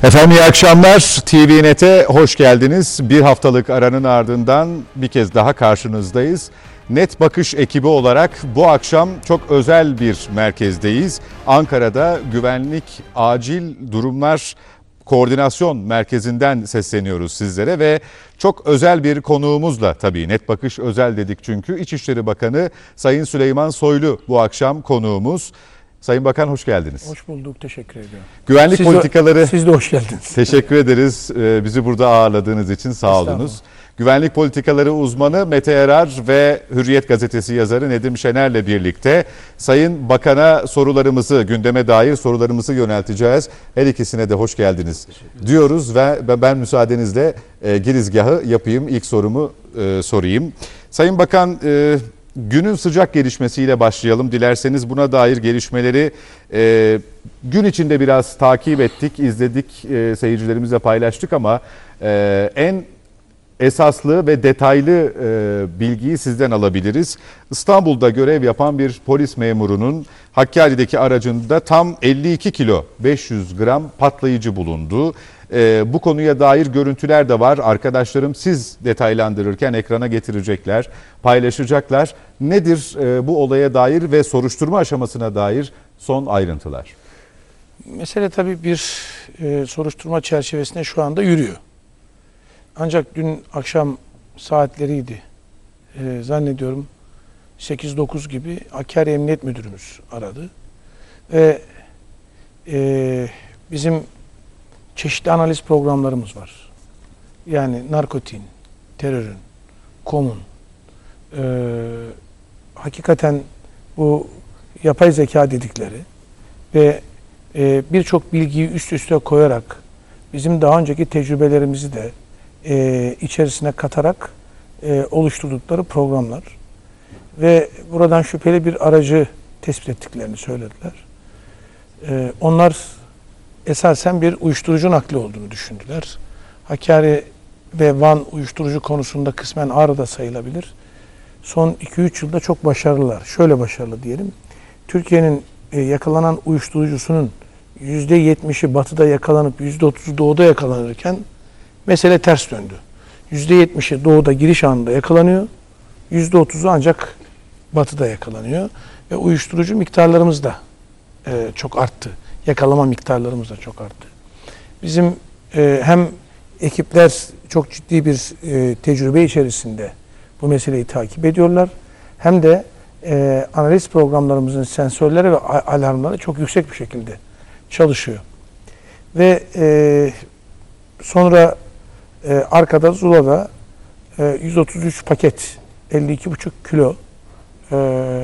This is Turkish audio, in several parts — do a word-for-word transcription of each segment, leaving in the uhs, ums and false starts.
Efendim iyi akşamlar. T V Net'e hoş geldiniz. Bir haftalık aranın ardından bir kez daha karşınızdayız. Net Bakış ekibi olarak bu akşam çok özel bir merkezdeyiz. Ankara'da Güvenlik Acil Durumlar Koordinasyon Merkezi'nden sesleniyoruz sizlere ve çok özel bir konuğumuzla, tabii Net Bakış özel dedik çünkü İçişleri Bakanı Sayın Süleyman Soylu bu akşam konuğumuz. Sayın Bakan hoş geldiniz. Hoş bulduk, teşekkür ediyorum. Güvenlik siz politikaları... De, siz de hoş geldiniz. Teşekkür ederiz. Bizi burada ağırladığınız için sağ olunuz. Güvenlik politikaları uzmanı Mete Erar ve Hürriyet gazetesi yazarı Nedim Şener'le birlikte Sayın Bakan'a sorularımızı, gündeme dair sorularımızı yönelteceğiz. Her ikisine de hoş geldiniz diyoruz ve ben müsaadenizle girizgahı yapayım. İlk sorumu sorayım. Sayın Bakan, günün sıcak gelişmesiyle başlayalım. Dilerseniz buna dair gelişmeleri e, gün içinde biraz takip ettik, izledik, e, seyircilerimizle paylaştık ama e, en esaslı ve detaylı e, bilgiyi sizden alabiliriz. İstanbul'da görev yapan bir polis memurunun Hakkari'deki aracında tam elli iki kilo beş yüz gram patlayıcı bulundu. E, bu konuya dair görüntüler de var. Arkadaşlarım siz detaylandırırken ekrana getirecekler, paylaşacaklar. Nedir e, bu olaya dair ve soruşturma aşamasına dair son ayrıntılar? Mesele tabii bir e, soruşturma çerçevesinde şu anda yürüyor. Ancak dün akşam saatleriydi. E, zannediyorum sekiz dokuz gibi Hakkari Emniyet Müdürümüz aradı. Ve e, bizim çeşitli analiz programlarımız var. Yani narkotiğin, terörün, komun, e, hakikaten bu yapay zeka dedikleri ve e, birçok bilgiyi üst üste koyarak bizim daha önceki tecrübelerimizi de e, içerisine katarak e, oluşturdukları programlar ve buradan şüpheli bir aracı tespit ettiklerini söylediler. E, onlar esasen bir uyuşturucu nakli olduğunu düşündüler. Hakkari ve Van uyuşturucu konusunda kısmen Ağrı'da sayılabilir. Son iki üç yılda çok başarılılar. Şöyle başarılı diyelim. Türkiye'nin e, yakalanan uyuşturucusunun yüzde yetmişi batıda yakalanıp yüzde otuzu doğuda yakalanırken mesele ters döndü. yüzde yetmişi doğuda giriş anında yakalanıyor. yüzde otuzu ancak batıda yakalanıyor. Ve uyuşturucu miktarlarımız da e, çok arttı. Yakalama miktarlarımız da çok arttı. Bizim e, hem ekipler çok ciddi bir e, tecrübe içerisinde bu meseleyi takip ediyorlar. Hem de e, analiz programlarımızın sensörleri ve alarmları çok yüksek bir şekilde çalışıyor. Ve e, sonra e, arkada Zula'da e, yüz otuz üç paket elli iki buçuk kilo e,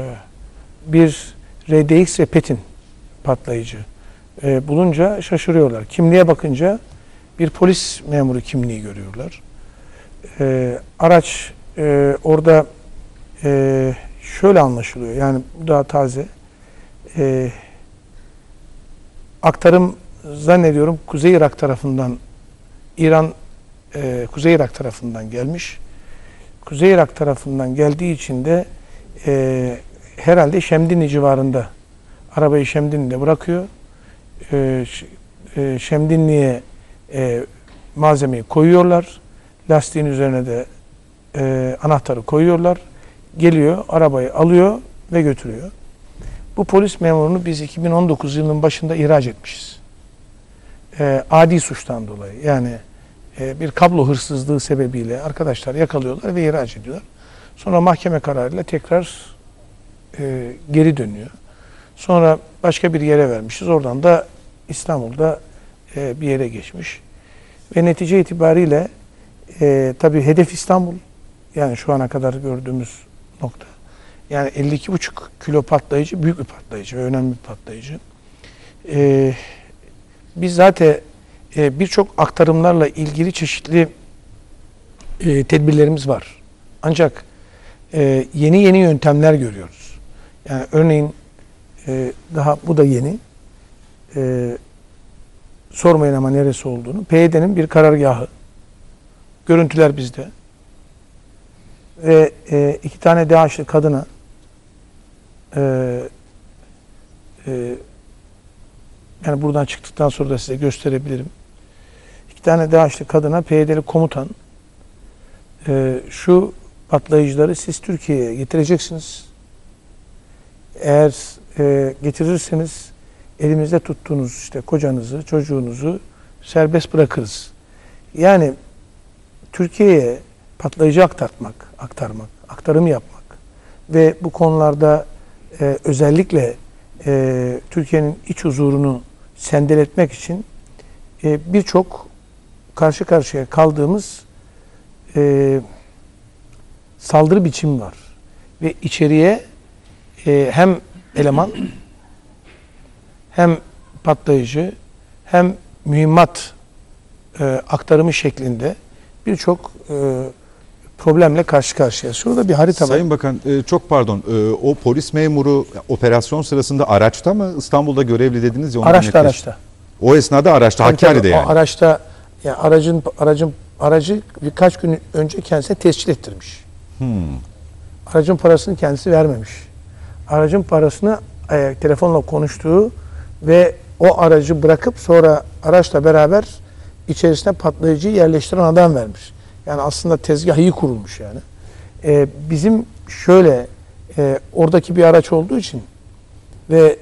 bir R D X ve Petin patlayıcı e, bulunca şaşırıyorlar. Kimliğe bakınca bir polis memuru kimliği görüyorlar. E, araç e, orada e, şöyle anlaşılıyor. Yani bu daha taze. E, aktarım zannediyorum Kuzey Irak tarafından İran e, Kuzey Irak tarafından gelmiş. Kuzey Irak tarafından geldiği için de e, herhalde Şemdinli civarında arabayı Şemdinli'de bırakıyor. E, e, Şemdinli'ye e, malzemeyi koyuyorlar. Lastiğin üzerine de e, anahtarı koyuyorlar. Geliyor, arabayı alıyor ve götürüyor. Bu polis memurunu biz iki bin on dokuz yılının başında ihraç etmişiz. E, adi suçtan dolayı. Yani e, bir kablo hırsızlığı sebebiyle arkadaşlar yakalıyorlar ve ihraç ediyorlar. Sonra mahkeme kararıyla tekrar e, geri dönüyor. Sonra başka bir yere vermişiz. Oradan da İstanbul'da e, bir yere geçmiş. Ve netice itibariyle e, tabii hedef İstanbul. Yani şu ana kadar gördüğümüz nokta. Yani elli iki buçuk kilo patlayıcı, büyük bir patlayıcı ve önemli bir patlayıcı. E, biz zaten e, birçok aktarımlarla ilgili çeşitli e, tedbirlerimiz var. Ancak e, yeni yeni yöntemler görüyoruz. Yani örneğin e, daha bu da yeni. E, sormayın ama neresi olduğunu. P Y D'nin bir karargahı. Görüntüler bizde. Ve e, iki tane DAEŞ'li kadına e, e, yani buradan çıktıktan sonra da size gösterebilirim. iki tane DAEŞ'li kadına P Y D'li komutan e, şu patlayıcıları siz Türkiye'ye getireceksiniz. Eğer e, getirirseniz elimizde tuttuğunuz işte kocanızı, çocuğunuzu serbest bırakırız. Yani Türkiye'ye patlayıcı aktarmak, aktarmak, aktarım yapmak ve bu konularda e, özellikle e, Türkiye'nin iç huzurunu sendeletmek için e, birçok karşı karşıya kaldığımız e, saldırı biçimi var. Ve içeriye e, hem eleman hem patlayıcı hem mühimmat e, aktarımı şeklinde birçok e, problemle karşı karşıya. Şurada bir harita var. Sayın Bakan e, çok pardon e, o polis memuru operasyon sırasında araçta mı İstanbul'da görevli dediniz ya? Araçta araçta. O esnada araçta Hakkari'de yani. O araçta yani aracın aracın aracı birkaç gün önce kendisine tescil ettirmiş. Hmm. Aracın parasını kendisi vermemiş. Aracın parasını e, telefonla konuştuğu ve o aracı bırakıp sonra araçla beraber içerisine patlayıcıyı yerleştiren adam vermiş. Yani aslında tezgah iyi kurulmuş yani. E, bizim şöyle e, oradaki bir araç olduğu için ve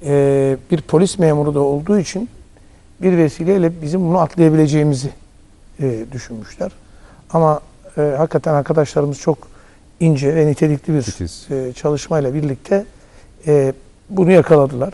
e, bir polis memuru da olduğu için bir vesileyle bizim bunu atlayabileceğimizi e, düşünmüşler. Ama e, hakikaten arkadaşlarımız çok ince ve nitelikli bir e, çalışmayla birlikte e, bunu yakaladılar.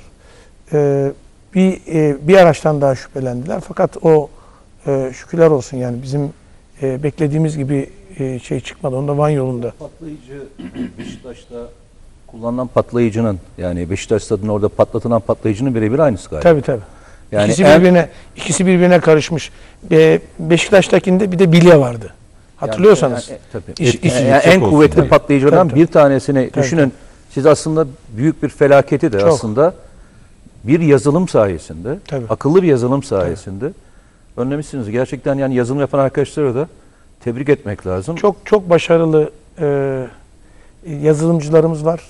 E, bir e, bir araçtan daha şüphelendiler. Fakat o e, şükürler olsun yani bizim e, beklediğimiz gibi e, şey çıkmadı. Onda Van yolunda. Patlayıcı Beşiktaş'ta kullanılan patlayıcının yani Beşiktaş stadının orada patlatılan patlayıcının birebir aynısı galiba. Tabii tabii. Yani ikisi en, birbirine ikisi birbirine karışmış. Be, Beşiktaş'takinde bir de bilye vardı. Hatırlıyorsanız. Yani, yani, tabii. İş, iş, yani, yani en kuvvetli tabii. patlayıcılardan Tabii, tabii. bir tanesini Tabii, düşünün. tabii. Siz aslında büyük bir felaketi de Çok. aslında bir yazılım sayesinde, Tabii. akıllı bir yazılım sayesinde önlemişsiniz. Gerçekten yani yazılım yapan arkadaşlara da tebrik etmek lazım. Çok çok başarılı e, yazılımcılarımız var.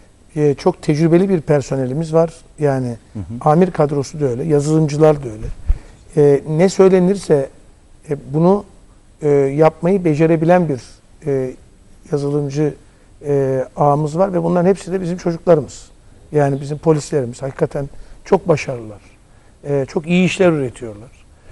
E, çok tecrübeli bir personelimiz var. Yani Hı hı. amir kadrosu da öyle, yazılımcılar da öyle. E, ne söylenirse e, bunu e, yapmayı becerebilen bir e, yazılımcı e, ağımız var ve bunların hepsi de bizim çocuklarımız. Yani bizim polislerimiz hakikaten çok başarılılar. E, çok iyi işler üretiyorlar.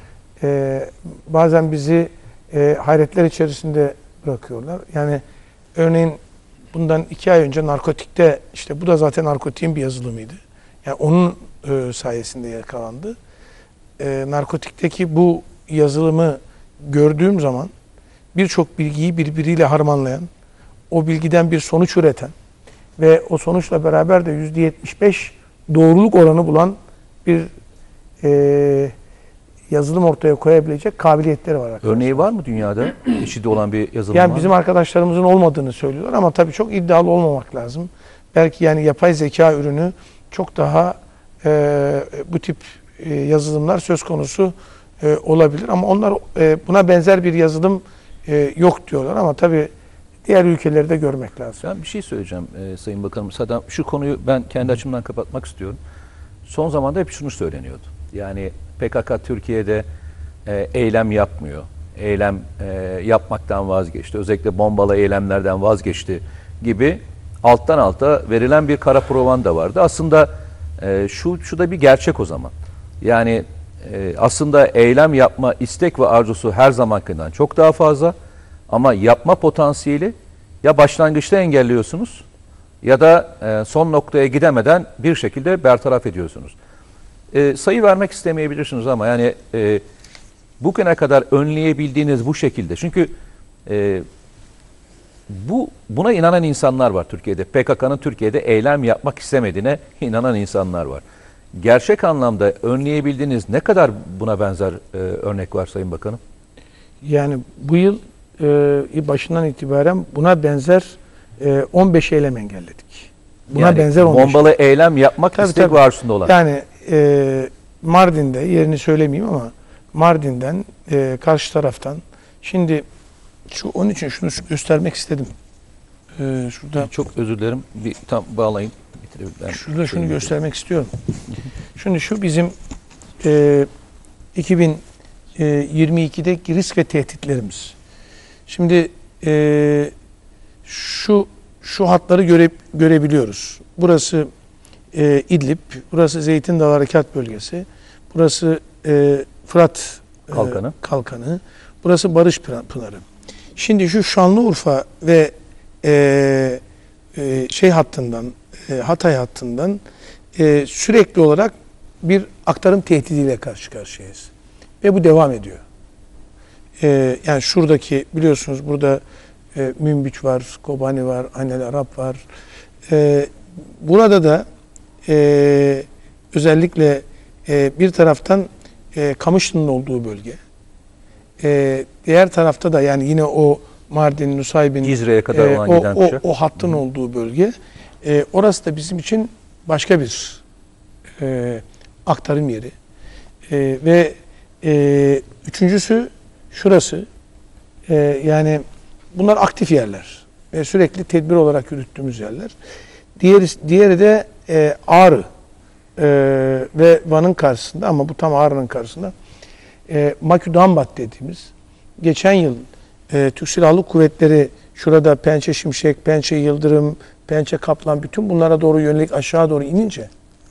E, bazen bizi e, hayretler içerisinde bırakıyorlar. Yani örneğin bundan iki ay önce narkotikte, işte bu da zaten narkotiğin bir yazılımıydı. Yani onun e, sayesinde yakalandı. E, narkotikteki bu yazılımı gördüğüm zaman birçok bilgiyi birbiriyle harmanlayan, o bilgiden bir sonuç üreten ve o sonuçla beraber de yüzde yetmiş beş doğruluk oranı bulan bir e, yazılım ortaya koyabilecek kabiliyetleri var arkadaşlar. Örneği var mı dünyada? Eşidi olan bir yazılım Yani var bizim mı? arkadaşlarımızın olmadığını söylüyorlar ama tabii çok iddialı olmamak lazım. Belki yani yapay zeka ürünü çok daha e, bu tip e, yazılımlar söz konusu e, olabilir ama onlar e, buna benzer bir yazılım e, yok diyorlar ama tabii diğer ülkeleri de görmek lazım. Ben bir şey söyleyeceğim e, Sayın Bakanım. Zaten şu konuyu ben kendi açımdan kapatmak istiyorum. Son zamanda hep şunu söyleniyordu. Yani P K K Türkiye'de e, eylem yapmıyor. Eylem e, yapmaktan vazgeçti. Özellikle bombalı eylemlerden vazgeçti gibi alttan alta verilen bir kara propaganda vardı. Aslında e, şu, şu da bir gerçek o zaman. Yani e, aslında eylem yapma istek ve arzusu her zamankinden çok daha fazla. Ama yapma potansiyeli ya başlangıçta engelliyorsunuz ya da e, son noktaya gidemeden bir şekilde bertaraf ediyorsunuz. E, sayı vermek istemeyebilirsiniz ama yani e, bugüne kadar önleyebildiğiniz bu şekilde. Çünkü e, bu buna inanan insanlar var Türkiye'de. P K K'nın Türkiye'de eylem yapmak istemediğine inanan insanlar var. Gerçek anlamda önleyebildiğiniz ne kadar buna benzer e, örnek var Sayın Bakanım? Yani bu yıl e, başından itibaren buna benzer e, on beş eylem engelledik. Buna Yani benzer on beş. bombalı eylem yapmak Tabii, istek tabii. ve arzusunda olan. Yani e, Mardin'de, yerini söylemeyeyim ama Mardin'den e, karşı taraftan şimdi şu onun için şunu göstermek istedim. E, şurada Çok özür dilerim. Bir tam bağlayın. Bitirelim. Ben şurada şunu söyleyeyim. göstermek istiyorum. Şimdi şu bizim e, iki bin e, yirmi ikideki risk ve tehditlerimiz. Şimdi e, şu şu hatları göre, görebiliyoruz. Burası e, İdlib, burası Zeytin Dağı Harekat Bölgesi, burası e, Fırat e, Kalkanı. Kalkanı, burası Barış Pınarı. Şimdi şu Şanlıurfa ve e, e, şey hattından, e, Hatay hattından e, sürekli olarak bir aktarım tehdidiyle karşı karşıyayız. Ve bu devam ediyor. E, yani şuradaki biliyorsunuz burada e, Münbiç var, Kobani var, Anel Arap var. E, burada da e, özellikle e, bir taraftan e, Kamışlı'nın olduğu bölge. E, diğer tarafta da yani yine o Mardin, Nusaybin, Cizre'ye kadar e, olan o, giden o, kuşak. o hattın Hı. olduğu bölge. E, orası da bizim için başka bir e, aktarım yeri. E, ve e, üçüncüsü şurası. E, yani bunlar aktif yerler. Ve sürekli tedbir olarak yürüttüğümüz yerler. Diğeri, diğeri de e, Ağrı e, ve Van'ın karşısında ama bu tam Ağrı'nın karşısında e, Maküdambat dediğimiz geçen yıl e, Türk Silahlı Kuvvetleri şurada Pençe Şimşek, Pençe Yıldırım, Pençe Kaplan bütün bunlara doğru yönelik aşağı doğru inince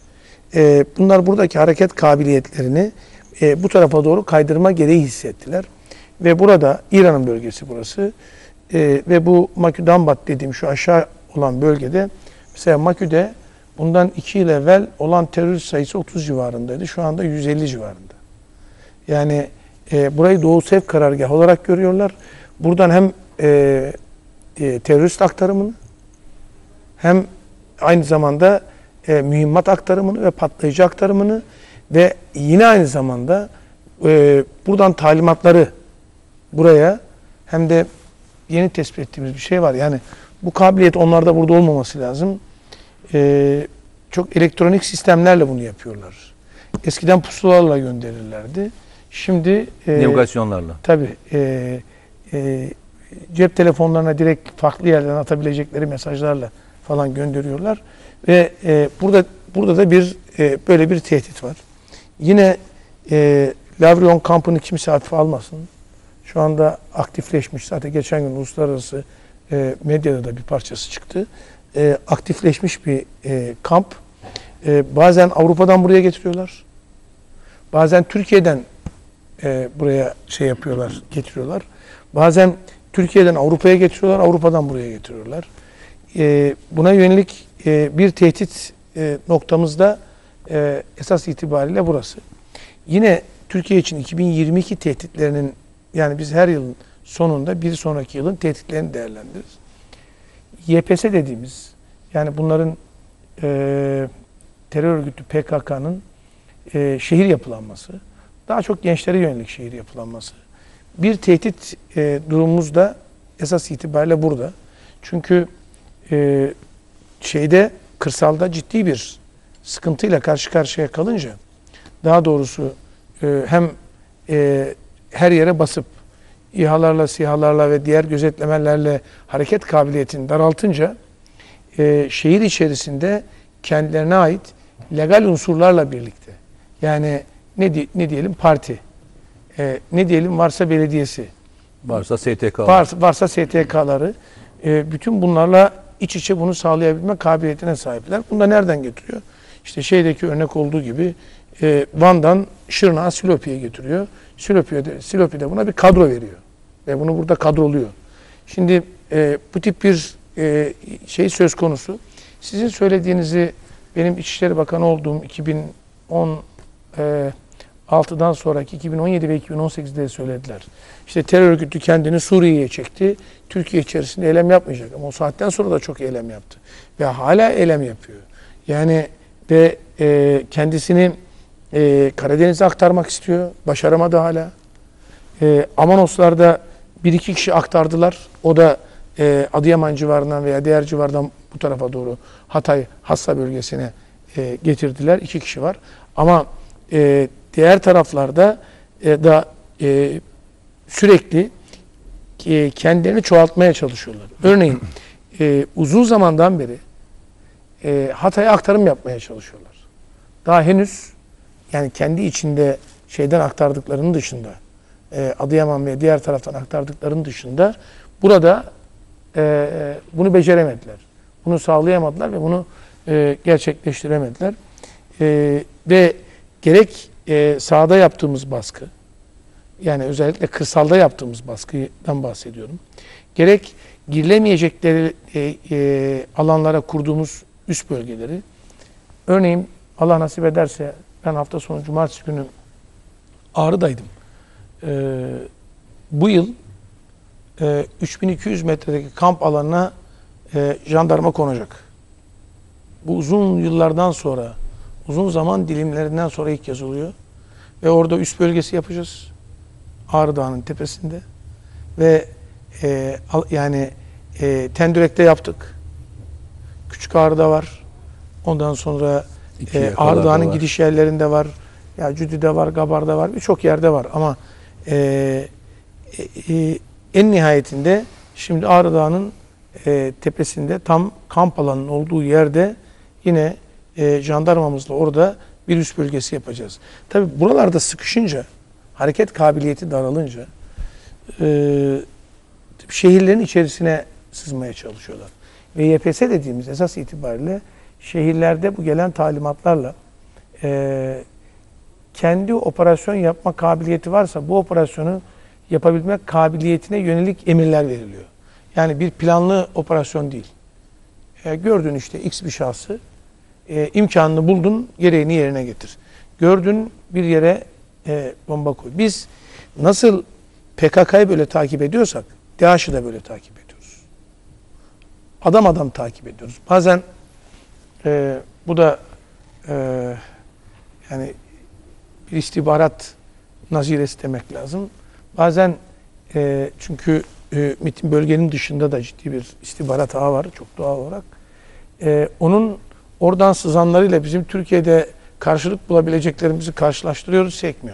e, bunlar buradaki hareket kabiliyetlerini e, bu tarafa doğru kaydırma gereği hissettiler. Ve burada İran'ın bölgesi burası e, ve bu Maküdambat dediğim şu aşağı olan bölgede mesela Makü'de bundan iki yıl evvel olan terörist sayısı otuz civarındaydı. Şu anda yüz elli civarında. Yani e, burayı Doğu Sevk Karargahı olarak görüyorlar. Buradan hem e, e, terörist aktarımını hem aynı zamanda e, mühimmat aktarımını ve patlayıcı aktarımını ve yine aynı zamanda e, buradan talimatları buraya hem de yeni tespit ettiğimiz bir şey var. Yani bu kabiliyet onlarda burada olmaması lazım. E, çok elektronik sistemlerle bunu yapıyorlar. Eskiden pusulalarla gönderirlerdi. Şimdi e, navigasyonlarla. Tabii e, e, cep telefonlarına direkt farklı yerden atabilecekleri mesajlarla falan gönderiyorlar ve e, burada burada da bir e, böyle bir tehdit var. Yine e, Lavrion kampını kimse hafife almasın. Şu anda aktifleşmiş. Zaten geçen gün uluslararası e, medyada da bir parçası çıktı. E, aktifleşmiş bir e, kamp. E, bazen Avrupa'dan buraya getiriyorlar. Bazen Türkiye'den e, buraya şey yapıyorlar, getiriyorlar. Bazen Türkiye'den Avrupa'ya getiriyorlar, Avrupa'dan buraya getiriyorlar. E, buna yönelik e, bir tehdit e, noktamızda e, esas itibariyle burası. Yine Türkiye için iki bin yirmi iki tehditlerinin yani biz her yılın sonunda bir sonraki yılın tehditlerini değerlendiririz. Y P S dediğimiz yani bunların e, terör örgütü P K K'nın e, şehir yapılanması, daha çok gençlere yönelik şehir yapılanması. Bir tehdit e, durumumuz da esas itibariyle burada. Çünkü e, şeyde kırsalda ciddi bir sıkıntıyla karşı karşıya kalınca daha doğrusu e, hem e, her yere basıp İHA'larla, SİHA'larla ve diğer gözetlemelerle hareket kabiliyetini daraltınca e, şehir içerisinde kendilerine ait legal unsurlarla birlikte yani ne, ne diyelim parti, e, ne diyelim varsa belediyesi, varsa S T K, varsa, varsa S T K'ları e, bütün bunlarla iç içe bunu sağlayabilme kabiliyetine sahipler. Bunu da nereden getiriyor? İşte şeydeki örnek olduğu gibi e, Van'dan Şırnak'a, Silopi'ye getiriyor. Silopi'de, Silopi'de buna bir kadro veriyor. Ve bunu burada kadroluyor. Şimdi e, bu tip bir e, şey söz konusu. Sizin söylediğinizi benim İçişleri Bakanı olduğum iki bin on altıdan sonraki iki bin on yedi ve iki bin on sekizde söylediler. İşte terör örgütü kendini Suriye'ye çekti. Türkiye içerisinde eylem yapmayacak. Ama o saatten sonra da çok eylem yaptı. Ve hala eylem yapıyor. Yani ve e, kendisini e, Karadeniz'e aktarmak istiyor. Başaramadı hala. E, Amanoslar'da bir iki kişi aktardılar. O da e, Adıyaman civarından veya diğer civardan bu tarafa doğru Hatay Hassa bölgesine e, getirdiler. İki kişi var. Ama e, diğer taraflarda e, da e, sürekli e, kendilerini çoğaltmaya çalışıyorlar. Örneğin e, uzun zamandan beri e, Hatay'a aktarım yapmaya çalışıyorlar. Daha henüz yani kendi içinde şeyden aktardıklarının dışında e, Adıyaman ve diğer taraftan aktardıklarının dışında burada e, bunu beceremediler. Bunu sağlayamadılar ve bunu e, gerçekleştiremediler. E, ve gerek e, sahada yaptığımız baskı, yani özellikle kırsalda yaptığımız baskıdan bahsediyorum. Gerek girilemeyecekleri e, e, alanlara kurduğumuz üst bölgeleri, örneğin Allah nasip ederse ben hafta sonu cumartesi günü Ağrı'daydım. E, bu yıl e, üç bin iki yüz metredeki kamp alanına e, jandarma konacak. Bu uzun yıllardan sonra, uzun zaman dilimlerinden sonra ilk kez oluyor. Ve orada üst bölgesi yapacağız. Ağrı Dağı'nın tepesinde. Ve e, yani e, Tendürek'te yaptık. Küçük Ağrı'da var. Ondan sonra e, Ağrı Dağı'nın gidiş yerlerinde var. Ya Cüdü'de var, Gabar'da var. Birçok yerde var. Ama e, e, en nihayetinde şimdi Ağrı Dağı'nın e, tepesinde tam kamp alanının olduğu yerde yine e, jandarmamızla orada bir üst bölgesi yapacağız. Tabii buralarda sıkışınca, hareket kabiliyeti daralınca e, şehirlerin içerisine sızmaya çalışıyorlar. Ve Y P S dediğimiz esas itibariyle şehirlerde bu gelen talimatlarla e, kendi operasyon yapma kabiliyeti varsa bu operasyonu yapabilmek kabiliyetine yönelik emirler veriliyor. Yani bir planlı operasyon değil. E, gördün işte X bir şahsı, e, imkanını buldun, gereğini yerine getir. Gördün bir yere e, bomba koy. Biz nasıl P K K'yı böyle takip ediyorsak DAEŞ'ı da böyle takip ediyoruz. Adam adam takip ediyoruz. Bazen e, bu da e, yani bir istihbarat naziresi demek lazım. Bazen e, çünkü e, MİT'in bölgenin dışında da ciddi bir istihbarat ağı var çok doğal olarak. E, onun oradan sızanlarıyla bizim Türkiye'de karşılık bulabileceklerimizi karşılaştırıyoruz, sekmiyor.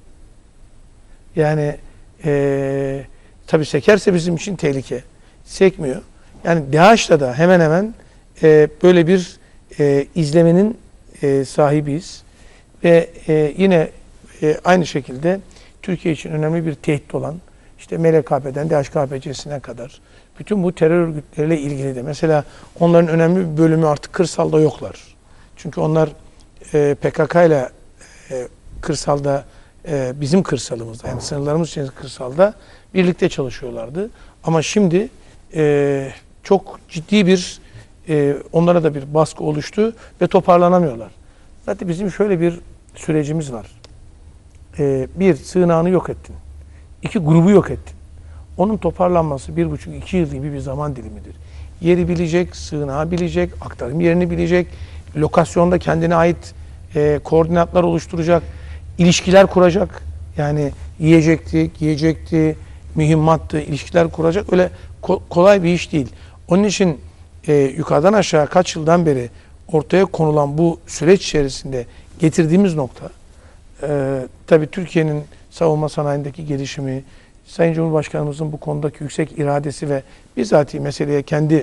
Yani e, tabii sekerse bizim için tehlike. Sekmiyor. Yani DAEŞ'la da hemen hemen e, böyle bir e, izlemenin e, sahibiyiz. Ve e, yine e, aynı şekilde Türkiye için önemli bir tehdit olan işte M L K P'den D H K P C'sine kadar bütün bu terör örgütleriyle ilgili de mesela onların önemli bir bölümü artık kırsalda yoklar. Çünkü onlar e, P K K ile e, kırsalda e, bizim kırsalımızda yani sınırlarımız içerisinde kırsalda birlikte çalışıyorlardı. Ama şimdi e, çok ciddi bir e, onlara da bir baskı oluştu ve toparlanamıyorlar. Zaten bizim şöyle bir sürecimiz var. Ee, bir, sığınağını yok ettin. İki, grubu yok ettin. Onun toparlanması bir buçuk, iki yıl gibi bir zaman dilimidir. Yeri bilecek, sığınağı bilecek, aktarım yerini bilecek, lokasyonda kendine ait e, koordinatlar oluşturacak, ilişkiler kuracak. Yani yiyecekti, giyecekti, mühimmattı, ilişkiler kuracak. Öyle ko- kolay bir iş değil. Onun için e, yukarıdan aşağı kaç yıldan beri ortaya konulan bu süreç içerisinde getirdiğimiz nokta e, tabii Türkiye'nin savunma sanayindeki gelişimi, Sayın Cumhurbaşkanımızın bu konudaki yüksek iradesi ve bizatihi meseleye kendi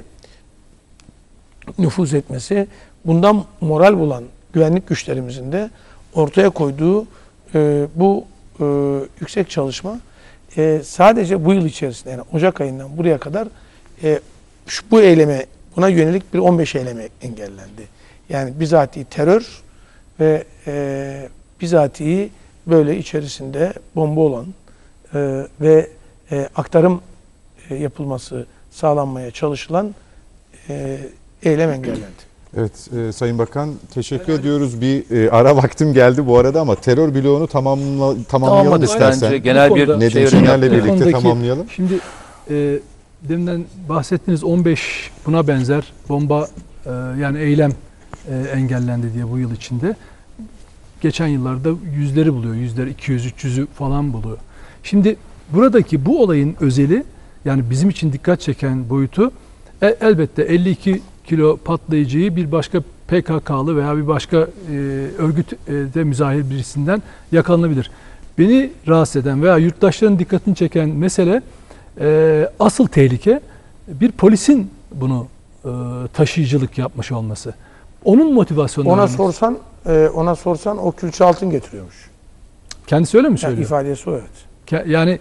nüfuz etmesi, bundan moral bulan güvenlik güçlerimizin de ortaya koyduğu e, bu e, yüksek çalışma e, sadece bu yıl içerisinde yani Ocak ayından buraya kadar e, şu, bu eyleme buna yönelik bir on beş eyleme engellendi. Yani bizatihi terör ve e, bizatihi böyle içerisinde bomba olan e, ve e, aktarım e, yapılması sağlanmaya çalışılan e, eylem engellendi. Evet e, Sayın Bakan teşekkür evet. ediyoruz. Bir e, ara vaktim geldi bu arada ama terör bloğunu tamamla, tamamlayalım istersen. Bence genel bir Nedim Şener'le birlikte konudaki, tamamlayalım. Şimdi e, deminden bahsettiğiniz on beş buna benzer bomba e, yani eylem e, engellendi diye bu yıl içinde. Geçen yıllarda yüzleri buluyor. Yüzler iki yüz üç yüzü falan buluyor. Şimdi buradaki bu olayın özeli yani bizim için dikkat çeken boyutu e, elbette elli iki kilo patlayıcıyı bir başka P K K'lı veya bir başka e, örgütte müzahir birisinden yakalanabilir. Beni rahatsız eden veya yurttaşların dikkatini çeken mesele e, asıl tehlike bir polisin bunu e, taşıyıcılık yapmış olması. Onun motivasyonu. Ona sorsan, e, ona sorsan o külçe altın getiriyormuş. Kendisi öyle mi söylüyor? Yani ifadesi o, evet. Ke- Yani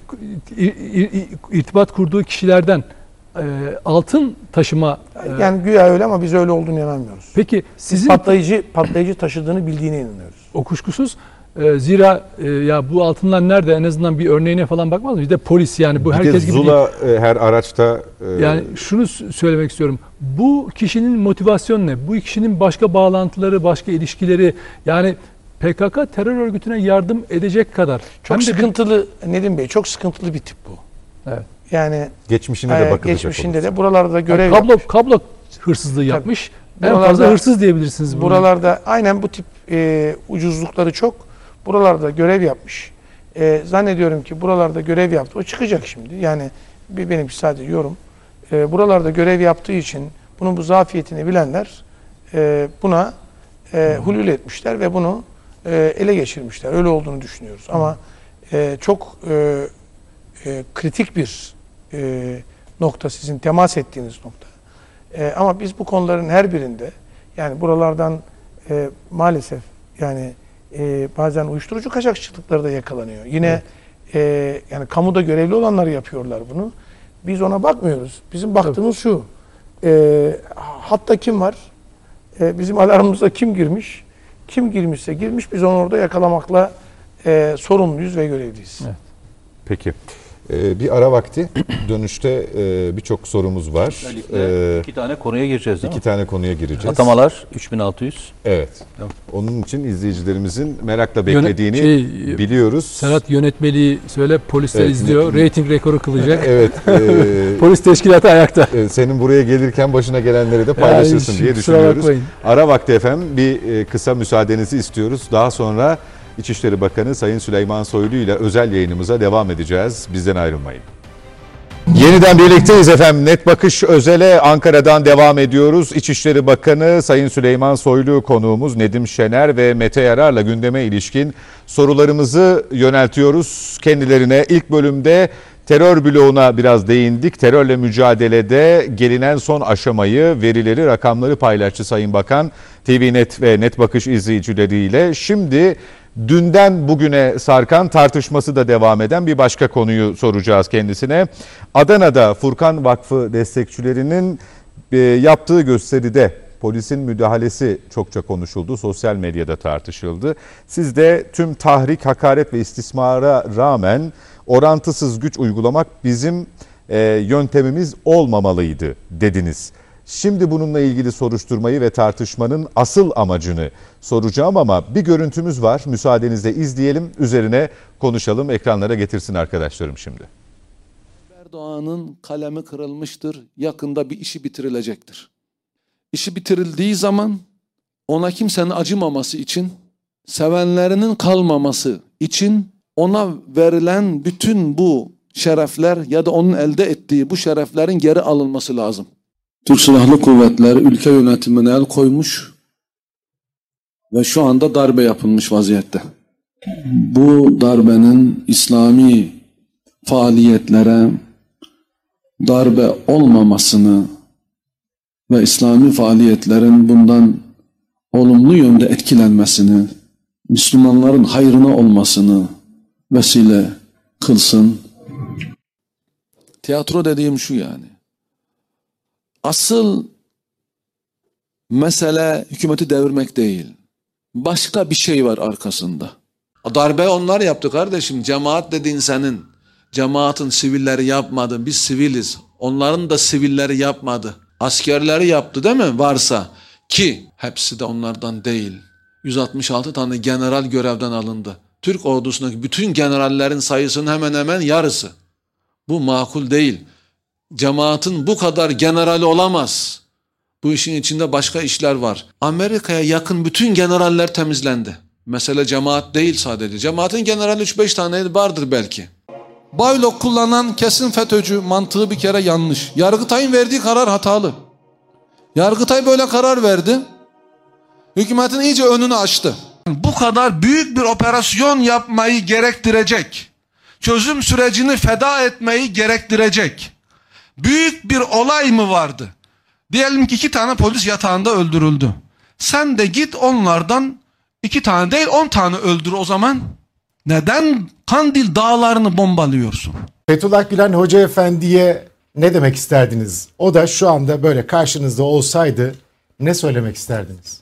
ir- ir- irtibat kurduğu kişilerden e, altın taşıma e, Yani güya öyle ama biz öyle olduğunu inanmıyoruz. peki sizin Patlayıcı patlayıcı taşıdığını bildiğine inanıyoruz. o kuşkusuz e, zira e, ya bu altınlar nerede, en azından bir örneğine falan bakmaz mı? Bir de polis, yani bu Bir herkes de gibi değil. Zula e, her araçta e, Yani şunu s- söylemek istiyorum. Bu kişinin motivasyonu ne? Bu kişinin başka bağlantıları, başka ilişkileri, yani P K K terör örgütüne yardım edecek kadar. Çok hem de bir- sıkıntılı Nedim Bey, çok sıkıntılı bir tip bu. Evet. Yani geçmişine de e, bakılacak geçmişinde olursa. de buralarda görev kablo yapmış. kablo hırsızlığı yapmış. En Buralarda- fazla hırsız diyebilirsiniz bunu. Buralarda aynen bu tip e, ucuzlukları çok. Buralarda görev yapmış. E, zannediyorum ki buralarda görev yaptı. O çıkacak şimdi. Yani bir benimki sadece yorum. E, buralarda görev yaptığı için bunun bu zafiyetini bilenler e, buna e, hulül etmişler ve bunu e, ele geçirmişler. Öyle olduğunu düşünüyoruz. Ama e, çok e, e, kritik bir e, nokta, sizin temas ettiğiniz nokta. E, ama biz bu konuların her birinde, yani buralardan e, maalesef yani e, bazen uyuşturucu kaçakçılıkları da yakalanıyor. Yine e, yani kamuda görevli olanlar yapıyorlar bunu. Biz ona bakmıyoruz. Bizim baktığımız şu. E, hatta kim var? E, bizim alarmımıza kim girmiş? Kim girmişse girmiş. Biz onu orada yakalamakla e, sorumluyuz ve görevliyiz. Evet. Peki. Ee, bir ara vakti. Dönüşte e, birçok sorumuz var. Özellikle Ee, iki tane konuya gireceğiz değil iki mi? tane konuya gireceğiz. Atamalar üç bin altı yüz. Evet. Tamam. Onun için izleyicilerimizin merakla Yöne- beklediğini şey, biliyoruz. Serhat yönetmeliği söyle, polisler Evet, izliyor. ne- Rating rekoru kılacak. Evet. e, Polis teşkilatı ayakta. e, senin buraya gelirken başına gelenleri de paylaşırsın Yani diye kusura düşünüyoruz. bakmayın. Ara vakti efendim, bir e, kısa müsaadenizi istiyoruz. Daha sonra İçişleri Bakanı Sayın Süleyman Soylu ile özel yayınımıza devam edeceğiz. Bizden ayrılmayın. Yeniden birlikteyiz efendim. Net Bakış Özel'e Ankara'dan devam ediyoruz. İçişleri Bakanı Sayın Süleyman Soylu konuğumuz, Nedim Şener ve Mete Yarar'la gündeme ilişkin sorularımızı yöneltiyoruz kendilerine. İlk bölümde terör bloğuna biraz değindik. Terörle mücadelede gelinen son aşamayı, verileri, rakamları paylaştı Sayın Bakan T V Net ve Net Bakış izleyicileriyle. Şimdi dünden bugüne sarkan, tartışması da devam eden bir başka konuyu soracağız kendisine. Adana'da Furkan Vakfı destekçilerinin e, yaptığı gösteride polisin müdahalesi çokça konuşuldu, sosyal medyada tartışıldı. Siz de tüm tahrik, hakaret ve istismara rağmen orantısız güç uygulamak bizim e, yöntemimiz olmamalıydı dediniz. Şimdi bununla ilgili soruşturmayı ve tartışmanın asıl amacını soracağım ama bir görüntümüz var. Müsaadenizle izleyelim, üzerine konuşalım. Ekranlara getirsin arkadaşlarım şimdi. Erdoğan'ın kalemi kırılmıştır. Yakında bir işi bitirilecektir. İşi bitirildiği zaman ona kimsenin acımaması için, sevenlerinin kalmaması için ona verilen bütün bu şerefler ya da onun elde ettiği bu şereflerin geri alınması lazım. Türk Silahlı Kuvvetleri ülke yönetimine el koymuş ve şu anda darbe yapılmış vaziyette. Bu darbenin İslami faaliyetlere darbe olmamasını ve İslami faaliyetlerin bundan olumlu yönde etkilenmesini, Müslümanların hayrına olmasını vesile kılsın. Tiyatro dediğim şu yani. Asıl mesele hükümeti devirmek değil. Başka bir şey var arkasında. Darbe onlar yaptı kardeşim. Cemaat dediğin senin. Cemaatin sivilleri yapmadı. Biz siviliz. Onların da sivilleri yapmadı. Askerleri yaptı değil mi? Varsa. Ki hepsi de onlardan değil. yüz altmış altı tane general görevden alındı. Türk ordusundaki bütün generallerin sayısının hemen hemen yarısı. Bu makul değil. Cemaatin bu kadar generali olamaz. Bu işin içinde başka işler var. Amerika'ya yakın bütün generaller temizlendi. Mesele cemaat değil sadece. Cemaatin generali üç beş tane vardır belki. Baylok kullanan kesin FETÖ'cü mantığı bir kere yanlış. Yargıtay'ın verdiği karar hatalı. Yargıtay böyle karar verdi. Hükümetin iyice önünü açtı. Bu kadar büyük bir operasyon yapmayı gerektirecek, çözüm sürecini feda etmeyi gerektirecek büyük bir olay mı vardı? Diyelim ki iki tane polis yatağında öldürüldü. Sen de git onlardan iki tane değil on tane öldür o zaman. Neden Kandil dağlarını bombalıyorsun. Fethullah Gülen Hoca Efendi'ye ne demek isterdiniz? O da şu anda böyle karşınızda olsaydı ne söylemek isterdiniz?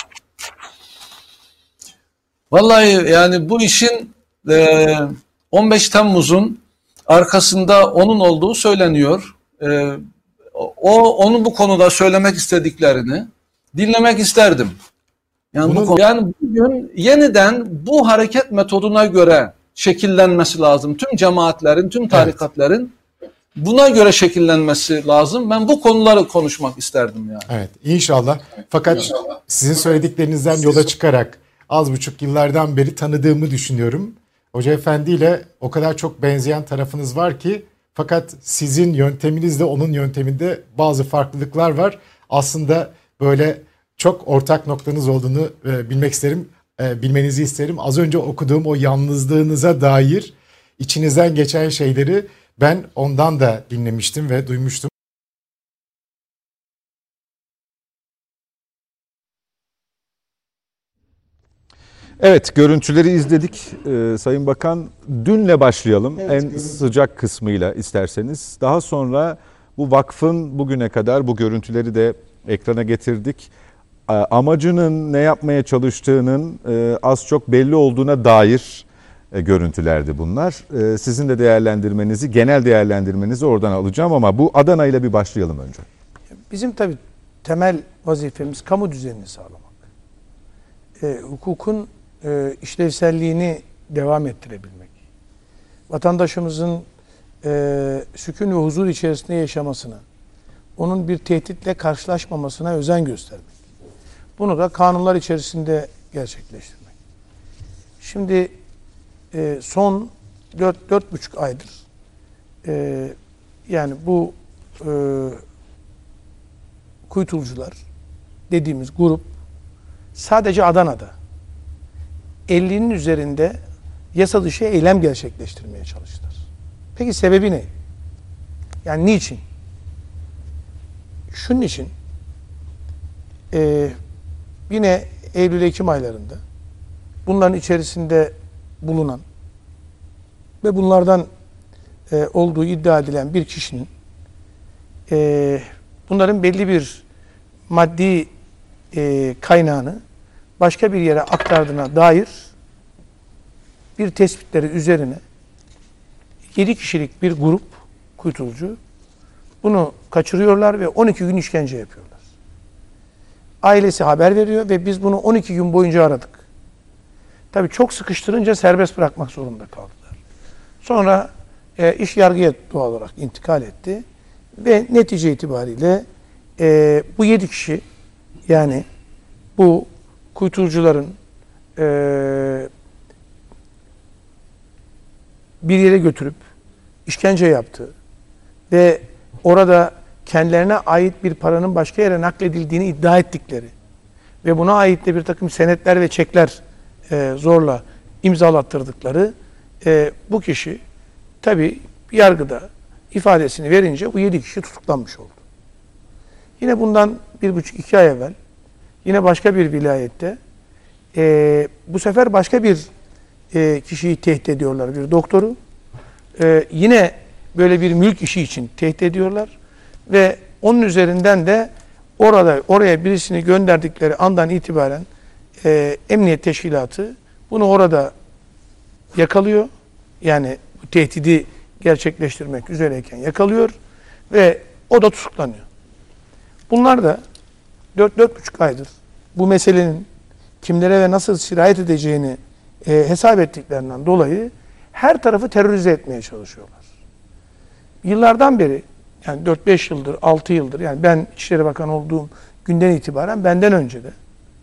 Vallahi yani bu işin e, on beş Temmuz'un arkasında onun olduğu söyleniyor. E, o onun bu konuda söylemek istediklerini dinlemek isterdim. Yani, Bunu... bu konu, yani bugün yeniden bu hareket metoduna göre şekillenmesi lazım. Tüm cemaatlerin, tüm tarikatların evet. buna göre şekillenmesi lazım. Ben bu konuları konuşmak isterdim yani. Evet, inşallah. Fakat inşallah. Sizin söylediklerinizden yola çıkarak az buçuk yıllardan beri tanıdığımı düşünüyorum. Hoca Efendi ile o kadar çok benzeyen tarafınız var ki, fakat sizin yönteminizle onun yönteminde bazı farklılıklar var. Aslında böyle çok ortak noktanız olduğunu e, bilmek isterim, e, bilmenizi isterim. Az önce okuduğum o yalnızlığınıza dair içinizden geçen şeyleri ben ondan da dinlemiştim ve duymuştum. Evet, görüntüleri izledik. Ee, Sayın Bakan, dünle başlayalım. Evet, en görüntü. sıcak kısmıyla isterseniz. Daha sonra bu vakfın bugüne kadar bu görüntüleri de ekrana getirdik. Ee, amacının ne yapmaya çalıştığının e, az çok belli olduğuna dair e, görüntülerdi bunlar. E, sizin de değerlendirmenizi, genel değerlendirmenizi oradan alacağım ama bu Adana ile bir başlayalım önce. Bizim tabii temel vazifemiz kamu düzenini sağlamak. E, hukukun e, işlevselliğini devam ettirebilmek. Vatandaşımızın e, sükun ve huzur içerisinde yaşamasına, onun bir tehditle karşılaşmamasına özen göstermek. Bunu da kanunlar içerisinde gerçekleştirmek. Şimdi e, son dört dört buçuk aydır e, yani bu e, kuytulcular dediğimiz grup sadece Adana'da ellinin üzerinde yasa dışı eylem gerçekleştirmeye çalıştılar. Peki sebebi ne? Yani niçin? Şunun için e, yine Eylül-Ekim aylarında bunların içerisinde bulunan ve bunlardan e, olduğu iddia edilen bir kişinin e, bunların belli bir maddi e, kaynağını başka bir yere aktardığına dair bir tespitleri üzerine yedi kişilik bir grup kuytulcu bunu kaçırıyorlar ve on iki gün işkence yapıyorlar. Ailesi haber veriyor ve biz bunu on iki gün boyunca aradık. Tabii çok sıkıştırınca serbest bırakmak zorunda kaldılar. Sonra e, iş yargıya doğal olarak intikal etti ve netice itibariyle e, bu yedi kişi, yani bu kuytulcuların e, bir yere götürüp işkence yaptığı ve orada kendilerine ait bir paranın başka yere nakledildiğini iddia ettikleri ve buna ait de bir takım senetler ve çekler e, zorla imzalattırdıkları e, bu kişi tabi yargıda ifadesini verince bu yedi kişi tutuklanmış oldu. Yine bundan bir buçuk iki ay evvel yine başka bir vilayette e, bu sefer başka bir e, kişiyi tehdit ediyorlar, bir doktoru. E, yine böyle bir mülk işi için tehdit ediyorlar ve onun üzerinden de orada oraya birisini gönderdikleri andan itibaren e, emniyet teşkilatı bunu orada yakalıyor. Yani bu tehdidi gerçekleştirmek üzereyken yakalıyor ve o da tutuklanıyor. Bunlar da dört dört buçuk aydır bu meselenin kimlere ve nasıl sirayet edeceğini e, hesap ettiklerinden dolayı her tarafı terörize etmeye çalışıyorlar. Yıllardan beri, yani dört beş yıldır, altı yıldır, yani ben İçişleri Bakanı olduğum günden itibaren, benden önce de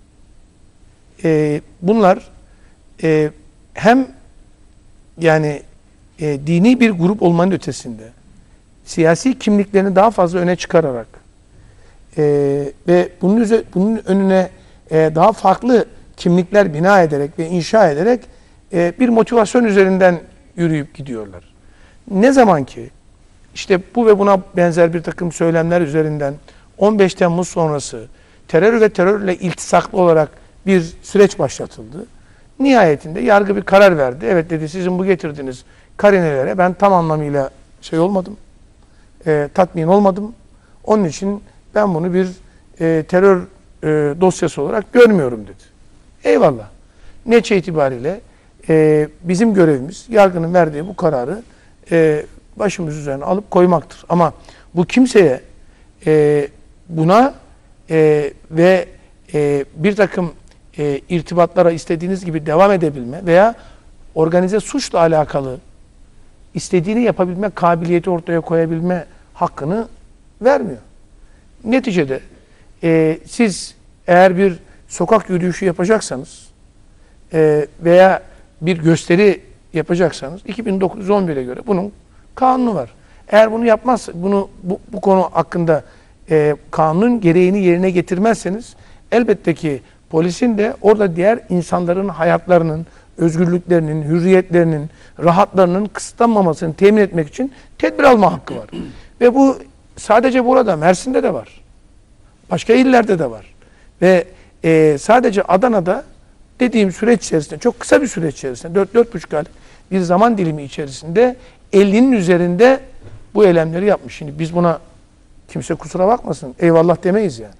e, bunlar e, hem yani e, dini bir grup olmanın ötesinde siyasi kimliklerini daha fazla öne çıkararak e, ve bunun, üzerine, bunun önüne e, daha farklı kimlikler bina ederek ve inşa ederek e, bir motivasyon üzerinden yürüyüp gidiyorlar. Ne zaman ki işte bu ve buna benzer bir takım söylemler üzerinden on beş Temmuz sonrası terör ve terörle iltisaklı olarak bir süreç başlatıldı. Nihayetinde yargı bir karar verdi. Evet dedi, sizin bu getirdiğiniz karinelere ben tam anlamıyla şey olmadım, e, tatmin olmadım. Onun için ben bunu bir e, terör e, dosyası olarak görmüyorum dedi. Eyvallah. Netice itibariyle e, bizim görevimiz yargının verdiği bu kararı e, başımız üzerine alıp koymaktır. Ama bu kimseye e, buna e, ve e, bir takım e, irtibatlara istediğiniz gibi devam edebilme veya organize suçla alakalı istediğini yapabilme kabiliyeti ortaya koyabilme hakkını vermiyor. Neticede e, siz eğer bir sokak yürüyüşü yapacaksanız e, veya bir gösteri yapacaksanız iki bin dokuz yüz on bire göre bunun kanunu var. Eğer bunu yapmaz, bunu bu, bu konu hakkında e, kanunun gereğini yerine getirmezseniz elbette ki polisin de orada diğer insanların hayatlarının, özgürlüklerinin, hürriyetlerinin, rahatlarının kısıtlanmamasını temin etmek için tedbir alma hakkı var. Ve bu sadece burada, Mersin'de de var. Başka illerde de var. Ve e, sadece Adana'da dediğim süreç içerisinde, çok kısa bir süreç içerisinde, dört dört buçuk ay bir zaman dilimi içerisinde ellinin üzerinde bu eylemleri yapmış. Şimdi biz buna kimse kusura bakmasın, eyvallah demeyiz yani.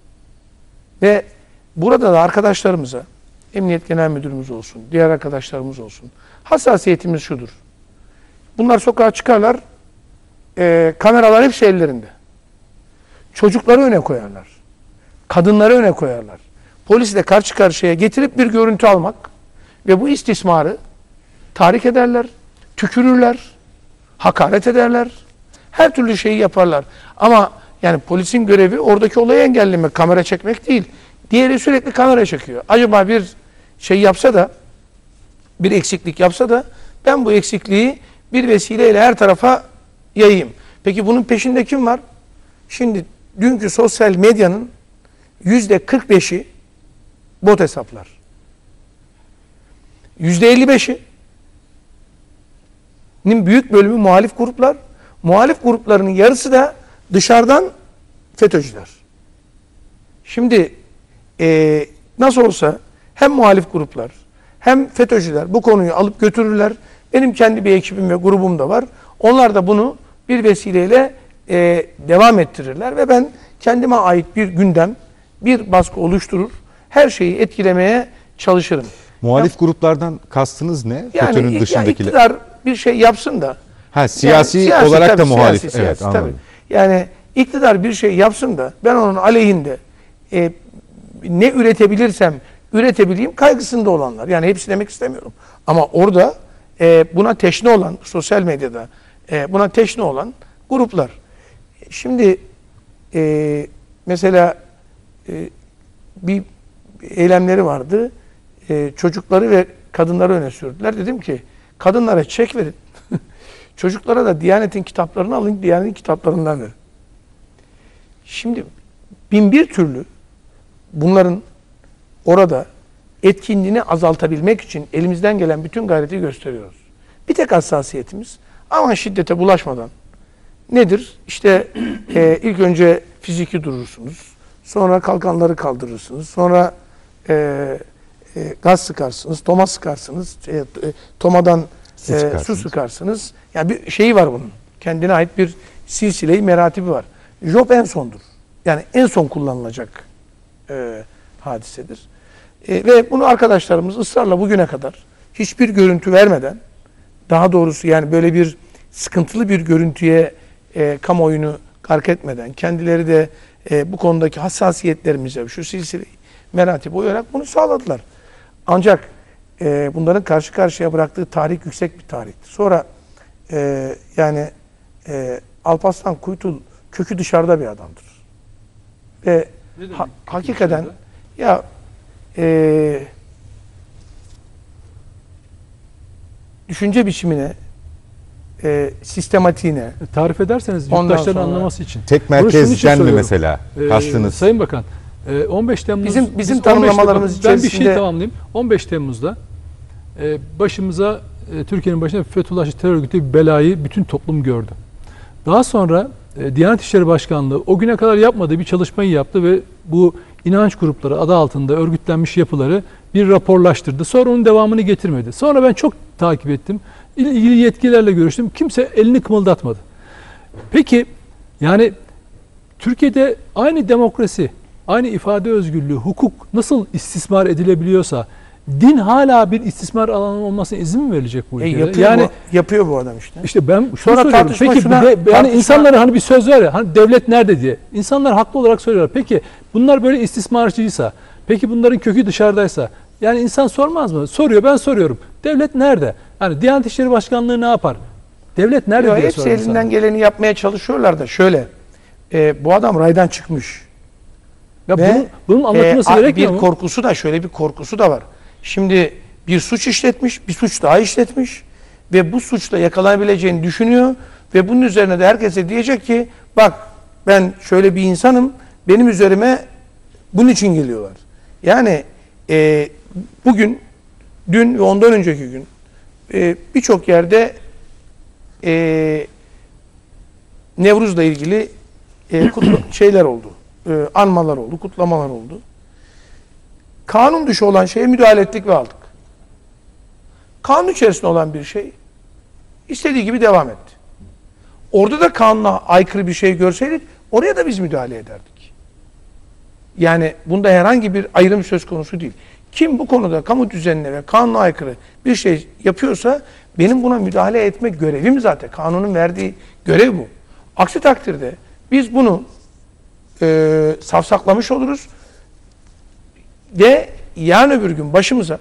Ve burada da arkadaşlarımıza, Emniyet Genel Müdürümüz olsun, diğer arkadaşlarımız olsun, hassasiyetimiz şudur. Bunlar sokağa çıkarlar, e, kameralar hepsi ellerinde. Çocukları öne koyarlar. Kadınları öne koyarlar. Polisle karşı karşıya getirip bir görüntü almak ve bu istismarı tahrik ederler, tükürürler, hakaret ederler. Her türlü şeyi yaparlar. Ama yani polisin görevi oradaki olayı engellemek, kamera çekmek değil. Diğeri sürekli kamera çekiyor. Acaba bir şey yapsa da, bir eksiklik yapsa da ben bu eksikliği bir vesileyle her tarafa yayayım. Peki bunun peşinde kim var? Şimdi dünkü sosyal medyanın yüzde kırk beşi bot hesaplar. Yüzde elli beşi büyük bölümü muhalif gruplar. Muhalif gruplarının yarısı da dışarıdan FETÖ'cüler. Şimdi e, nasıl olsa hem muhalif gruplar hem FETÖ'cüler bu konuyu alıp götürürler. Benim kendi bir ekibim ve grubum da var. Onlar da bunu bir vesileyle e, devam ettirirler ve ben kendime ait bir gündem, bir baskı oluşturur. Her şeyi etkilemeye çalışırım. Muhalif ya, gruplardan kastınız ne? Yani FETÖ'nün dışındakiler. iktidar bir şey yapsın da. Ha, siyasi, yani, siyasi olarak tabii, da muhalif. Siyasi, evet, siyasi, anladım. tabii. Yani iktidar bir şey yapsın da ben onun aleyhinde e, ne üretebilirsem üretebileyim kaygısında olanlar. Yani hepsi demek istemiyorum. Ama orada e, buna teşne olan, sosyal medyada e, buna teşne olan gruplar. Şimdi e, mesela e, bir eylemleri vardı. E, çocukları ve kadınları öne sürdüler. Dedim ki kadınlara çek verin. Çocuklara da Diyanet'in kitaplarını alın, Diyanet'in kitaplarından verin. Şimdi bin bir türlü bunların orada etkinliğini azaltabilmek için elimizden gelen bütün gayreti gösteriyoruz. Bir tek hassasiyetimiz aman şiddete bulaşmadan nedir? İşte e, ilk önce fiziki durursunuz, sonra kalkanları kaldırırsınız, sonra e, e, gaz sıkarsınız, toma sıkarsınız, e, e, tomadan su, e, sıkarsınız. su sıkarsınız. Yani bir şeyi var bunun. Kendine ait bir silsile-i meratibi var. Job en sondur. Yani en son kullanılacak e, hadisedir. E, ve bunu arkadaşlarımız ısrarla bugüne kadar hiçbir görüntü vermeden, daha doğrusu yani böyle bir sıkıntılı bir görüntüye e, kamuoyunu gark etmeden, kendileri de e, bu konudaki hassasiyetlerimize, şu silsile-i meratibi uyarak bunu sağladılar. Ancak e, bunların karşı karşıya bıraktığı tarih yüksek bir tarihtir. Sonra e, yani e, Alparslan Kuytul kökü dışarıda bir adamdır. Ve ha, hakikaten dışarıda? ya e, düşünce biçimine, e, sistematiğine tarif ederseniz yurttaşların anlaması için. Tek merkezden mi mesela kastınız? Ee, Sayın Bakan, on beş Temmuz bizim bizim biz tanımlamalarımız on beş, içerisinde ben bir şey tamamlayayım. on beş Temmuz'da e, başımıza e, Türkiye'nin başına Fethullahçı terör örgütü bir belayı bütün toplum gördü. Daha sonra e, Diyanet İşleri Başkanlığı o güne kadar yapmadığı bir çalışmayı yaptı ve bu inanç grupları adı altında örgütlenmiş yapıları bir raporlaştırdı. Sonra onun devamını getirmedi. Sonra ben çok takip ettim. İlgili yetkililerle görüştüm. Kimse elini kımıldatmadı. Peki yani Türkiye'de aynı demokrasi, aynı ifade özgürlüğü, hukuk nasıl istismar edilebiliyorsa din hala bir istismar alanı olmasına izin mi verilecek bu E, ülkede? yapıyor, yani bu, yapıyor bu adam işte. İşte ben şunu Sonra soruyorum. tartışma Peki şuna- bir de, yani tartışma- insanlara hani bir söz var ya, hani devlet nerede diye. İnsanlar haklı olarak söylüyorlar. Peki bunlar böyle istismarcıysa, peki bunların kökü dışarıdaysa, yani insan sormaz mı? Soruyor, ben soruyorum. Devlet nerede? Yani Diyanet İşleri Başkanlığı ne yapar? Devlet nerede Yo, diye hepsi soruyor elinden insan. geleni yapmaya çalışıyorlar da şöyle. e, bu adam raydan çıkmış. Ya Ve, bunun, bunun anlatılması e, gerekmiyor bir mu? korkusu da şöyle bir korkusu da var. Şimdi bir suç işletmiş, bir suç daha işletmiş ve bu suçla yakalanabileceğini düşünüyor ve bunun üzerine de herkese diyecek ki bak ben şöyle bir insanım, benim üzerime bunun için geliyorlar. Yani e, bugün, dün ve ondan önceki gün e, birçok yerde e, Nevruz'la ilgili e, kutlu, şeyler oldu. E, anmalar oldu, kutlamalar oldu. Kanun dışı olan şeye müdahale ettik ve aldık. Kanun içerisinde olan bir şey istediği gibi devam etti. Orada da kanuna aykırı bir şey görseydik oraya da biz müdahale ederdik. Yani bunda herhangi bir ayrım söz konusu değil. Kim bu konuda kamu düzenine ve kanuna aykırı bir şey yapıyorsa benim buna müdahale etmek görevim zaten. Kanunun verdiği görev bu. Aksi takdirde biz bunu e, safsaklamış oluruz ve yarın öbür gün başımıza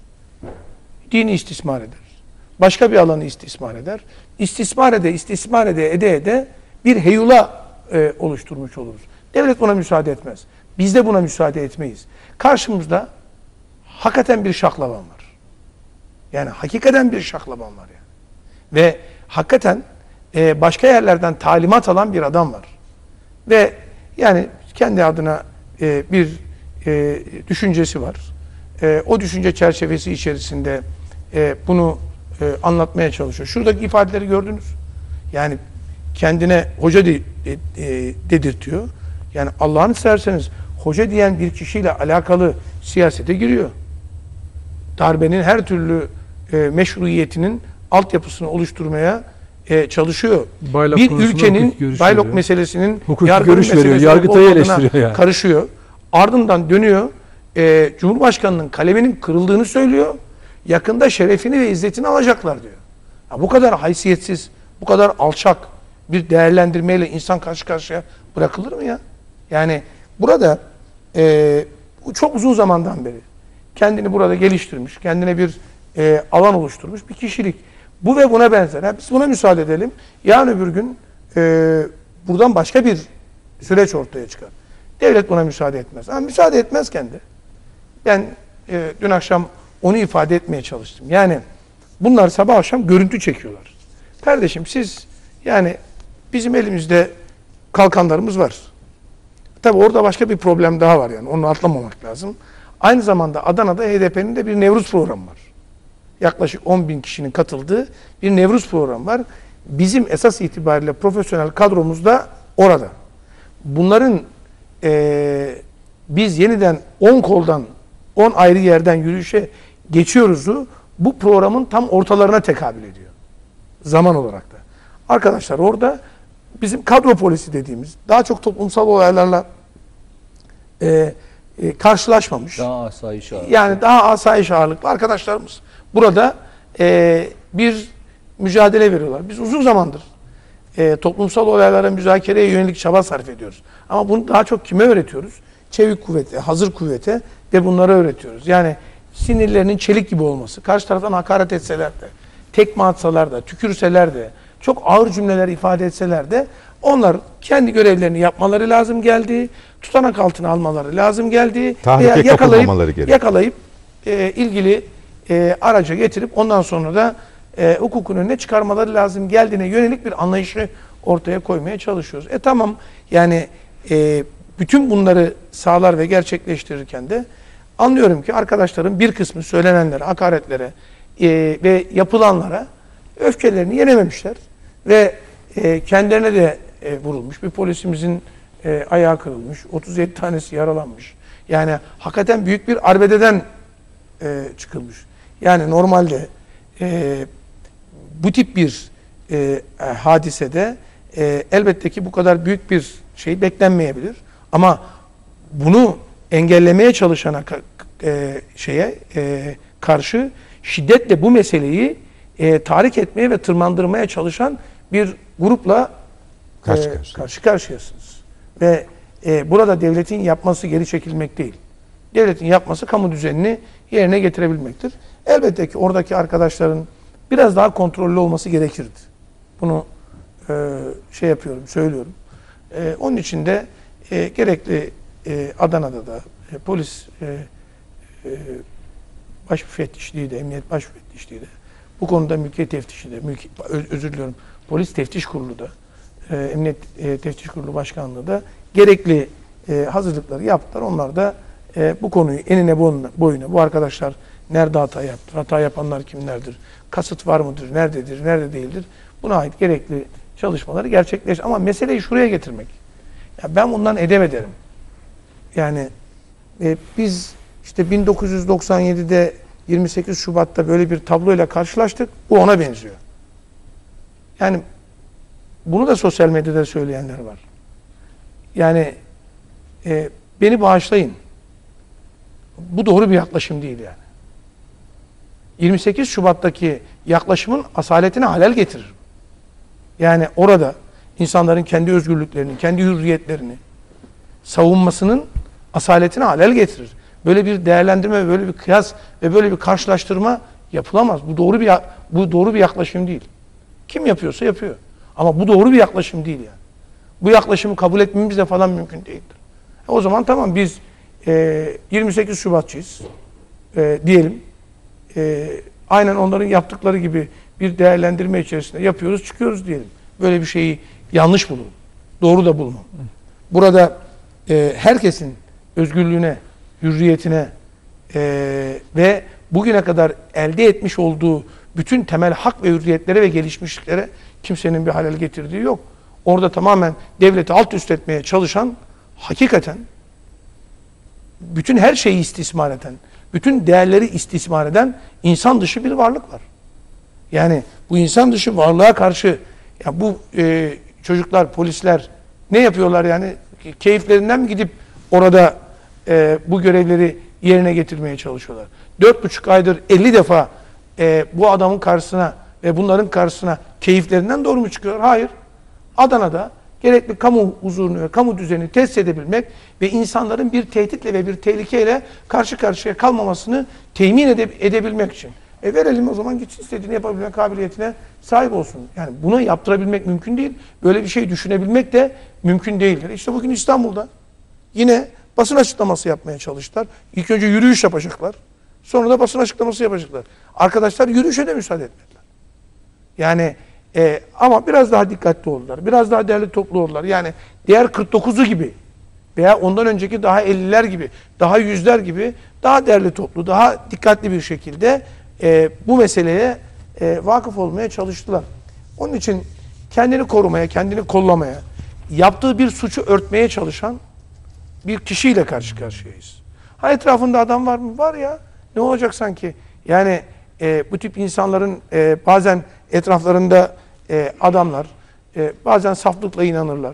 dini istismar eder. Başka bir alanı istismar eder. İstismar ede, istismar ede, ede ede bir heyula e, oluşturmuş oluruz. Devlet buna müsaade etmez. Biz de buna müsaade etmeyiz. Karşımızda hakikaten bir şaklaban var. Yani hakikaten bir şaklaban var yani. Ve hakikaten e, başka yerlerden talimat alan bir adam var. Ve yani kendi adına e, bir e, düşüncesi var. E, o düşünce çerçevesi içerisinde e, bunu e, anlatmaya çalışıyor. Şuradaki ifadeleri gördünüz. Yani kendine hoca de, de, de, dedirtiyor. Yani Allah'ını severseniz hoca diyen bir kişiyle alakalı siyasete giriyor. Darbenin her türlü e, meşruiyetinin altyapısını oluşturmaya e, çalışıyor. Baylok bir konusunda ülkenin hukuki görüş Baylok veriyor. meselesinin Hukuki yargının görüş veriyor, meselesi Yargıtay'ı olup olmadığına eleştiriyor yani. karışıyor. Ardından dönüyor. E, Cumhurbaşkanının kaleminin kırıldığını söylüyor. Yakında şerefini ve izzetini alacaklar diyor. Ya bu kadar haysiyetsiz, bu kadar alçak bir değerlendirmeyle insan karşı karşıya bırakılır mı ya? Yani burada e, çok uzun zamandan beri kendini burada geliştirmiş, kendine bir e, alan oluşturmuş bir kişilik. Bu ve buna benzer. Ha, biz buna müsaade edelim. Yarın öbür gün e, buradan başka bir süreç ortaya çıkar. Devlet buna müsaade etmez. Ama müsaade etmezken de ben e, dün akşam onu ifade etmeye çalıştım. Yani bunlar sabah akşam görüntü çekiyorlar. Kardeşim siz yani bizim elimizde kalkanlarımız var. Tabii orada başka bir problem daha var yani. Onu atlamamak lazım. Aynı zamanda Adana'da H D P'nin de bir Nevruz programı var. Yaklaşık on bin kişinin katıldığı bir Nevruz programı var. Bizim esas itibariyle profesyonel kadromuz da orada. Bunların e, biz yeniden on koldan, on ayrı yerden yürüyüşe geçiyoruzu bu programın tam ortalarına tekabül ediyor. Zaman olarak da. Arkadaşlar orada bizim kadro polisi dediğimiz daha çok toplumsal olaylarla e, e, karşılaşmamış. Daha asayiş ağırlıklı. Yani daha asayiş ağırlıklı arkadaşlarımız burada e, bir mücadele veriyorlar. Biz uzun zamandır e, toplumsal olaylara müzakereye yönelik çaba sarf ediyoruz. Ama bunu daha çok kime öğretiyoruz? Çevik kuvvete, hazır kuvvete ve bunlara öğretiyoruz. Yani sinirlerinin çelik gibi olması, karşı taraftan hakaret etseler de, tekme atsalar da, tükürseler de, çok ağır cümleler ifade etseler de onlar kendi görevlerini yapmaları lazım geldi. Tutanak altına almaları lazım geldi. Tahrike Veya yakalayıp, kapılmamaları gerekiyor. yakalayıp e, ilgili e, araca getirip ondan sonra da e, hukukun önüne çıkarmaları lazım geldiğine yönelik bir anlayışı ortaya koymaya çalışıyoruz. E tamam yani e, bütün bunları sağlar ve gerçekleştirirken de anlıyorum ki arkadaşların bir kısmı söylenenlere, hakaretlere e, ve yapılanlara öfkelerini yenememişler ve e, kendilerine de e, vurulmuş. Bir polisimizin e, ayağı kırılmış, otuz yedi tanesi yaralanmış. Yani hakikaten büyük bir arbededen e, çıkılmış. Yani normalde e, bu tip bir e, hadisede e, elbette ki bu kadar büyük bir şey beklenmeyebilir. Ama bunu engellemeye çalışana e, şeye e, karşı şiddetle bu meseleyi e, tahrik etmeye ve tırmandırmaya çalışan bir grupla Karşı e, karşıya. karşı karşıyasınız. Ve e, burada devletin yapması geri çekilmek değil. Devletin yapması kamu düzenini yerine getirebilmektir. Elbette ki oradaki arkadaşların biraz daha kontrollü olması gerekirdi. Bunu e, şey yapıyorum, söylüyorum. E, onun için de e, gerekli e, Adana'da da e, polis e, e, baş müfettişliği de, emniyet baş müfettişliği de, bu konuda mülkiyet teftişi de, mülki, öz, özür diliyorum, polis teftiş kurulu da, e, emniyet e, teftiş kurulu başkanlığı da gerekli e, hazırlıkları yaptılar. Onlar da e, bu konuyu enine boyuna, boyuna, bu arkadaşlar nerede hata yaptı, hata yapanlar kimlerdir, kasıt var mıdır, nerededir, nerede değildir, buna ait gerekli çalışmaları gerçekleştir. Ama meseleyi şuraya getirmek. Ya ben bundan edem ederim. Yani e, biz işte bin dokuz yüz doksan yedi'de yirmi sekiz Şubat'ta böyle bir tabloyla karşılaştık. Bu ona benziyor. Yani bunu da sosyal medyada söyleyenler var. Yani e, beni bağışlayın. Bu doğru bir yaklaşım değil yani. yirmi sekiz Şubat'taki yaklaşımın asaletine halel getirir. Yani orada insanların kendi özgürlüklerini, kendi hürriyetlerini savunmasının asaletine halel getirir. Böyle bir değerlendirme, böyle bir kıyas ve böyle bir karşılaştırma yapılamaz. Bu doğru bir bu doğru bir yaklaşım değil. Kim yapıyorsa yapıyor. Ama bu doğru bir yaklaşım değil yani. Bu yaklaşımı kabul etmemiz de falan mümkün değildir. O zaman tamam biz e, yirmi sekiz Şubatçıyız e, diyelim. E, aynen onların yaptıkları gibi bir değerlendirme içerisinde yapıyoruz, çıkıyoruz diyelim. Böyle bir şeyi yanlış bulurum. Doğru da bulmam. Burada e, herkesin özgürlüğüne, hürriyetine e, ve bugüne kadar elde etmiş olduğu bütün temel hak ve hürriyetlere ve gelişmişliklere kimsenin bir halel getirdiği yok. Orada tamamen devleti alt üst etmeye çalışan, hakikaten bütün her şeyi istismar eden, bütün değerleri istismar eden insan dışı bir varlık var. Yani bu insan dışı varlığa karşı ya bu e, çocuklar, polisler ne yapıyorlar yani? Keyiflerinden mi gidip orada e, bu görevleri yerine getirmeye çalışıyorlar? Dört buçuk aydır elli defa e, bu adamın karşısına ve bunların karşısına keyiflerinden doğru mu çıkıyor? Hayır. Adana'da gerekli kamu huzurunu ve kamu düzenini tesis edebilmek ve insanların bir tehditle ve bir tehlikeyle karşı karşıya kalmamasını temin ede edebilmek için. E verelim o zaman gitsin, istediğini yapabilme kabiliyetine sahip olsun. Yani bunu yaptırabilmek mümkün değil. Böyle bir şey düşünebilmek de mümkün değildir. İşte bugün İstanbul'da yine basın açıklaması yapmaya çalıştılar. İlk önce yürüyüş yapacaklar. Sonra da basın açıklaması yapacaklar. Arkadaşlar yürüyüşe de müsaade etmediler. Yani e, ama biraz daha dikkatli oldular. Biraz daha değerli toplu oldular. Yani diğer kırk dokuzu gibi veya ondan önceki daha elliler gibi, daha yüzler gibi daha değerli toplu, daha dikkatli bir şekilde e, bu meseleye e, vakıf olmaya çalıştılar. Onun için kendini korumaya, kendini kollamaya, yaptığı bir suçu örtmeye çalışan bir kişiyle karşı karşıyayız. Ha etrafında adam var mı? Var ya. Ne olacak sanki? Yani e, bu tip insanların e, bazen etraflarında e, adamlar e, bazen saflıkla inanırlar.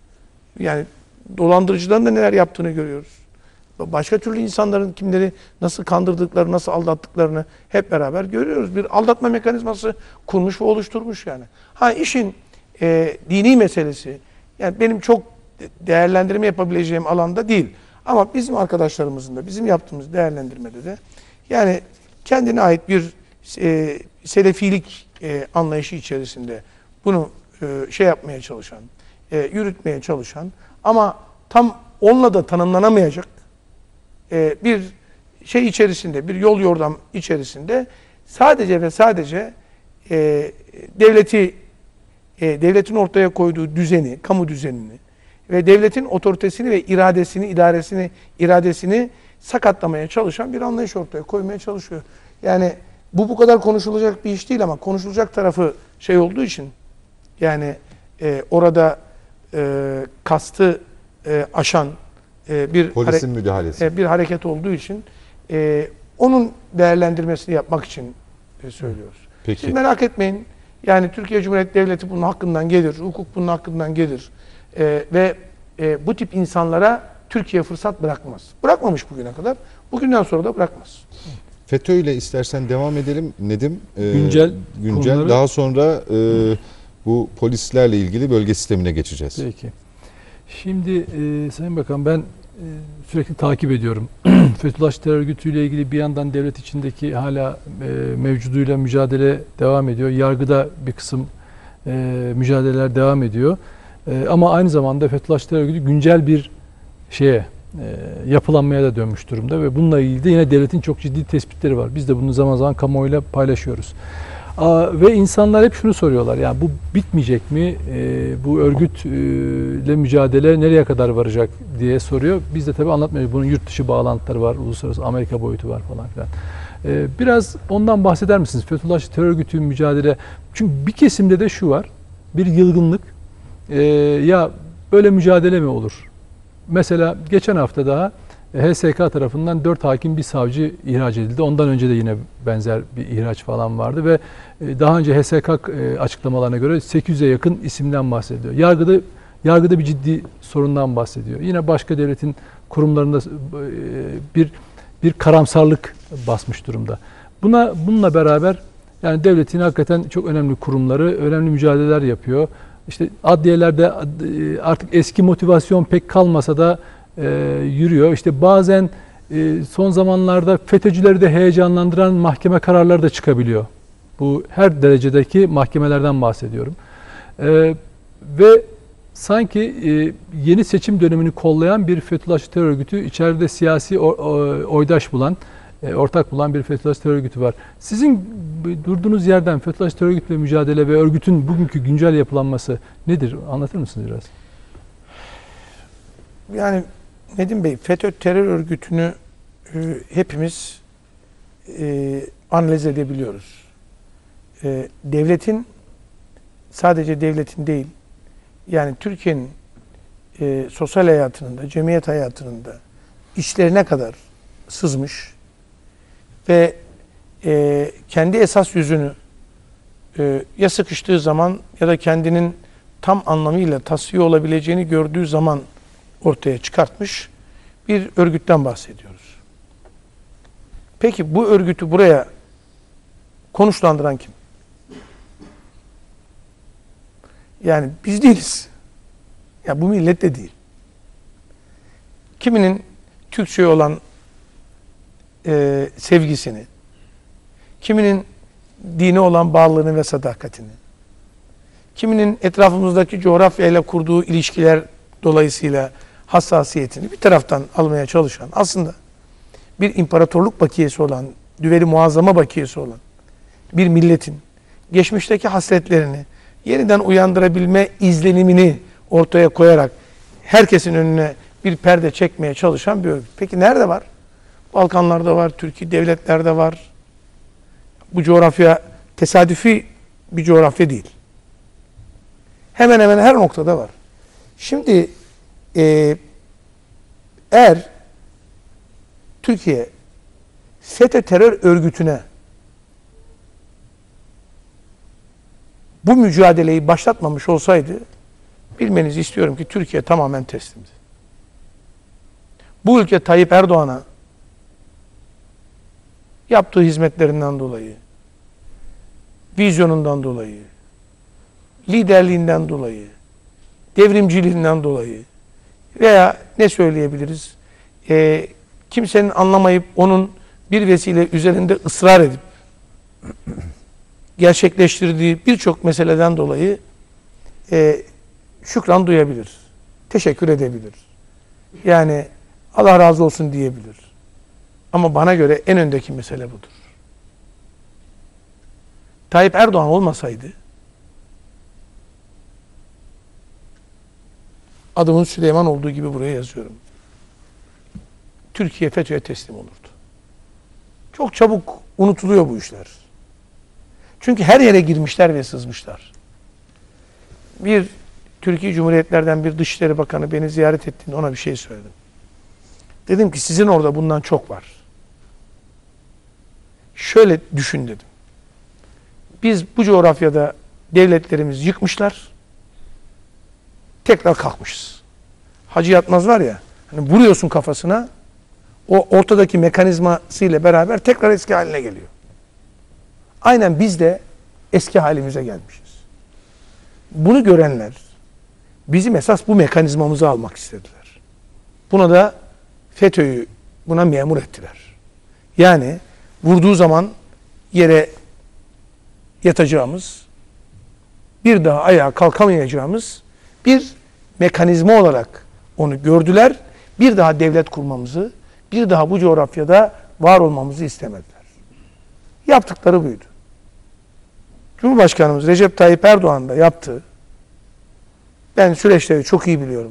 Yani dolandırıcıların da neler yaptığını görüyoruz. Başka türlü insanların kimleri nasıl kandırdıklarını, nasıl aldattıklarını hep beraber görüyoruz. Bir aldatma mekanizması kurmuş ve oluşturmuş yani. Ha işin e, dini meselesi, yani benim çok değerlendirme yapabileceğim alanda değil. Ama bizim arkadaşlarımızın da, bizim yaptığımız değerlendirmede de yani kendine ait bir e, selefilik e, anlayışı içerisinde bunu e, şey yapmaya çalışan, e, yürütmeye çalışan ama tam onunla da tanımlanamayacak e, bir şey içerisinde, bir yol yordam içerisinde sadece ve sadece e, devleti, e, devletin ortaya koyduğu düzeni, kamu düzenini ve devletin otoritesini ve iradesini, idaresini, iradesini sakatlamaya çalışan bir anlayış ortaya koymaya çalışıyor. Yani bu bu kadar konuşulacak bir iş değil ama konuşulacak tarafı şey olduğu için yani e, orada e, kastı e, aşan e, bir Polisin hare- müdahalesi. e, bir hareket olduğu için e, onun değerlendirmesini yapmak için e, söylüyoruz. Peki. Siz merak etmeyin. Yani Türkiye Cumhuriyeti Devleti bunun hakkından gelir, hukuk bunun hakkından gelir e, ve e, bu tip insanlara Türkiye fırsat bırakmaz. Bırakmamış bugüne kadar. Bugünden sonra da bırakmaz. FETÖ ile istersen devam edelim Nedim. Ee, Güncel güncel. konuları- Daha sonra e, bu polislerle ilgili bölge sistemine geçeceğiz. Peki. Şimdi e, Sayın Bakan ben e, sürekli takip ediyorum. Fethullah terör örgütüyle ilgili bir yandan devlet içindeki hala e, mevcuduyla mücadele devam ediyor. Yargıda bir kısım e, mücadeleler devam ediyor. E, ama aynı zamanda Fethullah terör örgütü güncel bir şeye e, yapılanmaya da dönmüş durumda ve bununla ilgili de yine devletin çok ciddi tespitleri var. Biz de bunu zaman zaman kamuoyuyla paylaşıyoruz. Aa, ve insanlar hep şunu soruyorlar, yani bu bitmeyecek mi, e, bu örgütle mücadele nereye kadar varacak diye soruyor. Biz de tabii anlatmıyoruz, bunun yurt dışı bağlantıları var, uluslararası Amerika boyutu var falan filan. E, biraz ondan bahseder misiniz? Fethullah terör örgütü mücadele, çünkü bir kesimde de şu var, bir yılgınlık, e, ya böyle mücadele mi olur? Mesela geçen hafta daha H S K tarafından dört hakim bir savcı ihraç edildi. Ondan önce de yine benzer bir ihraç falan vardı ve daha önce H S K açıklamalarına göre sekiz yüze yakın isimden bahsediyor. Yargıda yargıda bir ciddi sorundan bahsediyor. Yine başka devletin kurumlarında bir bir karamsarlık basmış durumda. Buna bununla beraber yani devletin hakikaten çok önemli kurumları önemli mücadeleler yapıyor. İşte adliyelerde artık eski motivasyon pek kalmasa da e, yürüyor. İşte bazen e, son zamanlarda FETÖ'cüleri de heyecanlandıran mahkeme kararları da çıkabiliyor. Bu her derecedeki mahkemelerden bahsediyorum. E, ve sanki e, yeni seçim dönemini kollayan bir Fethullah terör örgütü, içeride siyasi o, o, oydaş bulan, e, ortak bulan bir Fethullah terör örgütü var. Sizin durduğunuz yerden Fethullah terör örgütüyle mücadele ve örgütün bugünkü güncel yapılanması nedir? Anlatır mısınız biraz? Yani Nedim Bey, FETÖ terör örgütünü e, hepimiz e, analiz edebiliyoruz. E, devletin, sadece devletin değil, yani Türkiye'nin e, sosyal hayatının da, cemiyet hayatının da içlerine kadar sızmış ve e, kendi esas yüzünü e, ya sıkıştığı zaman ya da kendinin tam anlamıyla tasfiye olabileceğini gördüğü zaman ortaya çıkartmış bir örgütten bahsediyoruz. Peki bu örgütü buraya konuşlandıran kim? Yani biz değiliz. Ya bu millet de değil. Kiminin Türkçe'ye olan e, sevgisini, kiminin dine olan bağlılığını ve sadakatini, kiminin etrafımızdaki coğrafyayla kurduğu ilişkiler dolayısıyla hassasiyetini bir taraftan almaya çalışan, aslında bir imparatorluk bakiyesi olan, düveli muazzama bakiyesi olan bir milletin geçmişteki hasretlerini yeniden uyandırabilme izlenimini ortaya koyarak herkesin önüne bir perde çekmeye çalışan bir örgüt. Peki nerede var? Balkanlarda var, Türkiye devletlerde var. Bu coğrafya tesadüfi bir coğrafya değil. Hemen hemen her noktada var. Şimdi e, eğer Türkiye FETÖ terör örgütüne bu mücadeleyi başlatmamış olsaydı, bilmenizi istiyorum ki Türkiye tamamen teslimdi. Bu ülke Tayyip Erdoğan'a yaptığı hizmetlerinden dolayı, vizyonundan dolayı, liderliğinden dolayı, devrimciliğinden dolayı veya ne söyleyebiliriz? E, kimsenin anlamayıp onun bir vesile üzerinde ısrar edip gerçekleştirdiği birçok meseleden dolayı e, şükran duyabilir. Teşekkür edebilir. Yani Allah razı olsun diyebilir. Ama bana göre en öndeki mesele budur. Tayyip Erdoğan olmasaydı, adımın Süleyman olduğu gibi buraya yazıyorum, Türkiye FETÖ'ye teslim olurdu. Çok çabuk unutuluyor bu işler. Çünkü her yere girmişler ve sızmışlar. Bir Türkiye Cumhuriyetlerden bir Dışişleri Bakanı beni ziyaret ettiğinde ona bir şey söyledim. Dedim ki sizin orada bundan çok var. Şöyle düşün dedim. Biz bu coğrafyada devletlerimiz yıkmışlar. Tekrar kalkmışız. Hacı Yatmaz var ya, hani vuruyorsun kafasına, o ortadaki mekanizmasıyla beraber tekrar eski haline geliyor. Aynen biz de eski halimize gelmişiz. Bunu görenler bizim esas bu mekanizmamızı almak istediler. Buna da FETÖ'yü buna memur ettiler. Yani vurduğu zaman yere yatacağımız, bir daha ayağa kalkamayacağımız bir mekanizma olarak onu gördüler. Bir daha devlet kurmamızı, bir daha bu coğrafyada var olmamızı istemediler. Yaptıkları buydu. Cumhurbaşkanımız Recep Tayyip Erdoğan da yaptı. Ben süreçleri çok iyi biliyorum.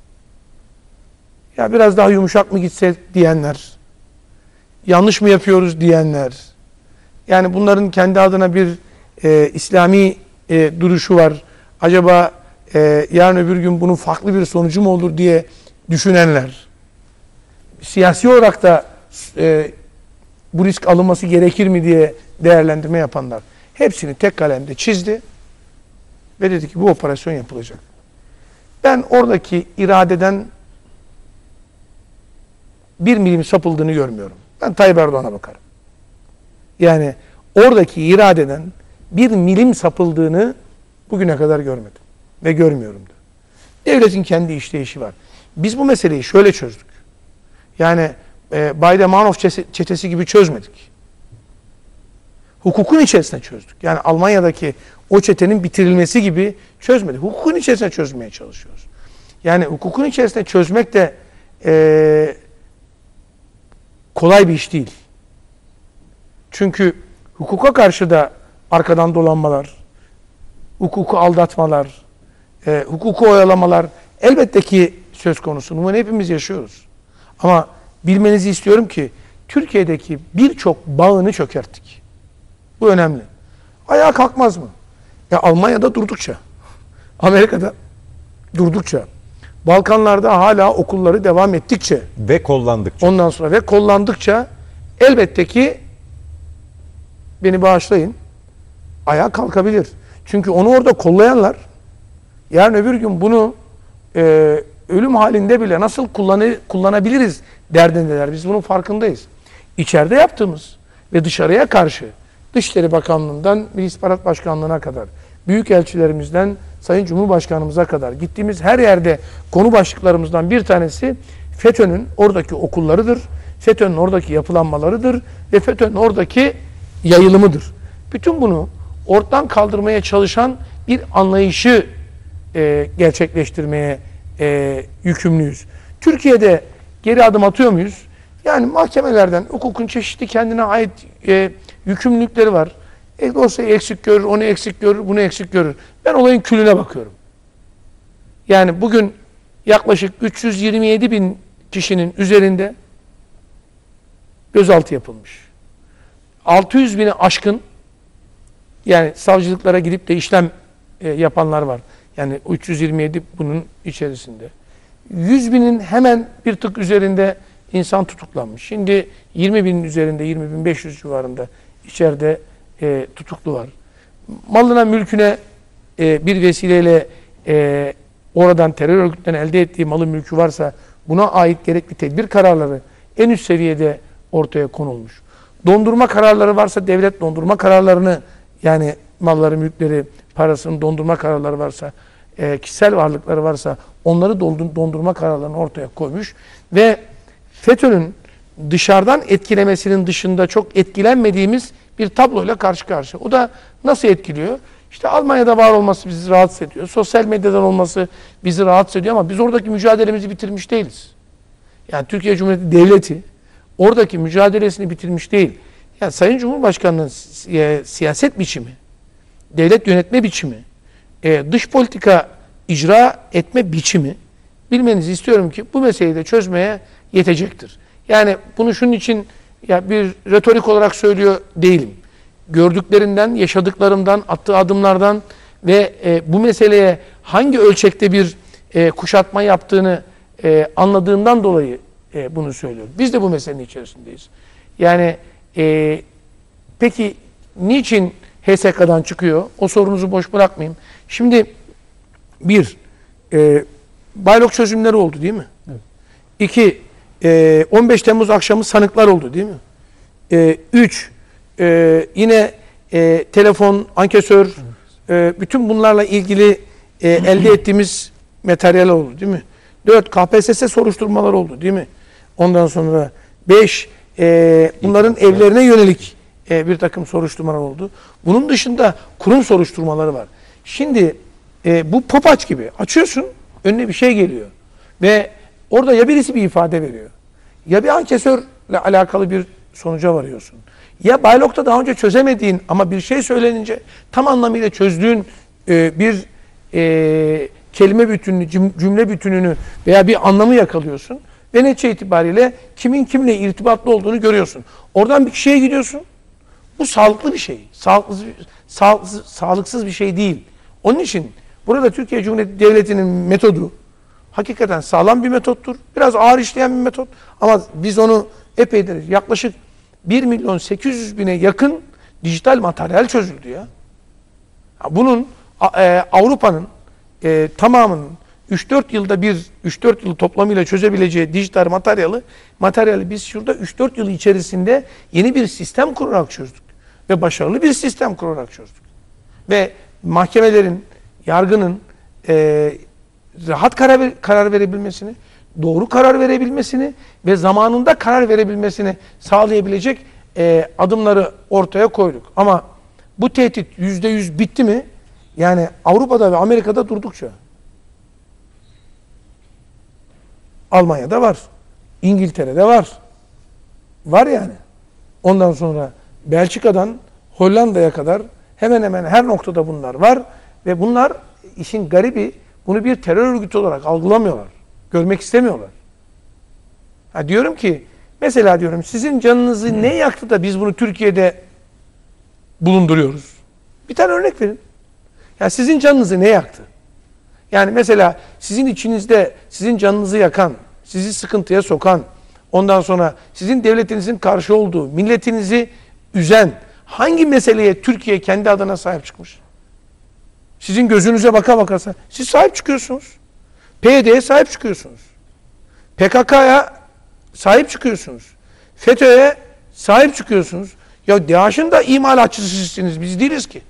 Ya biraz daha yumuşak mı gitse diyenler, yanlış mı yapıyoruz diyenler, yani bunların kendi adına bir e, İslami e, duruşu var. Acaba e, yarın öbür gün bunun farklı bir sonucu mu olur diye düşünenler, siyasi olarak da e, bu risk alınması gerekir mi diye değerlendirme yapanlar, hepsini tek kalemde çizdi ve dedi ki bu operasyon yapılacak. Ben oradaki iradeden bir milim sapıldığını görmüyorum. Ben Tayyip Erdoğan'a bakarım. Yani oradaki iradeden bir milim sapıldığını bugüne kadar görmedim. Ve görmüyorum da. Devletin kendi işleyişi var. Biz bu meseleyi şöyle çözdük. Yani e, Baydemanov çetesi gibi çözmedik. Hukukun içerisinde çözdük. Yani Almanya'daki o çetenin bitirilmesi gibi çözmedik. Hukukun içerisinde çözmeye çalışıyoruz. Yani hukukun içerisinde çözmek de e, kolay bir iş değil. Çünkü hukuka karşı da arkadan dolanmalar, hukuku aldatmalar, e, hukuku oyalamalar elbette ki söz konusu. Bunu hepimiz yaşıyoruz. Ama bilmenizi istiyorum ki Türkiye'deki birçok bağını çökerttik. Bu önemli. Ayağa kalkmaz mı? Ya Almanya'da durdukça, Amerika'da durdukça, Balkanlarda hala okulları devam ettikçe ve kollandıkça. Ondan sonra ve kollandıkça elbette ki beni bağışlayın, ayağa kalkabilir. Çünkü onu orada kollayanlar yarın öbür gün bunu e, ölüm halinde bile nasıl kullanı, kullanabiliriz derdindeler. Biz bunun farkındayız. İçeride yaptığımız ve dışarıya karşı Dışişleri Bakanlığı'ndan Milli İstihbarat Başkanlığı'na kadar, büyükelçilerimizden Sayın Cumhurbaşkanımıza kadar gittiğimiz her yerde konu başlıklarımızdan bir tanesi FETÖ'nün oradaki okullarıdır, FETÖ'nün oradaki yapılanmalarıdır ve FETÖ'nün oradaki yayılımıdır. Bütün bunu ortadan kaldırmaya çalışan bir anlayışı e, gerçekleştirmeye e, yükümlüyüz. Türkiye'de geri adım atıyor muyuz? Yani mahkemelerden hukukun çeşitli kendine ait e, yükümlülükleri var. E, dosyayı eksik görür, onu eksik görür, bunu eksik görür. Ben olayın külüne bakıyorum. Yani bugün yaklaşık üç yüz yirmi yedi bin kişinin üzerinde gözaltı yapılmış. altı yüz bini aşkın, yani savcılıklara gidip de işlem e, yapanlar var. Yani üç yüz yirmi yedi bunun içerisinde. yüz binin hemen bir tık üzerinde insan tutuklanmış. Şimdi yirmi binin üzerinde, yirmi bin beş yüz civarında içeride e, tutuklu var. Malına, mülküne e, bir vesileyle e, oradan terör örgütlerinin elde ettiği malı, mülkü varsa buna ait gerekli tedbir kararları en üst seviyede ortaya konulmuş. Dondurma kararları varsa devlet dondurma kararlarını, yani malları, mülkleri, parasının dondurma kararları varsa, e, kişisel varlıkları varsa onları dondurma kararlarını ortaya koymuş ve FETÖ'nün dışarıdan etkilemesinin dışında çok etkilenmediğimiz bir tabloyla karşı karşıya. O da nasıl etkiliyor? İşte Almanya'da var olması bizi rahatsız ediyor. Sosyal medyadan olması bizi rahatsız ediyor ama biz oradaki mücadelemizi bitirmiş değiliz. Yani Türkiye Cumhuriyeti Devleti oradaki mücadelesini bitirmiş değil. Yani Sayın Cumhurbaşkanı'nın siyaset biçimi, devlet yönetme biçimi, dış politika icra etme biçimi, bilmenizi istiyorum ki bu meseleyi de çözmeye yetecektir. Yani bunu şunun için ya bir retorik olarak söylüyor değilim. Gördüklerinden, yaşadıklarımdan, attığı adımlardan ve e, bu meseleye hangi ölçekte bir e, kuşatma yaptığını e, anladığından dolayı e, bunu söylüyor. Biz de bu meselenin içerisindeyiz. Yani e, peki niçin H S K'dan çıkıyor? O sorunuzu boş bırakmayayım. Şimdi bir, e, baylok çözümleri oldu değil mi? Evet. İki, e, on beş Temmuz akşamı sanıklar oldu değil mi? E, üç, e, yine e, telefon, ankesör, e, bütün bunlarla ilgili e, elde ettiğimiz materyal oldu değil mi? Dört, K P S S soruşturmalar oldu değil mi? Ondan sonra beş, e, bunların evlerine yönelik e, bir takım soruşturmalar oldu. Bunun dışında kurum soruşturmaları var. Şimdi e, bu popaç gibi açıyorsun, önüne bir şey geliyor. Ve orada ya birisi bir ifade veriyor, ya bir ankesörle alakalı bir sonuca varıyorsun. Ya baylokta daha önce çözemediğin ama bir şey söylenince tam anlamıyla çözdüğün e, bir e, kelime bütününü, cümle bütününü veya bir anlamı yakalıyorsun. Ve netice itibariyle kimin kimle irtibatlı olduğunu görüyorsun. Oradan bir kişiye gidiyorsun. Bu sağlıklı bir şey. Sağlıksız, sağlıksız, sağlıksız bir şey değil. Onun için burada Türkiye Cumhuriyeti Devleti'nin metodu hakikaten sağlam bir metottur. Biraz ağır işleyen bir metot. Ama biz onu epeydir, yaklaşık bir milyon sekiz yüz bine yakın dijital materyal çözüldü ya. Bunun e, Avrupa'nın e, tamamının üç dört yılda bir, üç dört yıl toplamıyla çözebileceği dijital materyali, materyali biz şurada üç dört yıl içerisinde yeni bir sistem kurarak çözdük. Ve başarılı bir sistem kurarak çözdük. Ve mahkemelerin, yargının e, rahat karar, karar verebilmesini, doğru karar verebilmesini ve zamanında karar verebilmesini sağlayabilecek e, adımları ortaya koyduk. Ama bu tehdit yüzde yüz bitti mi? Yani Avrupa'da ve Amerika'da durdukça. Almanya'da var. İngiltere'de var. Var yani. Ondan sonra Belçika'dan Hollanda'ya kadar hemen hemen her noktada bunlar var. Ve bunlar işin garibi, bunu bir terör örgütü olarak algılamıyorlar. Görmek istemiyorlar. Ha diyorum ki, mesela diyorum sizin canınızı ne yaktı da biz bunu Türkiye'de bulunduruyoruz? Bir tane örnek verin. Yani sizin canınızı ne yaktı? Yani mesela sizin içinizde sizin canınızı yakan, sizi sıkıntıya sokan, ondan sonra sizin devletinizin karşı olduğu, milletinizi üzen hangi meseleye Türkiye kendi adına sahip çıkmış? Sizin gözünüze baka baka siz sahip çıkıyorsunuz. P Y D'ye sahip çıkıyorsunuz. P K K'ya sahip çıkıyorsunuz. FETÖ'ye sahip çıkıyorsunuz. Ya DAEŞ'in da imalatçısı sizsiniz. Biz değiliz ki.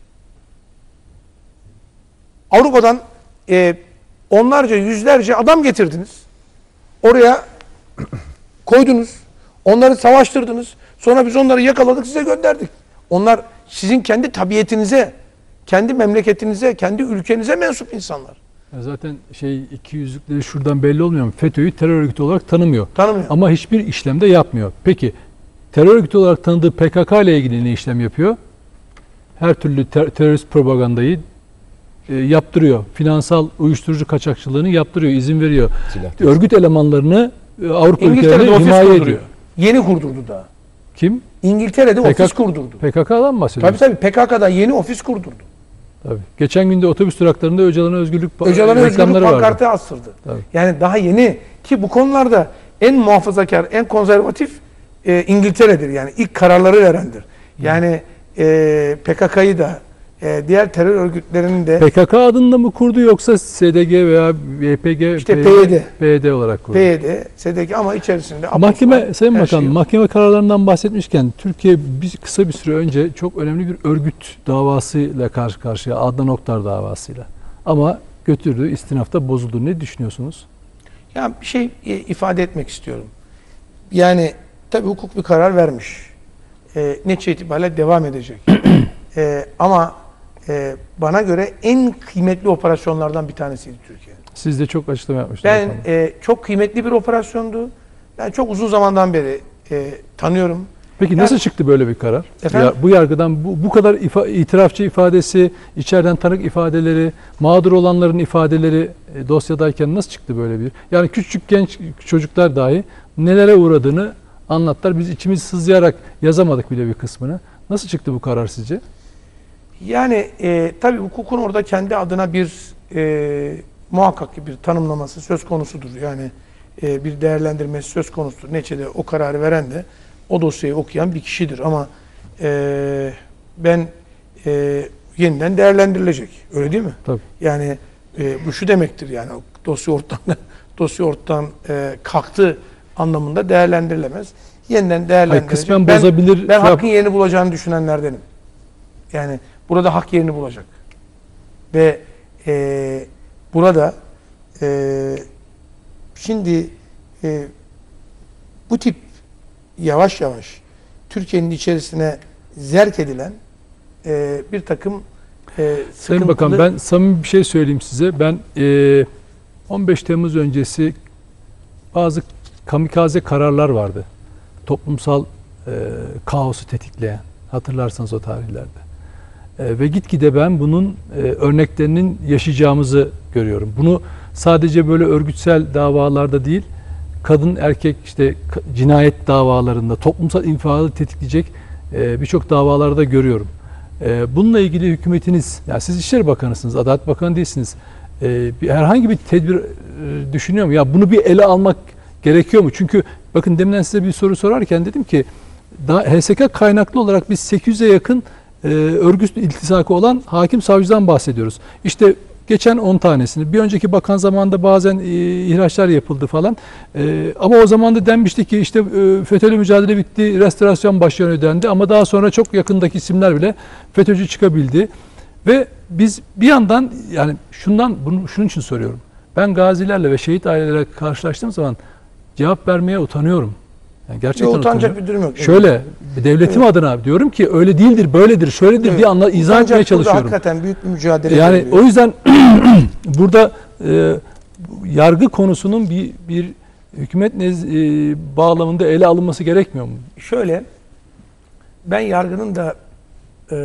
Avrupa'dan e, onlarca, yüzlerce adam getirdiniz. Oraya koydunuz. Onları savaştırdınız. Sonra biz onları yakaladık, size gönderdik. Onlar sizin kendi tabiatinize, kendi memleketinize, kendi ülkenize mensup insanlar. Ya zaten şey iki yüzlükleri şuradan belli olmuyor mu? FETÖ'yü terör örgütü olarak tanımıyor. Tanımıyor. Ama hiçbir işlemde yapmıyor. Peki terör örgütü olarak tanıdığı P K K ile ilgili ne işlem yapıyor? Her türlü ter terörist propagandayı e, yaptırıyor. Finansal uyuşturucu kaçakçılığını yaptırıyor, izin veriyor. Silah Örgüt elemanlarını e, Avrupa ülkelerine himaye ediyor. Yeni kurdurdu daha. Kim? İngiltere'de P K K, ofis kurdurdu. P K K'dan mı bahsediyorsun? Tabii tabii P K K'da yeni ofis kurdurdu. Tabii. Geçen gün de otobüs duraklarında Öcalan'a özgürlük Öcalan'a özgürlük vardı. pankartı astırdı. Tabii. Yani daha yeni ki bu konularda en muhafazakar, en konservatif e, İngiltere'dir. Yani ilk kararları verendir. Yani e, P K K'yı da e, diğer terör örgütlerinin de P K K adında mı kurdu yoksa S D G veya Y P G, İşte P Y D. P Y D olarak kurdu? P Y D, S D G ama içerisinde Mahkeme, Apostolar, Sayın her Bakan, şey yok. mahkeme kararlarından bahsetmişken Türkiye biz kısa bir süre önce çok önemli bir örgüt davasıyla karşı karşıya, Adnan Oktar davasıyla. Ama götürdü, istinafta bozuldu. Ne düşünüyorsunuz? Ya bir şey e, ifade etmek istiyorum. Yani tabii hukuk bir karar vermiş. E, netice itibariyle devam edecek. e, ama e, bana göre en kıymetli operasyonlardan bir tanesiydi Türkiye. Siz de çok açıklama yapmıştınız. Ben e, çok kıymetli bir operasyondu. Ben çok uzun zamandan beri e, tanıyorum. Peki nasıl çıktı böyle bir karar? Efendim? Ya, bu yargıdan bu, bu kadar ifa, itirafçı ifadesi, içeriden tanık ifadeleri, mağdur olanların ifadeleri e, dosyadayken nasıl çıktı böyle bir? Yani küçük genç çocuklar dahi nelere uğradığını anlattılar. Biz içimiz sızlayarak yazamadık bile bir kısmını. Nasıl çıktı bu karar sizce? Yani e, tabii hukukun orada kendi adına bir e, muhakkak ki bir tanımlaması söz konusudur. Yani e, bir değerlendirmesi söz konusu. Neçede o kararı veren de o dosyayı okuyan bir kişidir. Ama e, ben e, yeniden değerlendirilecek. Öyle değil mi? Tabii. Yani e, bu şu demektir yani dosya ortadan dosya ortadan e, kalktı anlamında değerlendirilemez. Yeniden değerlendirilecek. Hayır, kısmen ben, bozabilir. Ben şey hakkın yerini bulacağını düşünenlerdenim. Yani burada hak yerini bulacak. Ve e, burada e, şimdi e, bu tip yavaş yavaş Türkiye'nin içerisine zerk edilen e, bir takım e, Sayın Bakan, ben samimi bir şey söyleyeyim size. Ben e, on beş Temmuz öncesi bazı kamikaze kararlar vardı. Toplumsal e, kaosu tetikleyen. Hatırlarsanız o tarihlerde. E, ve gitgide ben bunun e, örneklerinin yaşayacağımızı görüyorum. Bunu sadece böyle örgütsel davalarda değil, kadın erkek işte cinayet davalarında, toplumsal infiali tetikleyecek e, birçok davalarda görüyorum. E, bununla ilgili hükümetiniz, yani siz İçişleri Bakanısınız, Adalet Bakanı değilsiniz. E, bir, herhangi bir tedbir e, düşünüyor mu? Ya bunu bir ele almak gerekiyor mu? Çünkü bakın deminden size bir soru sorarken dedim ki daha H S K kaynaklı olarak biz sekiz yüze yakın e, örgüt iltisakı olan hakim savcıdan bahsediyoruz. İşte geçen on tanesini, bir önceki bakan zamanında bazen e, ihraçlar yapıldı falan. E, ama o zaman da denmişti ki işte e, FETÖ'yle mücadele bitti, restorasyon başlanıyor dendi. Ama daha sonra çok yakındaki isimler bile FETÖ'cü çıkabildi. Ve biz bir yandan yani şundan bunu şunun için soruyorum. Ben gazilerle ve şehit ailelerle karşılaştığım zaman cevap vermeye utanıyorum. Yani gerçekten Yo, utanacak utanıyorum. bir durum yok. Şöyle devletim Evet. adına diyorum ki öyle değildir, böyledir, şöyledir Evet. diye anla, izah Utanacak, etmeye çalışıyorum. burada hakikaten büyük bir mücadele Yani veriliyor. o yüzden burada e, yargı konusunun bir bir hükümet nez, e, bağlamında ele alınması gerekmiyor mu? Şöyle, ben yargının da e,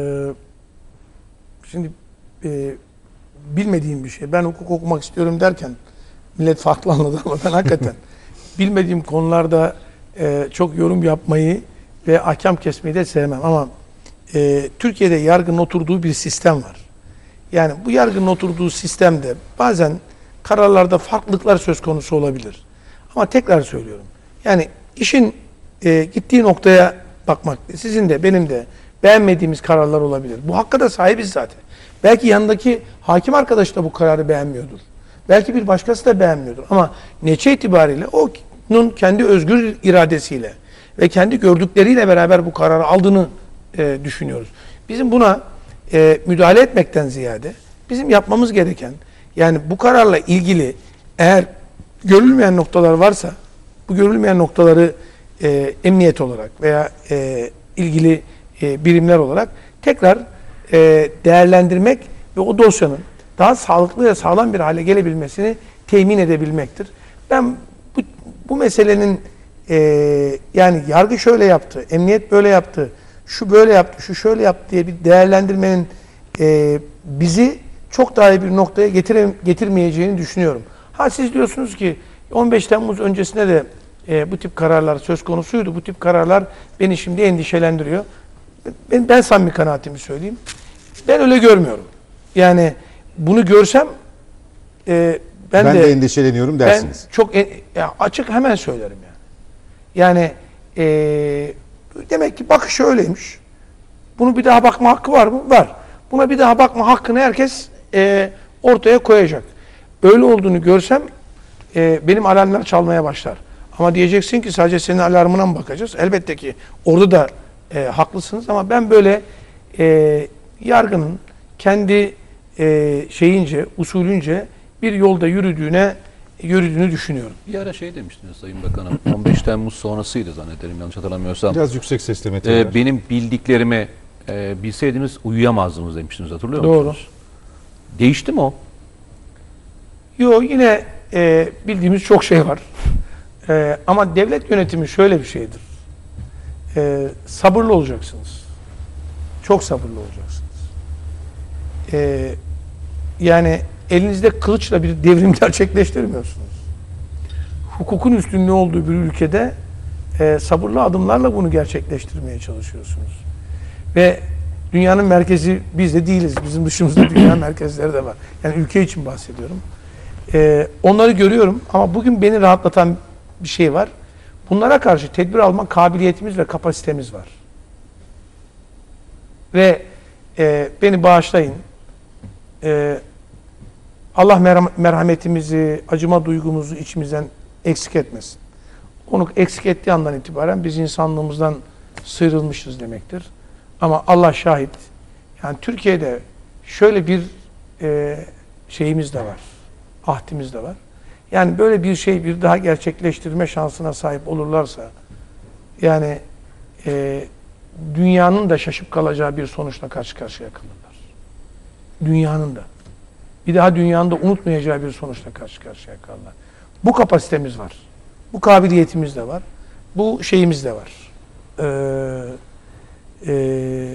şimdi e, bilmediğim bir şey. Ben hukuk okumak istiyorum derken millet farklı anladı ama ben hakikaten bilmediğim konularda e, çok yorum yapmayı ve ahkam kesmeyi de sevmem. Ama e, Türkiye'de yargının oturduğu bir sistem var. Yani bu yargının oturduğu sistemde bazen kararlarda farklılıklar söz konusu olabilir. Ama tekrar söylüyorum. Yani işin e, gittiği noktaya bakmak, sizin de benim de beğenmediğimiz kararlar olabilir. Bu hakka da sahibiz zaten. Belki yanındaki hakim arkadaş da bu kararı beğenmiyordur. Belki bir başkası da beğenmiyordur. Ama neçe itibariyle onun kendi özgür iradesiyle ve kendi gördükleriyle beraber bu kararı aldığını e, düşünüyoruz. Bizim buna e, müdahale etmekten ziyade bizim yapmamız gereken, yani bu kararla ilgili eğer görülmeyen noktalar varsa bu görülmeyen noktaları e, emniyet olarak veya e, ilgili e, birimler olarak tekrar e, değerlendirmek ve o dosyanın daha sağlıklı ve sağlam bir hale gelebilmesini temin edebilmektir. Ben bu, bu meselenin e, yani yargı şöyle yaptı, emniyet böyle yaptı, şu böyle yaptı, şu şöyle yaptı diye bir değerlendirmenin e, bizi çok daha iyi bir noktaya getire, getirmeyeceğini düşünüyorum. Ha siz diyorsunuz ki on beş Temmuz öncesinde de e, bu tip kararlar söz konusuydu. Bu tip kararlar beni şimdi endişelendiriyor. Ben, ben samimi kanaatimi söyleyeyim. Ben öyle görmüyorum. Yani bunu görsem e, ben, Ben de, de endişeleniyorum dersiniz. Ben çok en, ya açık hemen söylerim yani. Yani e, demek ki bakış öyleymiş. Bunu bir daha bakma hakkı var mı? Var. Buna bir daha bakma hakkını herkes e, ortaya koyacak. Öyle olduğunu görsem e, benim alarmlar çalmaya başlar. Ama diyeceksin ki sadece senin alarmına mı bakacağız? Elbette ki orada da e, haklısınız ama ben böyle e, yargının kendi e, şeyince, usulünce bir yolda yürüdüğüne yürüdüğünü düşünüyorum. Bir ara şey demiştiniz Sayın Bakanım, on beş Temmuz sonrasıydı zannederim yanlış hatırlamıyorsam. Biraz yüksek sesle Mete Ee, Erer. benim bildiklerimi e, bilseydiniz uyuyamazdınız demiştiniz, hatırlıyor Doğru. musunuz? Değişti mi o? Yok, yine e, bildiğimiz çok şey var. E, ama devlet yönetimi şöyle bir şeydir. E, sabırlı olacaksınız. Çok sabırlı olacaksınız. E, yani elinizde kılıçla bir devrim gerçekleştirmiyorsunuz. Hukukun üstünlüğü olduğu bir ülkede e, sabırlı adımlarla bunu gerçekleştirmeye çalışıyorsunuz. Ve dünyanın merkezi biz de değiliz. Bizim dışımızda dünya merkezleri de var. Yani ülke için bahsediyorum. Ee, onları görüyorum ama bugün beni rahatlatan bir şey var. Bunlara karşı tedbir alma kabiliyetimiz ve kapasitemiz var. Ve e, beni bağışlayın. E, Allah merham- merhametimizi, acıma duygumuzu içimizden eksik etmesin. Onu eksik ettiği andan itibaren biz insanlığımızdan sıyrılmışız demektir. Ama Allah şahit. Yani Türkiye'de şöyle bir e, şeyimiz de var. Ahdimiz de var. Yani böyle bir şey bir daha gerçekleştirme şansına sahip olurlarsa yani e, dünyanın da şaşıp kalacağı bir sonuçla karşı karşıya kalırlar. Dünyanın da. Bir daha dünyanın da unutmayacağı bir sonuçla karşı karşıya kalırlar. Bu kapasitemiz var. Bu kabiliyetimiz de var. Bu şeyimiz de var. Ee, e,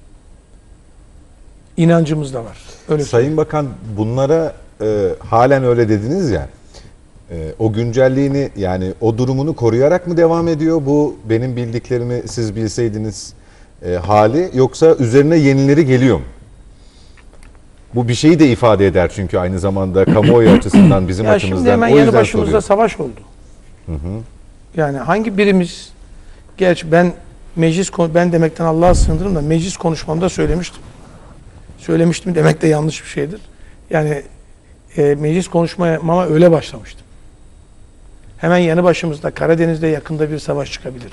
inancımız da var. Öyle Sayın Bakan, bunlara e, halen öyle dediniz ya, e, o güncelliğini, yani o durumunu koruyarak mı devam ediyor bu benim bildiklerimi siz bilseydiniz e, hali, yoksa üzerine yenileri geliyor mu? Bu bir şeyi de ifade eder çünkü aynı zamanda kamuoyu açısından, bizim ya açımızdan. şimdi hemen O yanı yüzden başımızda soruyorum. savaş oldu. Hı hı. Yani hangi birimiz, gerçi ben meclis ben demekten Allah'a sığınırım da meclis konuşmamda söylemiştim. Söylemiştim demek de yanlış bir şeydir. Yani e, meclis konuşmama öyle başlamıştım. Hemen yanı başımızda Karadeniz'de yakında bir savaş çıkabilir.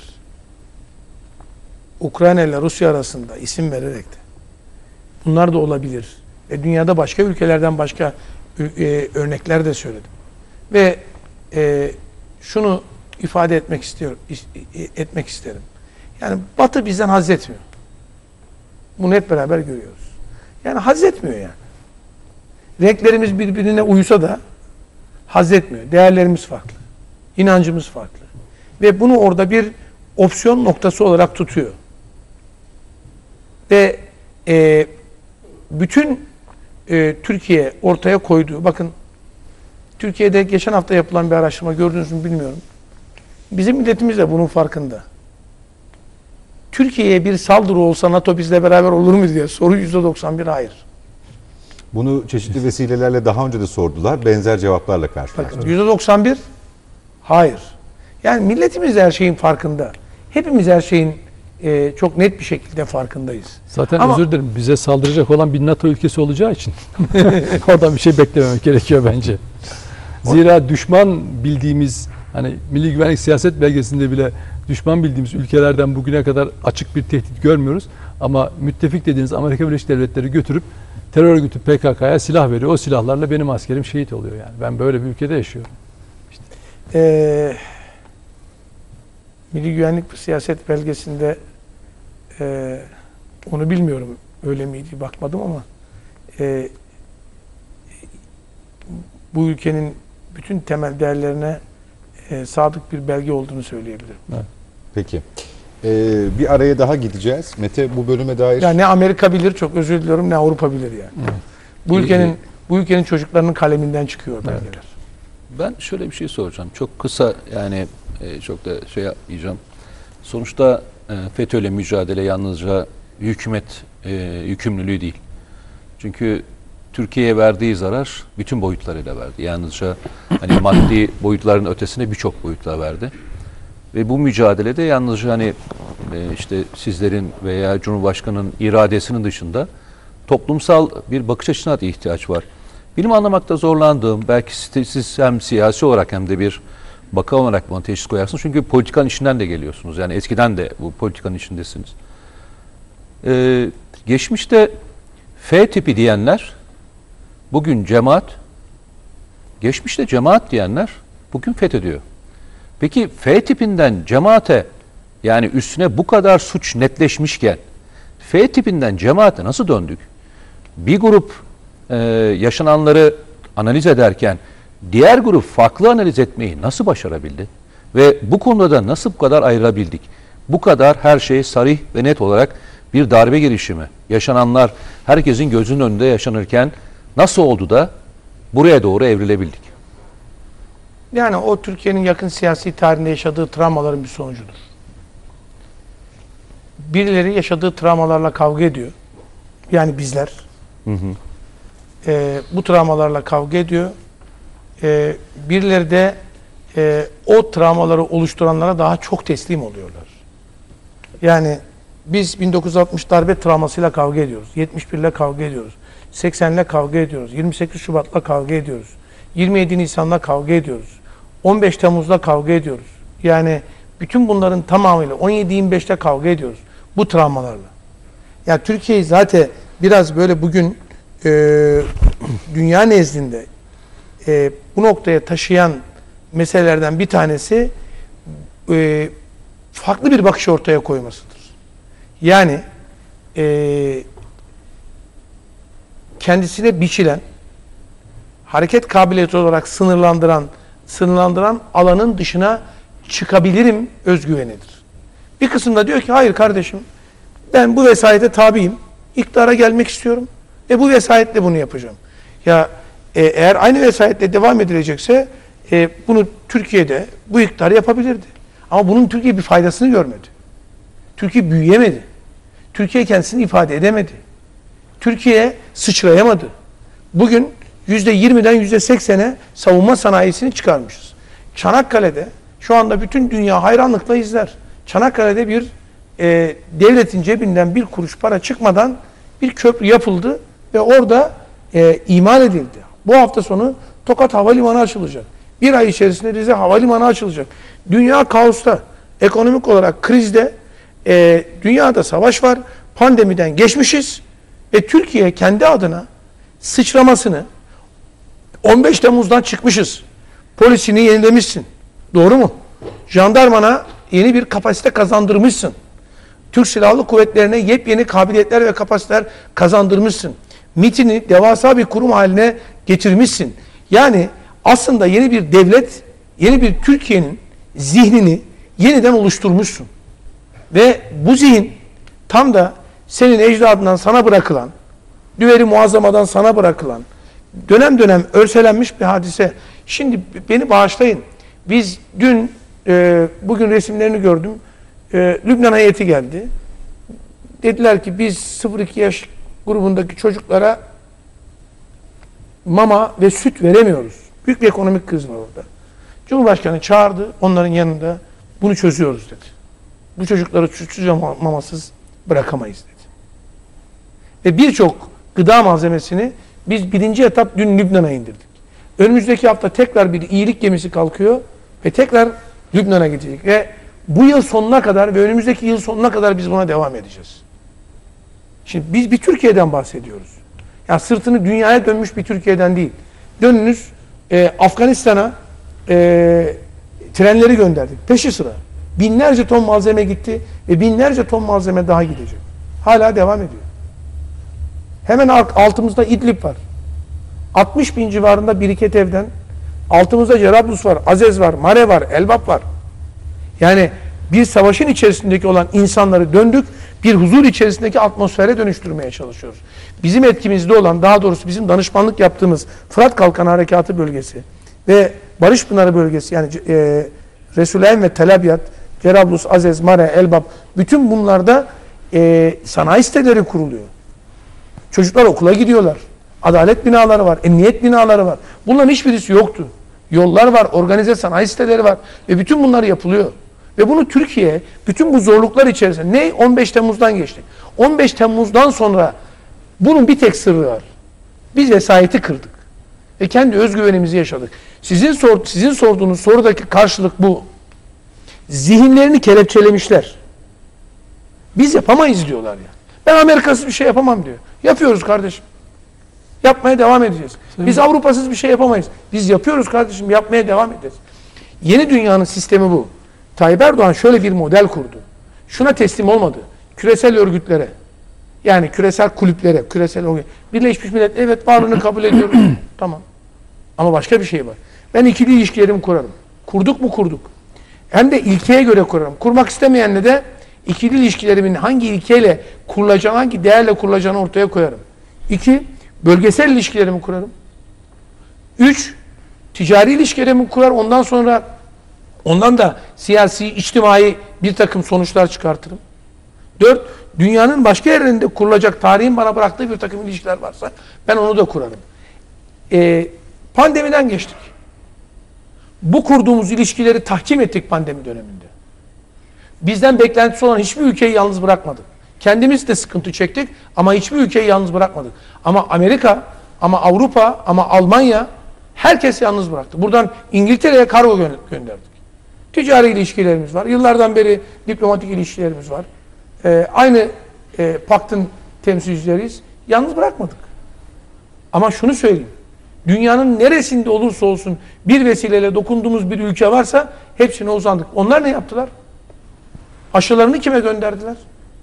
Ukrayna ile Rusya arasında isim vererek de. Bunlar da olabilir. Ve dünyada başka ülkelerden başka e, örnekler de söyledim. Ve e, şunu ifade etmek istiyorum, etmek isterim. Yani Batı bizden haz etmiyor. Bunu hep beraber görüyoruz. Yani haz etmiyor yani. Renklerimiz birbirine uysa da haz etmiyor. Değerlerimiz farklı. İnancımız farklı. Ve bunu orada bir opsiyon noktası olarak tutuyor. Ve e, bütün e, Türkiye ortaya koyduğu, bakın Türkiye'de geçen hafta yapılan bir araştırma gördünüz mü bilmiyorum. Bizim milletimiz de bunun farkında. Türkiye'ye bir saldırı olsa NATO bizle beraber olur mu diye soru yüzde doksan bir hayır. Bunu çeşitli vesilelerle daha önce de sordular. Benzer cevaplarla karşılaştık. Bakın yüzde doksan bir hayır. Yani milletimiz de her şeyin farkında. Hepimiz her şeyin e, çok net bir şekilde farkındayız. Zaten Ama, özür dilerim, bize saldıracak olan bir NATO ülkesi olacağı için oradan bir şey beklememek gerekiyor bence. Zira düşman bildiğimiz, hani Milli Güvenlik Siyaset Belgesi'nde bile düşman bildiğimiz ülkelerden bugüne kadar açık bir tehdit görmüyoruz. Ama müttefik dediğiniz Amerika Birleşik Devletleri götürüp terör örgütü P K K'ya silah veriyor. O silahlarla benim askerim şehit oluyor yani. Ben böyle bir ülkede yaşıyorum. İşte. Ee, Milli Güvenlik Siyaset Belgesi'nde e, onu bilmiyorum öyle miydi bakmadım ama e, bu ülkenin bütün temel değerlerine e, sadık bir belge olduğunu söyleyebilirim. Evet. Peki. Ee, bir araya daha gideceğiz. Mete, bu bölüme dair... Yani ne Amerika bilir, çok özür diliyorum, ne Avrupa bilir yani. Evet. Bu ülkenin bu ülkenin çocuklarının kaleminden çıkıyor belgeler. Evet. Ben şöyle bir şey soracağım. Çok kısa, yani e, çok da şey yapmayacağım. Sonuçta e, FETÖ'yle mücadele yalnızca hükümet e, yükümlülüğü değil. Çünkü Türkiye'ye verdiği zarar bütün boyutlarıyla verdi. Yalnızca hani maddi boyutların ötesine birçok boyutla verdi. Ve bu mücadelede yalnızca hani e, işte sizlerin veya Cumhurbaşkanı'nın iradesinin dışında toplumsal bir bakış açısına da ihtiyaç var. Benim anlamakta zorlandığım, belki siz hem siyasi olarak hem de bir bakan olarak bana teşhis koyarsınız. Çünkü politikanın içinden de geliyorsunuz. Yani eskiden de bu politikanın içindesiniz. Ee, geçmişte F tipi diyenler bugün cemaat, geçmişte cemaat diyenler bugün FETÖ diyor. Peki F tipinden cemaate, yani üstüne bu kadar suç netleşmişken F tipinden cemaate nasıl döndük? Bir grup e, yaşananları analiz ederken diğer grup farklı analiz etmeyi nasıl başarabildi? Ve bu konuda da nasıl bu kadar ayırabildik? Bu kadar her şey sarih ve net olarak bir darbe girişimi. Yaşananlar herkesin gözünün önünde yaşanırken nasıl oldu da buraya doğru evrilebildik? Yani o Türkiye'nin yakın siyasi tarihinde yaşadığı travmaların bir sonucudur. Birileri yaşadığı travmalarla kavga ediyor. Yani bizler. Hı hı. E, bu travmalarla kavga ediyor. e, birileri de e, o travmaları oluşturanlara daha çok teslim oluyorlar. Yani biz bin dokuz yüz altmış darbe travmasıyla kavga ediyoruz. yetmiş bir ile kavga ediyoruz. seksen ile kavga ediyoruz. yirmi sekiz Şubat'la kavga ediyoruz. yirmi yedi Nisan'la kavga ediyoruz. on beş Temmuz'la kavga ediyoruz. Yani bütün bunların tamamıyla on yedi yirmi beşte kavga ediyoruz. Bu travmalarla. Ya Türkiye'yi zaten biraz böyle bugün e, dünya nezdinde e, bu noktaya taşıyan meselelerden bir tanesi e, farklı bir bakış ortaya koymasıdır. Yani e, kendisine biçilen, hareket kabiliyeti olarak sınırlandıran, sınırlandıran alanın dışına çıkabilirim özgüvenidir. Bir kısımda diyor ki hayır kardeşim ben bu vesayete tabiyim, iktidara gelmek istiyorum ve bu vesayetle bunu yapacağım. Ya e, eğer aynı vesayetle devam edilecekse e, bunu Türkiye'de bu iktidar yapabilirdi. Ama bunun Türkiye bir faydasını görmedi. Türkiye büyüyemedi. Türkiye kendisini ifade edemedi. Türkiye sıçrayamadı. Bugün yüzde yirmiden yüzde seksene savunma sanayisini çıkarmışız. Çanakkale'de şu anda bütün dünya hayranlıkla izler. Çanakkale'de bir e, devletin cebinden bir kuruş para çıkmadan bir köprü yapıldı ve orada e, imal edildi. Bu hafta sonu Tokat Havalimanı açılacak. Bir ay içerisinde Rize Havalimanı açılacak. Dünya kaosta, ekonomik olarak krizde, e, dünyada savaş var, pandemiden geçmişiz ve Türkiye kendi adına sıçramasını on beş Temmuz'dan çıkmışız. Polisini yenilemişsin. Doğru mu? Jandarmana yeni bir kapasite kazandırmışsın. Türk Silahlı Kuvvetlerine yepyeni kabiliyetler ve kapasiteler kazandırmışsın. MİT'ini devasa bir kurum haline getirmişsin. Yani aslında yeni bir devlet, yeni bir Türkiye'nin zihnini yeniden oluşturmuşsun. Ve bu zihin tam da senin ecdadından sana bırakılan, Düveri Muazzama'dan sana bırakılan, dönem dönem örselenmiş bir hadise. Şimdi beni bağışlayın. Biz dün, e, bugün resimlerini gördüm. E, Lübnan heyeti geldi. Dediler ki biz sıfır iki yaş grubundaki çocuklara mama ve süt veremiyoruz. Büyük bir ekonomik kriz var orada. Cumhurbaşkanı çağırdı, onların yanında bunu çözüyoruz dedi. Bu çocukları sütsüz ve mamasız bırakamayız dedi. Ve birçok gıda malzemesini biz birinci etap dün Lübnan'a indirdik. Önümüzdeki hafta tekrar bir iyilik gemisi kalkıyor ve tekrar Lübnan'a gidecek. Ve bu yıl sonuna kadar ve önümüzdeki yıl sonuna kadar biz buna devam edeceğiz. Şimdi biz bir Türkiye'den bahsediyoruz. Yani sırtını dünyaya dönmüş bir Türkiye'den değil. Dönünüz e, Afganistan'a e, trenleri gönderdik. Peşi sıra. Binlerce ton malzeme gitti ve binlerce ton malzeme daha gidecek. Hala devam ediyor. Hemen altımızda İdlib var. altmış bin civarında biriket evden. Altımızda Cerablus var, Azez var, Mare var, Elbap var. Yani bir savaşın içerisindeki olan insanları döndük, bir huzur içerisindeki atmosfere dönüştürmeye çalışıyoruz. Bizim etkimizde olan, daha doğrusu bizim danışmanlık yaptığımız Fırat Kalkanı Harekatı bölgesi ve Barış Pınarı bölgesi, yani e, Resulayn ve Tel Abyad, Cerablus, Azez, Mare, Elbap, bütün bunlarda e, sanayi siteleri kuruluyor. Çocuklar okula gidiyorlar. Adalet binaları var, emniyet binaları var. Bunların hiçbirisi yoktu. Yollar var, organize sanayi siteleri var ve bütün bunlar yapılıyor. Ve bunu Türkiye bütün bu zorluklar içerisinde, ne on beş Temmuz'dan geçti. on beş Temmuz'dan sonra bunun bir tek sırrı var. Biz vesayeti kırdık. Ve kendi özgüvenimizi yaşadık. Sizin, sor, sizin sorduğunuz sorudaki karşılık bu. Zihinlerini kelepçelemişler. Biz yapamayız diyorlar ya. Ben Amerikasız bir şey yapamam diyor. Yapıyoruz kardeşim. Yapmaya devam edeceğiz. Biz Avrupasız bir şey yapamayız. Biz yapıyoruz kardeşim, yapmaya devam edeceğiz. Yeni dünyanın sistemi bu. Tayyip Erdoğan şöyle bir model kurdu. Şuna teslim olmadı. Küresel örgütlere, yani küresel kulüplere, küresel örgütlere. Birleşmiş Milletler, evet varlığını kabul ediyoruz. Tamam. Ama başka bir şey var. Ben ikili ilişkilerimi kurarım. Kurduk mu kurduk. Hem de ilkeye göre kurarım. Kurmak istemeyenle de ikili ilişkilerimin hangi ilkeyle kurulacağını, hangi değerle kurulacağını ortaya koyarım. İki, bölgesel ilişkilerimi kurarım. Üç, ticari ilişkilerimi kurar. Ondan sonra ondan da siyasi, içtimai bir takım sonuçlar çıkartırım. Dört, dünyanın başka yerlerinde kurulacak, tarihin bana bıraktığı bir takım ilişkiler varsa ben onu da kurarım. Ee, pandemiden geçtik. Bu kurduğumuz ilişkileri tahkim ettik pandemi döneminde. Bizden beklentisi olan hiçbir ülkeyi yalnız bırakmadık. Kendimiz de sıkıntı çektik ama hiçbir ülkeyi yalnız bırakmadık. Ama Amerika, ama Avrupa, ama Almanya herkes yalnız bıraktı. Buradan İngiltere'ye kargo gö gönderdik. Ticari ilişkilerimiz var. Yıllardan beri diplomatik ilişkilerimiz var. Ee, aynı e, paktın temsilcileriyiz. Yalnız bırakmadık. Ama şunu söyleyeyim. Dünyanın neresinde olursa olsun bir vesileyle dokunduğumuz bir ülke varsa hepsine uzandık. Onlar ne yaptılar? Aşılarını kime gönderdiler?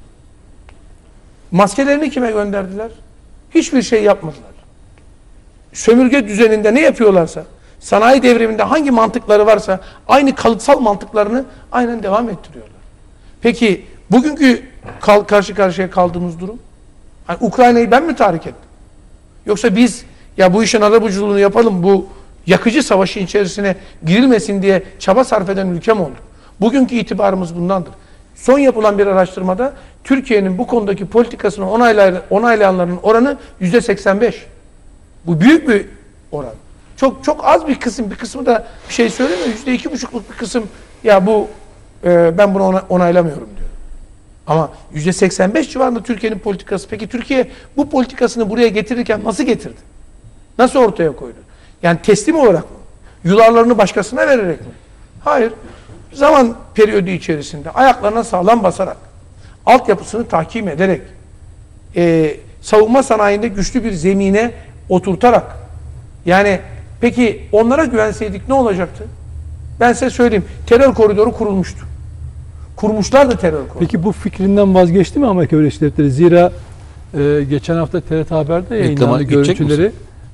Maskelerini kime gönderdiler? Hiçbir şey yapmadılar. Sömürge düzeninde ne yapıyorlarsa, sanayi devriminde hangi mantıkları varsa aynı kalıtsal mantıklarını aynen devam ettiriyorlar. Peki bugünkü kal karşı karşıya kaldığımız durum? Yani Ukrayna'yı ben mi tahrik ettim? Yoksa biz ya bu işin arabuluculuğunu yapalım, bu yakıcı savaşın içerisine girilmesin diye çaba sarf eden ülke mi olduk? Bugünkü itibarımız bundandır. Son yapılan bir araştırmada Türkiye'nin bu konudaki politikasını onaylayan, onaylayanların oranı yüzde seksen beş. Bu büyük bir oran. Çok çok az bir kısım, bir kısmı da bir şey söylemiyor. Yüzde iki buçukluk bir kısım ya bu e, ben bunu ona, onaylamıyorum diyor. Ama yüzde seksen beş civarında Türkiye'nin politikası. Peki Türkiye bu politikasını buraya getirirken nasıl getirdi? Nasıl ortaya koydu? Yani teslim olarak mı? Yularlarını başkasına vererek mi? Hayır. Zaman periyodu içerisinde ayaklarına sağlam basarak, altyapısını tahkim ederek, e, savunma sanayinde güçlü bir zemine oturtarak, yani peki onlara güvenseydik ne olacaktı? Ben size söyleyeyim, terör koridoru kurulmuştu. Kurmuşlardı terör koridoru. Peki bu fikrinden vazgeçti mi Amerika Birleşik Devletleri? Zira e, geçen hafta T R T Haber'de yayınlandı görüntüleri.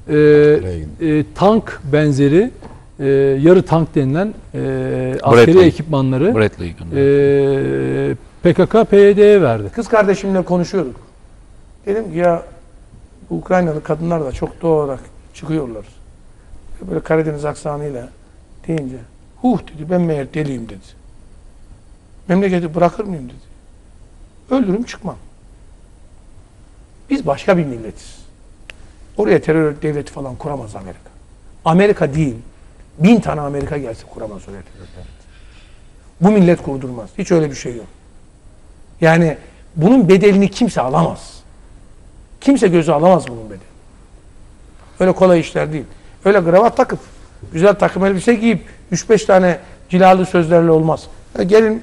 E, e, tank benzeri, e, yarı tank denilen e, askeri Bradley. ekipmanları Bradley e, P K K P Y D'ye verdi. Kız kardeşimle konuşuyorduk. Dedim ki ya Ukraynalı kadınlar da çok doğal olarak çıkıyorlar. Böyle Karadeniz aksanıyla deyince huh dedi, ben meğer deliyim dedi. Memleketi bırakır mıyım dedi. Öldürüm çıkmam. Biz başka bir milletiz. Oraya terör devleti falan kuramaz Amerika. Amerika değil, bin tane Amerika gelse kuramaz oraya terör devleti. Bu millet kurdurmaz. Hiç öyle bir şey yok. Yani bunun bedelini kimse alamaz. Kimse göze alamaz bunun bedelini. Öyle kolay işler değil. Öyle kravat takıp, güzel takım elbise giyip, üç beş tane cilalı sözlerle olmaz. Ya gelin,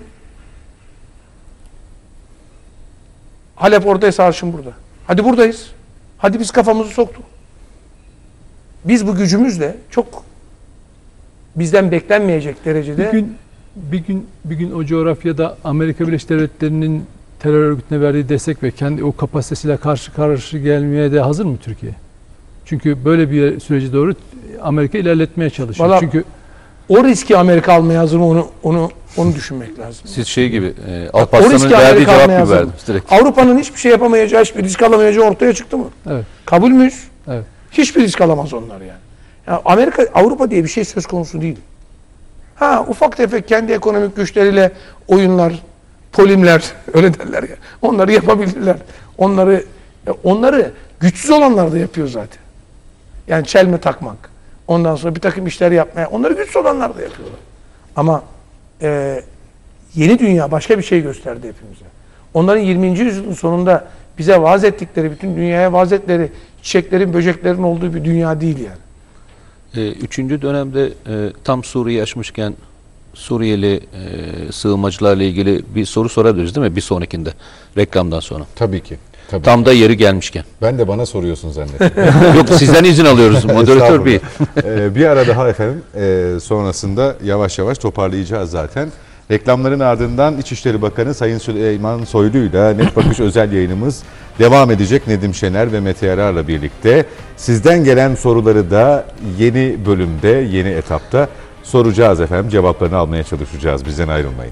Halep oradaysa arşın burada. Hadi buradayız. Hadi biz kafamızı soktuk. Biz bu gücümüzle çok bizden beklenmeyecek derecede... Bir gün, bir gün, bir gün o coğrafyada Amerika Birleşik Devletleri'nin terör örgütüne verdiği destek ve kendi o kapasitesiyle karşı karşı gelmeye de hazır mı Türkiye? Çünkü böyle bir süreci doğru Amerika ilerletmeye çalışıyor. Vallahi Çünkü o riski Amerika almaya hazır mı onu onu onu düşünmek lazım. Siz şey gibi, e, O Alparslan'ın riski verdiği Amerika cevap almaya gibi hazır mı? verdiniz direkt. Avrupa'nın hiçbir şey yapamayacağı, hiçbir risk alamayacağı ortaya çıktı mı? evet, Kabul müyüz? evet. Hiçbir risk alamaz onlar yani. Ya Amerika, Avrupa diye bir şey söz konusu değil. Ha ufak tefek kendi ekonomik güçleriyle oyunlar, polimler öyle derler ya. Onları yapabilirler. Onları onları güçsüz olanlar da yapıyor zaten. Yani çelme takmak. Ondan sonra bir takım işler yapmaya. Onları güçsüz olanlar da yapıyorlar. Ama e, yeni dünya başka bir şey gösterdi hepimize. Onların yirminci yüzyılın sonunda bize vaaz ettikleri, bütün dünyaya vaaz ettikleri çiçeklerin, böceklerin olduğu bir dünya değil yani. E, üçüncü dönemde e, tam Suriye açmışken Suriyeli e, sığınmacılarla ilgili bir soru sorabiliriz değil mi? Bir sonrakinde, reklamdan sonra. Tabii ki. Tabii. Tam da yeri gelmişken. Ben de bana soruyorsun zannettim. Yok, sizden izin alıyoruz moderatör bey. ee, bir ara daha efendim, e, sonrasında yavaş yavaş toparlayacağız zaten. Reklamların ardından İçişleri Bakanı Sayın Süleyman Soylu'yla Net Bakış özel yayınımız devam edecek. Nedim Şener ve Mete Yarar'la birlikte sizden gelen soruları da yeni bölümde, yeni etapta soracağız efendim. Cevaplarını almaya çalışacağız. Bizden ayrılmayın.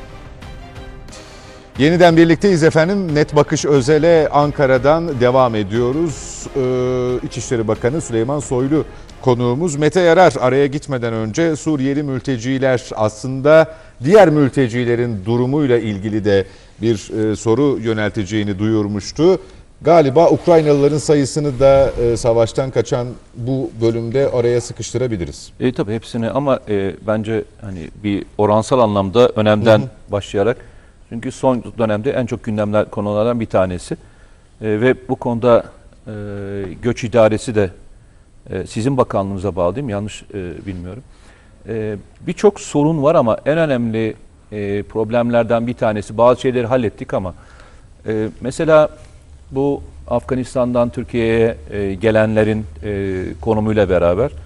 Yeniden birlikteyiz efendim. Net Bakış Özel'e Ankara'dan devam ediyoruz. Ee, İçişleri Bakanı Süleyman Soylu konuğumuz. Mete Yarar araya gitmeden önce Suriyeli mülteciler, aslında diğer mültecilerin durumuyla ilgili de bir e, soru yönelteceğini duyurmuştu. Galiba Ukraynalıların sayısını da e, savaştan kaçan bu bölümde araya sıkıştırabiliriz. E, tabii hepsini ama e, bence hani bir oransal anlamda önemden hı hı. başlayarak, çünkü son dönemde en çok gündemler konulardan bir tanesi e, ve bu konuda e, göç idaresi de e, sizin bakanlığınıza bağlı değil mi? Yanlış e, bilmiyorum. E, Birçok sorun var ama en önemli e, problemlerden bir tanesi, bazı şeyleri hallettik ama e, mesela bu Afganistan'dan Türkiye'ye e, gelenlerin e, konumuyla beraber e,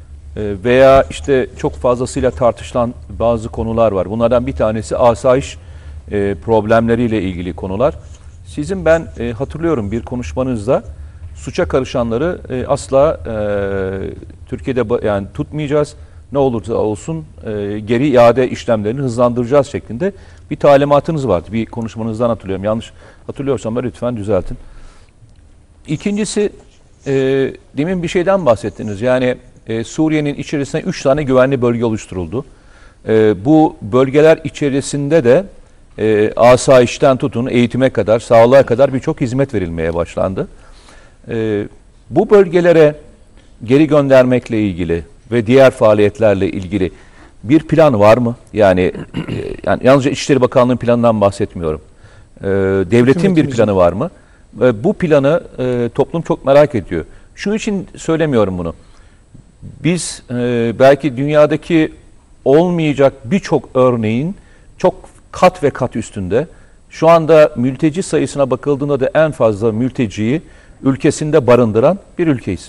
veya işte çok fazlasıyla tartışılan bazı konular var. Bunlardan bir tanesi asayiş e, problemleriyle ilgili konular. Sizin ben e, hatırlıyorum bir konuşmanızda suça karışanları e, asla e, Türkiye'de yani tutmayacağız, ne olursa olsun e, geri iade işlemlerini hızlandıracağız şeklinde bir talimatınız vardı. Bir konuşmanızdan hatırlıyorum. Yanlış hatırlıyorsam da lütfen düzeltin. İkincisi, e, demin bir şeyden bahsettiniz. Yani e, Suriye'nin içerisinde üç tane güvenli bölge oluşturuldu. E, bu bölgeler içerisinde de e, asayişten tutun, eğitime kadar, sağlığa kadar birçok hizmet verilmeye başlandı. E, bu bölgelere geri göndermekle ilgili ve diğer faaliyetlerle ilgili bir plan var mı? Yani, e, yani yalnızca İçişleri Bakanlığı'nın planından bahsetmiyorum. E, devletin bir planı var mı? E, bu planı e, toplum çok merak ediyor. Şunun için söylemiyorum bunu. Biz e, belki dünyadaki olmayacak birçok örneğin çok kat ve kat üstünde. Şu anda mülteci sayısına bakıldığında da en fazla mülteciyi ülkesinde barındıran bir ülkeyiz.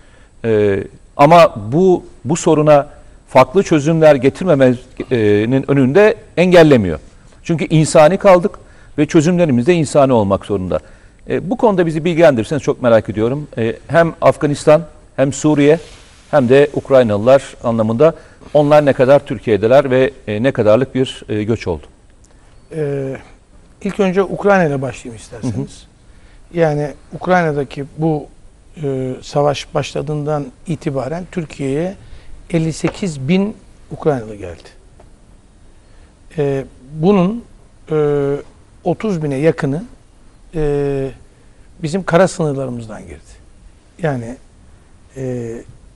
E, ama bu bu soruna farklı çözümler getirmemenin önünde engellemiyor. Çünkü insani kaldık ve çözümlerimiz de insani olmak zorunda. E, bu konuda bizi bilgilendirirseniz çok merak ediyorum. E, hem Afganistan, hem Suriye, hem de Ukraynalılar anlamında onlar ne kadar Türkiye'deler ve e, ne kadarlık bir e, göç oldu? Ee, ilk önce Ukrayna ile başlayayım isterseniz. Hı hı. Yani Ukrayna'daki bu e, savaş başladığından itibaren Türkiye'ye elli sekiz bin Ukraynalı geldi. E, bunun e, otuz bine yakını e, bizim kara sınırlarımızdan girdi. Yani e,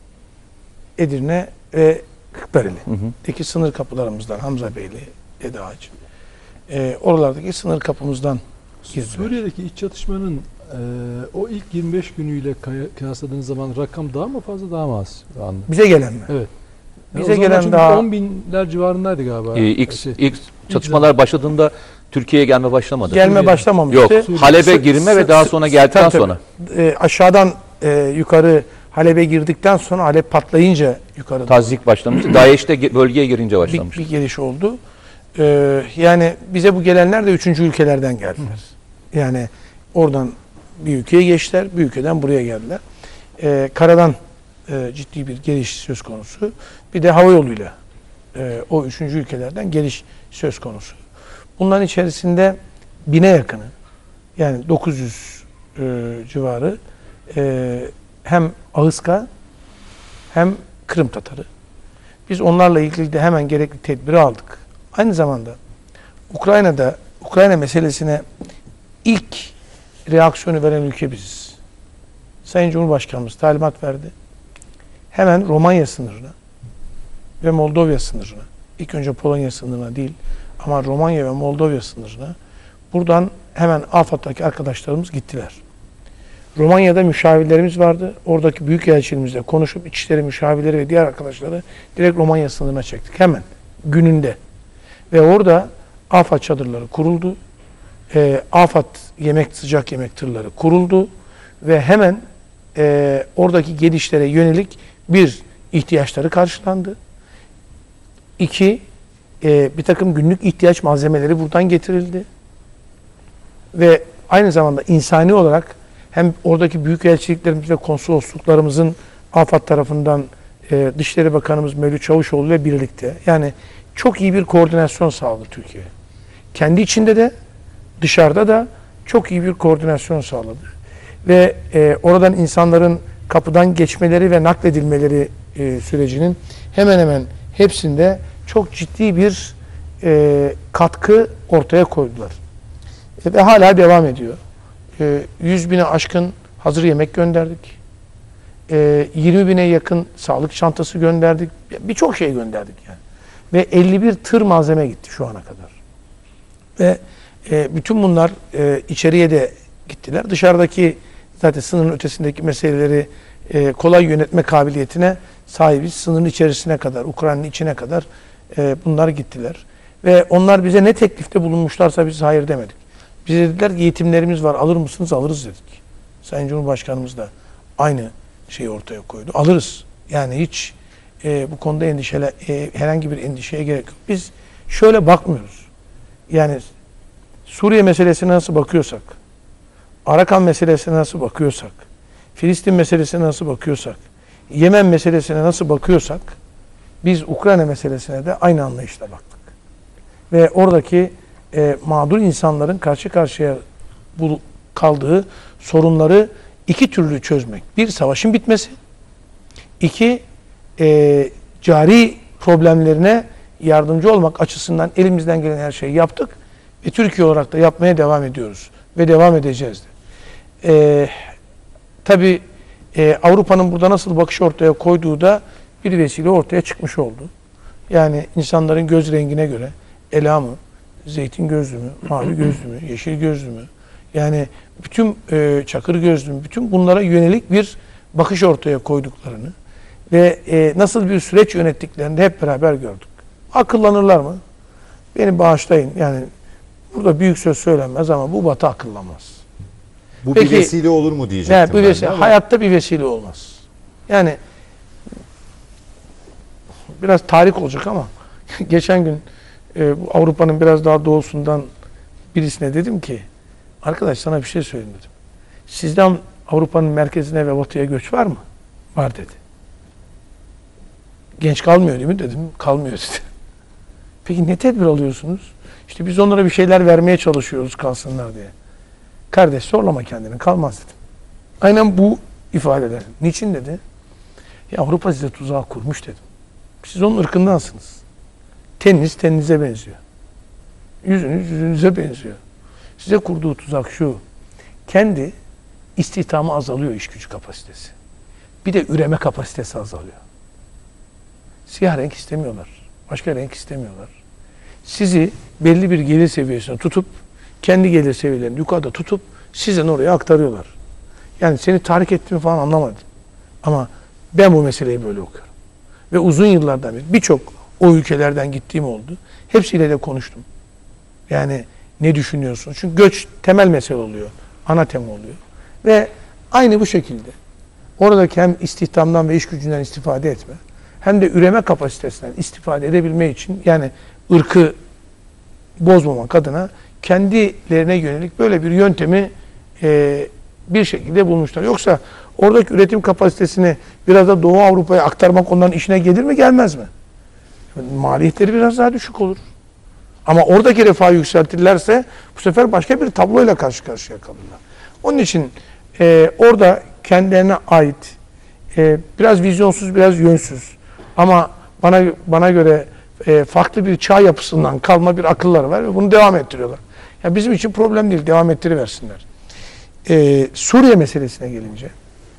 Edirne ve Kırklareli'deki sınır kapılarımızdan, Hamza Beyli, Dede Ağaç, e, oralardaki sınır kapımızdan girdiler. Suriye'deki iç çatışmanın e, o ilk yirmi beş günüyle kıyasladığınız zaman rakam daha mı fazla, daha mı az? Bize gelen mi? Evet. Bize gelen daha on binler civarındaydı galiba. Ee, ilk, şey, ilk çatışmalar ilk başladığında Türkiye'ye gelme başlamadı. Gelme başlamamıştı. Yok. Halep'e girme ve daha sonra geldikten sonra. E, aşağıdan e, yukarı Halep'e girdikten sonra Halep patlayınca yukarı tazyik başlamıştı. DAEŞ'te bölgeye girince başlamıştı. Bir, bir geliş oldu. Ee, yani bize bu gelenler de üçüncü ülkelerden geldiler. Hı. Yani oradan bir ülkeye geçtiler, bir ülkeden buraya geldiler. Ee, karadan e, ciddi bir geliş söz konusu. Bir de hava yoluyla e, o üçüncü ülkelerden geliş söz konusu. Bunların içerisinde bine yakını, yani dokuz yüz e, civarı e, hem Ağızka hem Kırım Tatarı. Biz onlarla ilgili de hemen gerekli tedbiri aldık. Aynı zamanda Ukrayna'da, Ukrayna meselesine ilk reaksiyonu veren ülke biziz. Sayın Cumhurbaşkanımız talimat verdi. Hemen Romanya sınırına ve Moldova sınırına, ilk önce Polonya sınırına değil ama Romanya ve Moldova sınırına, buradan hemen AFAD'daki arkadaşlarımız gittiler. Romanya'da müşavirlerimiz vardı. Oradaki büyükelçilerimizle konuşup İçişleri müşavirleri ve diğer arkadaşları direkt Romanya sınırına çektik. Hemen gününde. Ve orada AFAD çadırları kuruldu. E, AFAD yemek, sıcak yemek tırları kuruldu. Ve hemen e, oradaki gelişlere yönelik bir, ihtiyaçları karşılandı. İki, e, bir takım günlük ihtiyaç malzemeleri buradan getirildi. Ve aynı zamanda insani olarak hem oradaki büyükelçiliklerimiz ve konsolosluklarımızın AFAD tarafından e, Dışişleri Bakanımız Mevlüt Çavuşoğlu ile birlikte, yani çok iyi bir koordinasyon sağladı Türkiye. Kendi içinde de dışarıda da çok iyi bir koordinasyon sağladı. Ve e, oradan insanların kapıdan geçmeleri ve nakledilmeleri e, sürecinin hemen hemen hepsinde çok ciddi bir e, katkı ortaya koydular. E, ve hala devam ediyor. e, yüz bine aşkın hazır yemek gönderdik. E, yirmi bine yakın sağlık çantası gönderdik. Birçok şey gönderdik yani. Ve elli bir tır malzeme gitti şu ana kadar. Ve e, bütün bunlar e, içeriye de gittiler. Dışarıdaki zaten sınırın ötesindeki meseleleri e, kolay yönetme kabiliyetine sahibiz. Sınırın içerisine kadar, Ukrayna'nın içine kadar e, bunlar gittiler. Ve onlar bize ne teklifte bulunmuşlarsa biz hayır demedik. Bize dediler ki eğitimlerimiz var, alır mısınız? Alırız dedik. Sayın Cumhurbaşkanımız da aynı şeyi ortaya koydu. Alırız. Yani hiç e, bu konuda endişele, e, herhangi bir endişeye gerek yok. Biz şöyle bakmıyoruz. Yani Suriye meselesine nasıl bakıyorsak, Arakan meselesine nasıl bakıyorsak, Filistin meselesine nasıl bakıyorsak, Yemen meselesine nasıl bakıyorsak, biz Ukrayna meselesine de aynı anlayışla baktık. Ve oradaki e, mağdur insanların karşı karşıya bul kaldığı sorunları iki türlü çözmek. Bir, savaşın bitmesi. İki, e, cari problemlerine yardımcı olmak açısından elimizden gelen her şeyi yaptık. Ve Türkiye olarak da yapmaya devam ediyoruz. Ve devam edeceğiz de. E, tabii e, Avrupa'nın burada nasıl bakış ortaya koyduğu da bir vesile ortaya çıkmış oldu. Yani insanların göz rengine göre ela mı, zeytin gözlü mü, mavi gözlü mü, yeşil gözlü mü? Yani bütün e, çakır gözlü mü, bütün bunlara yönelik bir bakış ortaya koyduklarını ve e, nasıl bir süreç yönettiklerini de hep beraber gördük. Akıllanırlar mı? Beni bağışlayın. Yani burada büyük söz söylenmez ama bu Batı akıllanmaz. Bu Peki, bir vesile olur mu diyecektim. Yani bir vesile, ama. hayatta bir vesile olmaz. Yani biraz tarih olacak ama geçen gün e, bu Avrupa'nın biraz daha doğusundan birisine dedim ki arkadaş sana bir şey söyleyeyim dedim. Sizden Avrupa'nın merkezine ve batıya göç var mı? Var dedi. Genç kalmıyor değil mi dedim. Kalmıyor dedi. Peki ne tedbir alıyorsunuz? İşte biz onlara bir şeyler vermeye çalışıyoruz kalsınlar diye. Kardeş zorlama kendini kalmaz dedim. Aynen bu ifadeler. Niçin dedi? Ya Avrupa size tuzağı kurmuş dedim. Siz onun ırkındansınız. Teniniz teninize benziyor. Yüzünüz yüzünüze benziyor. Size kurduğu tuzak şu. Kendi istihdamı azalıyor, iş gücü kapasitesi. Bir de üreme kapasitesi azalıyor. Siyah renk istemiyorlar. Başka renk istemiyorlar. Sizi belli bir gelir seviyesine tutup, kendi gelir seviyelerini yukarıda tutup sizden oraya aktarıyorlar. Yani seni tahrik ettiğimi falan anlamadım. Ama ben bu meseleyi böyle okuyorum. Ve uzun yıllardan beri birçok o ülkelerden gittiğim oldu. Hepsiyle de konuştum. Yani ne düşünüyorsun? Çünkü göç temel mesele oluyor. Ana tema oluyor. Ve aynı bu şekilde oradaki hem istihdamdan ve iş gücünden istifade etme hem de üreme kapasitesinden istifade edebilme için yani ırkı bozmamak adına kendilerine yönelik böyle bir yöntemi e, bir şekilde bulmuşlar. Yoksa oradaki üretim kapasitesini biraz da Doğu Avrupa'ya aktarmak onların işine gelir mi gelmez mi? Maliyetleri biraz daha düşük olur. Ama oradaki refahı yükseltirlerse bu sefer başka bir tabloyla karşı karşıya kalırlar. Onun için e, orada kendilerine ait e, biraz vizyonsuz, biraz yönsüz ama bana bana göre e, farklı bir çağ yapısından kalma bir akılları var ve bunu devam ettiriyorlar. Yani bizim için problem değil, devam ettiriversinler. E, Suriye meselesine gelince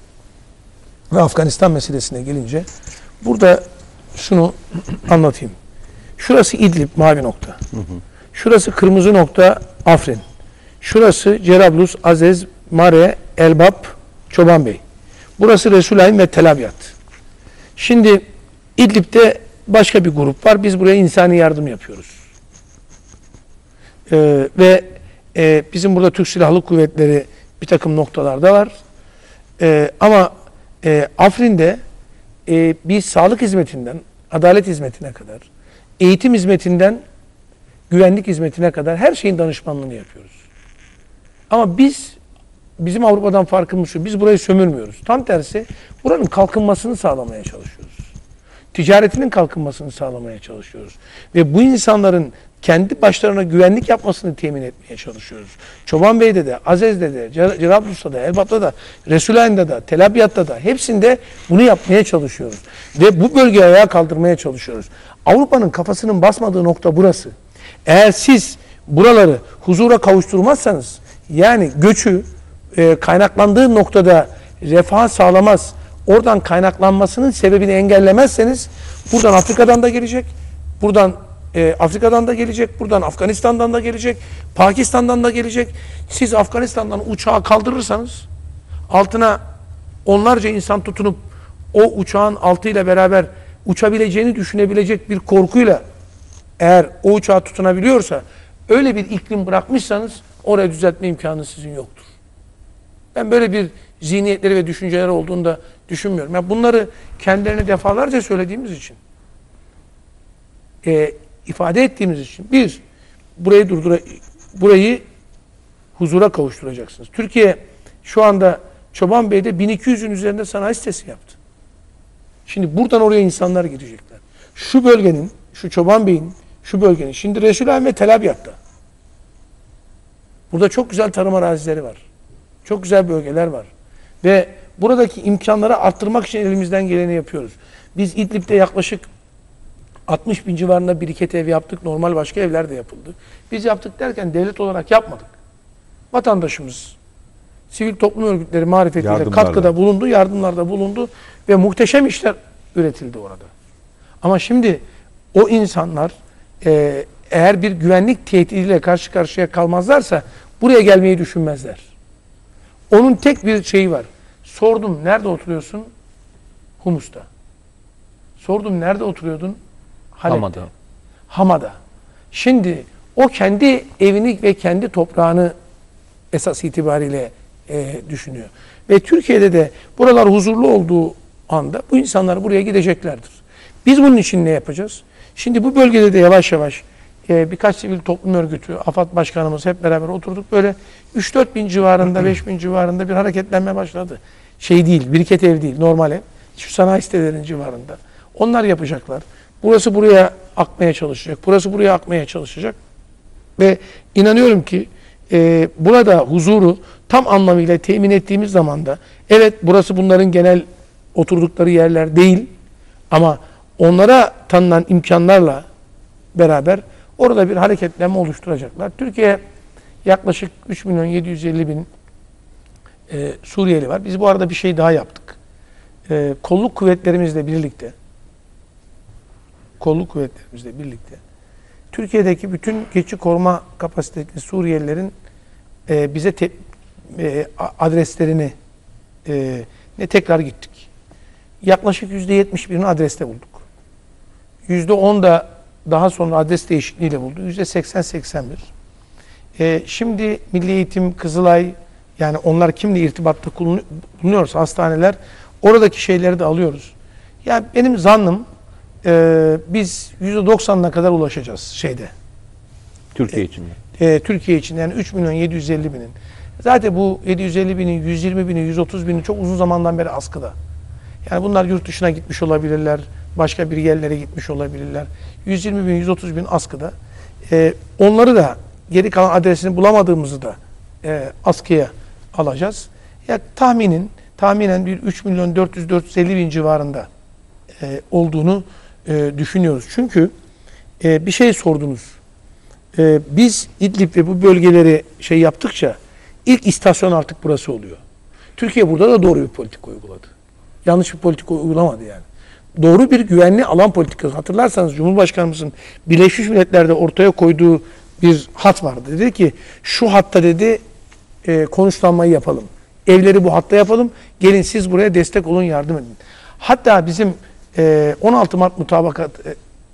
ve Afganistan meselesine gelince burada şunu anlatayım. Şurası İdlib, mavi nokta. Hı hı. Şurası kırmızı nokta, Afrin. Şurası Cerablus, Azez, Mare, Elbap, Çobanbey. Burası Resulayn ve Tel Abyad. Şimdi İdlib'de başka bir grup var. Biz buraya insani yardım yapıyoruz. Ee, ve e, bizim burada Türk Silahlı Kuvvetleri bir takım noktalarda var. Ee, ama e, Afrin'de e, biz sağlık hizmetinden, adalet hizmetine kadar, eğitim hizmetinden güvenlik hizmetine kadar her şeyin danışmanlığını yapıyoruz. Ama biz, bizim Avrupa'dan farkımız şu, biz burayı sömürmüyoruz. Tam tersi, buranın kalkınmasını sağlamaya çalışıyoruz. Ticaretinin kalkınmasını sağlamaya çalışıyoruz. Ve bu insanların kendi başlarına güvenlik yapmasını temin etmeye çalışıyoruz. Çobanbey'de de, Azez'de de, Cerablus'ta da, Elbap'ta da, Resulayn'da da, Tel Abyad'da da hepsinde bunu yapmaya çalışıyoruz. Ve bu bölgeyi ayağa kaldırmaya çalışıyoruz. Avrupa'nın kafasının basmadığı nokta burası. Eğer siz buraları huzura kavuşturmazsanız, yani göçü e, kaynaklandığı noktada refah sağlamaz, oradan kaynaklanmasının sebebini engellemezseniz buradan Afrika'dan da gelecek, buradan e, Afrika'dan da gelecek, buradan Afganistan'dan da gelecek, Pakistan'dan da gelecek. Siz Afganistan'dan uçağı kaldırırsanız altına onlarca insan tutunup o uçağın altıyla beraber uçabileceğini düşünebilecek bir korkuyla eğer o uçağa tutunabiliyorsa, öyle bir iklim bırakmışsanız oraya düzeltme imkanı sizin yoktur. Ben böyle bir zihniyetleri ve düşünceleri olduğunu da düşünmüyorum. Yani bunları kendilerine defalarca söylediğimiz için, e, ifade ettiğimiz için, bir, burayı durdura, burayı huzura kavuşturacaksınız. Türkiye şu anda Çobanbey'de bin iki yüzün üzerinde sanayi sitesi yaptı. Şimdi buradan oraya insanlar girecekler. Şu bölgenin, şu Çobanbey'in, şu bölgenin, şimdi Resulhain ve Tel Abyad'da. Burada çok güzel tarım arazileri var. Çok güzel bölgeler var. Ve buradaki imkanları arttırmak için elimizden geleni yapıyoruz. Biz İdlib'de yaklaşık altmış bin civarında biriket ev yaptık. Normal başka evler de yapıldı. Biz yaptık derken devlet olarak yapmadık. Vatandaşımız, sivil toplum örgütleri marifetiyle Yardımlarla. katkıda bulundu, yardımlarda bulundu ve muhteşem işler üretildi orada. Ama şimdi o insanlar e, eğer bir güvenlik tehdidiyle karşı karşıya kalmazlarsa buraya gelmeyi düşünmezler. Onun tek bir şeyi var. Sordum, nerede oturuyorsun? Humus'ta. Sordum, nerede oturuyordun? Halep'te. Hamada. Hamada. Şimdi o kendi evini ve kendi toprağını esas itibariyle e, düşünüyor. Ve Türkiye'de de buralar huzurlu olduğu anda bu insanlar buraya gideceklerdir. Biz bunun için ne yapacağız? Şimdi bu bölgede de yavaş yavaş e, birkaç sivil toplum örgütü, AFAD Başkanımız hep beraber oturduk. Böyle üç dört bin civarında, beş bin civarında bir hareketlenme başladı. Şey değil, biriket ev değil, normal ev. Şu sanayi sitelerinin civarında. Onlar yapacaklar. Burası buraya akmaya çalışacak. Burası buraya akmaya çalışacak. Ve inanıyorum ki e, burada huzuru tam anlamıyla temin ettiğimiz zaman da, evet burası bunların genel oturdukları yerler değil ama onlara tanınan imkanlarla beraber orada bir hareketlenme oluşturacaklar. Türkiye yaklaşık üç milyon yedi yüz elli bin e, Suriyeli var. Biz bu arada bir şey daha yaptık. E, kolluk kuvvetlerimizle birlikte kolluk kuvvetlerimizle birlikte Türkiye'deki bütün geçici koruma kapasiteli Suriyelilerin e, bize te, e, adreslerini e, ne tekrar gittik. Yaklaşık yüzde yetmiş birini adreste bulduk. Yüzde on da daha sonra adres değişikliğiyle buldu. Yüzde seksen seksen bir. E, şimdi Milli Eğitim, Kızılay, yani onlar kimle irtibatta bulunuyorsa hastaneler, oradaki şeyleri de alıyoruz. Yani benim zannım e, biz yüzde doksanına kadar ulaşacağız şeyde. Türkiye için mi? E, Türkiye için yani üç milyon yedi yüz elli binin. Zaten bu yedi yüz elli binin, yüz yirmi bini, yüz otuz bini çok uzun zamandan beri askıda. Yani bunlar yurt dışına gitmiş olabilirler, başka bir yerlere gitmiş olabilirler. yüz yirmi bin, yüz otuz bin askıda. E, onları da geri kalan adresini bulamadığımızı da e, askıya alacağız. Ya tahminin tahminen bir üç milyon dört yüz dört yüz elli bin civarında e, olduğunu e, düşünüyoruz. Çünkü e, bir şey sordunuz. E, biz İdlib ve bu bölgeleri şey yaptıkça ilk istasyon artık burası oluyor. Türkiye burada da doğru bir politika uyguladı. Yanlış bir politika uygulamadı yani. Doğru bir güvenli alan politikası. Hatırlarsanız Cumhurbaşkanımızın Birleşmiş Milletler'de ortaya koyduğu bir hat vardı. Dedi ki şu hatta dedi e, konuşlanmayı yapalım. Evleri bu hatta yapalım. Gelin siz buraya destek olun, yardım edin. Hatta bizim e, on altı Mart mutabakat e,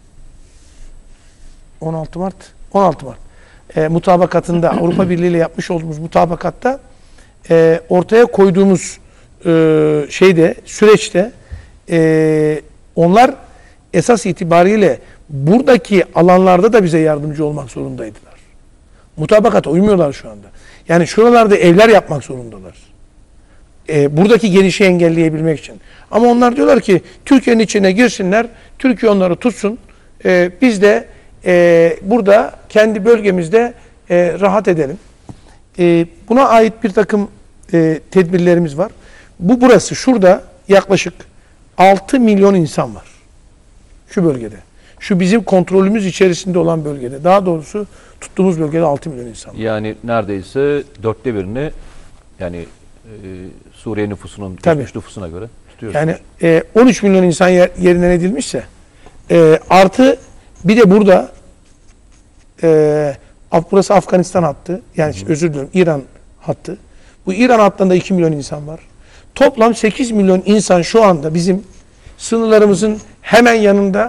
on altı Mart on altı Mart e, mutabakatında Avrupa Birliği ile yapmış olduğumuz mutabakatta e, ortaya koyduğumuz e, şeyde süreçte e, onlar esas itibariyle buradaki alanlarda da bize yardımcı olmak zorundaydılar. Mutabakata uymuyorlar şu anda. Yani şuralarda evler yapmak zorundalar. E, buradaki gelişi engelleyebilmek için. Ama onlar diyorlar ki Türkiye'nin içine girsinler, Türkiye onları tutsun. E, biz de e, burada kendi bölgemizde e, rahat edelim. E, buna ait bir takım e, tedbirlerimiz var. Bu burası şurada yaklaşık altı milyon insan var. Şu bölgede. Şu bizim kontrolümüz içerisinde olan bölgede. Daha doğrusu tuttuğumuz bölgede altı milyon insan var. Yani neredeyse dörtte birini Yani e, Suriye nüfusunun Tabii. geçmiş nüfusuna göre tutuyorsunuz. Yani e, on üç milyon insan yer, yerinden edilmişse e, artı bir de burada e, burası Afganistan hattı. Yani hı hı. özür diliyorum İran hattı. Bu İran hattında iki milyon insan var. Toplam sekiz milyon insan şu anda bizim sınırlarımızın hemen yanında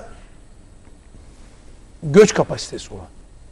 göç kapasitesi olan.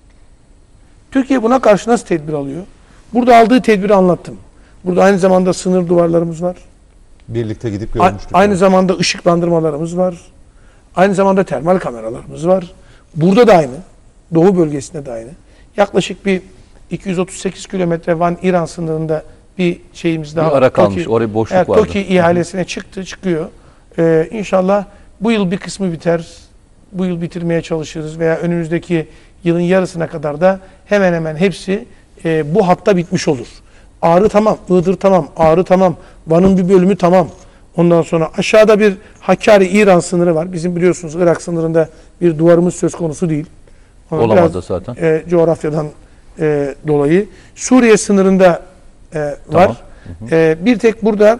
Türkiye buna karşı nasıl tedbir alıyor? Burada aldığı tedbiri anlattım. Burada aynı zamanda sınır duvarlarımız var. Birlikte gidip görmüştük. A- aynı yani. zamanda ışıklandırmalarımız var. Aynı zamanda termal kameralarımız var. Burada da aynı. Doğu bölgesinde de aynı. Yaklaşık bir iki yüz otuz sekiz kilometre Van-İran sınırında bir şeyimiz daha bir ara kalmış. Oraya bir boşluk evet, vardı. TOKİ ihalesine çıktı, çıkıyor. Ee, İnşallah bu yıl bir kısmı biter. Bu yıl bitirmeye çalışırız veya önümüzdeki yılın yarısına kadar da hemen hemen hepsi e, bu hatta bitmiş olur. Ağrı tamam, Iğdır tamam, Ağrı tamam, Van'ın bir bölümü tamam. Ondan sonra aşağıda bir Hakkari-İran sınırı var. Bizim biliyorsunuz Irak sınırında bir duvarımız söz konusu değil. Ona olamaz da zaten. E, coğrafyadan e, dolayı. Suriye sınırında e, var. Tamam. Hı hı. E, bir tek burada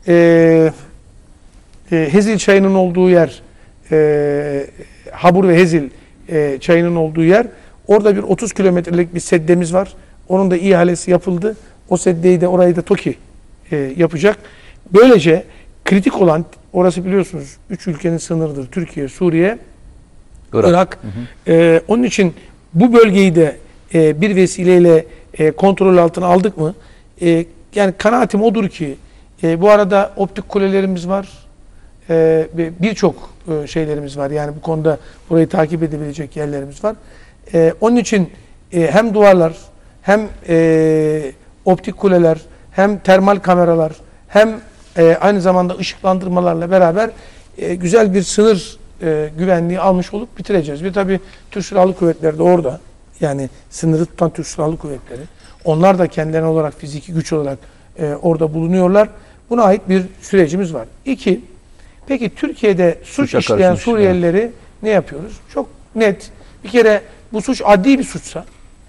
e, e, Hezil çayının olduğu yer, e, Habur ve Hezil e, çayının olduğu yer. Orada bir otuz kilometrelik bir seddemiz var. Onun da ihalesi yapıldı. O seddeyi de orayı da TOKİ e, yapacak. Böylece kritik olan, orası biliyorsunuz üç ülkenin sınırıdır. Türkiye, Suriye, Irak. Irak. Hı hı. E, onun için bu bölgeyi de e, bir vesileyle e, kontrol altına aldık mı? E, yani kanaatim odur ki e, bu arada optik kulelerimiz var. E, Birçok e, şeylerimiz var. Yani bu konuda burayı takip edebilecek yerlerimiz var. E, onun için e, hem duvarlar hem e, optik kuleler hem termal kameralar hem e, aynı zamanda ışıklandırmalarla beraber e, güzel bir sınır e, güvenliği almış olup bitireceğiz. Ve tabii Türk Silahlı Kuvvetleri de orada. Yani sınırı tutan Türk Silahlı Kuvvetleri. Onlar da kendilerine olarak fiziki güç olarak e, orada bulunuyorlar. Buna ait bir sürecimiz var. İki, peki Türkiye'de suç Suça işleyen karışmış, Suriyelileri evet. ne yapıyoruz? Çok net. Bir kere bu suç adli bir suçsa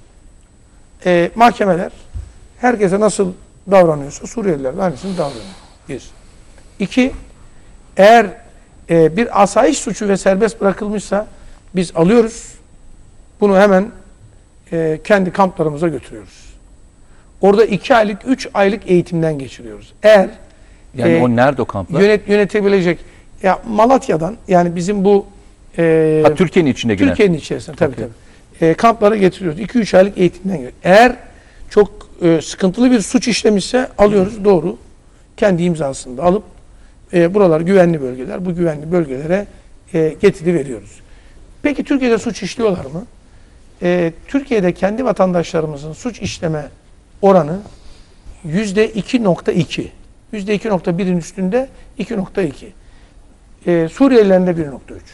e, mahkemeler herkese nasıl davranıyorsa Suriyeliler de aynısını davranıyor. Bir. İki, eğer e, bir asayiş suçu ve serbest bırakılmışsa biz alıyoruz. Bunu hemen e, kendi kamplarımıza götürüyoruz. Orada iki aylık, üç aylık eğitimden geçiriyoruz. Eğer yani e, o nerede o kamplar? Yönet, yönetebilecek. Ya Malatya'dan yani bizim bu e, ha, Türkiye'nin içinde giren. Türkiye'nin içerisinde tabii okay. tabii. E, kamplara getiriyoruz. iki üç aylık eğitimden geliyor. Eğer çok e, sıkıntılı bir suç işlemişse alıyoruz doğru. Kendi imzasında alıp e, buralar güvenli bölgeler. Bu güvenli bölgelere e, getiri veriyoruz. Peki Türkiye'de suç işliyorlar mı? E, Türkiye'de kendi vatandaşlarımızın suç işleme oranı yüzde iki nokta iki. yüzde iki nokta birin üstünde iki nokta iki. E, Suriyelilerin de bir nokta üç.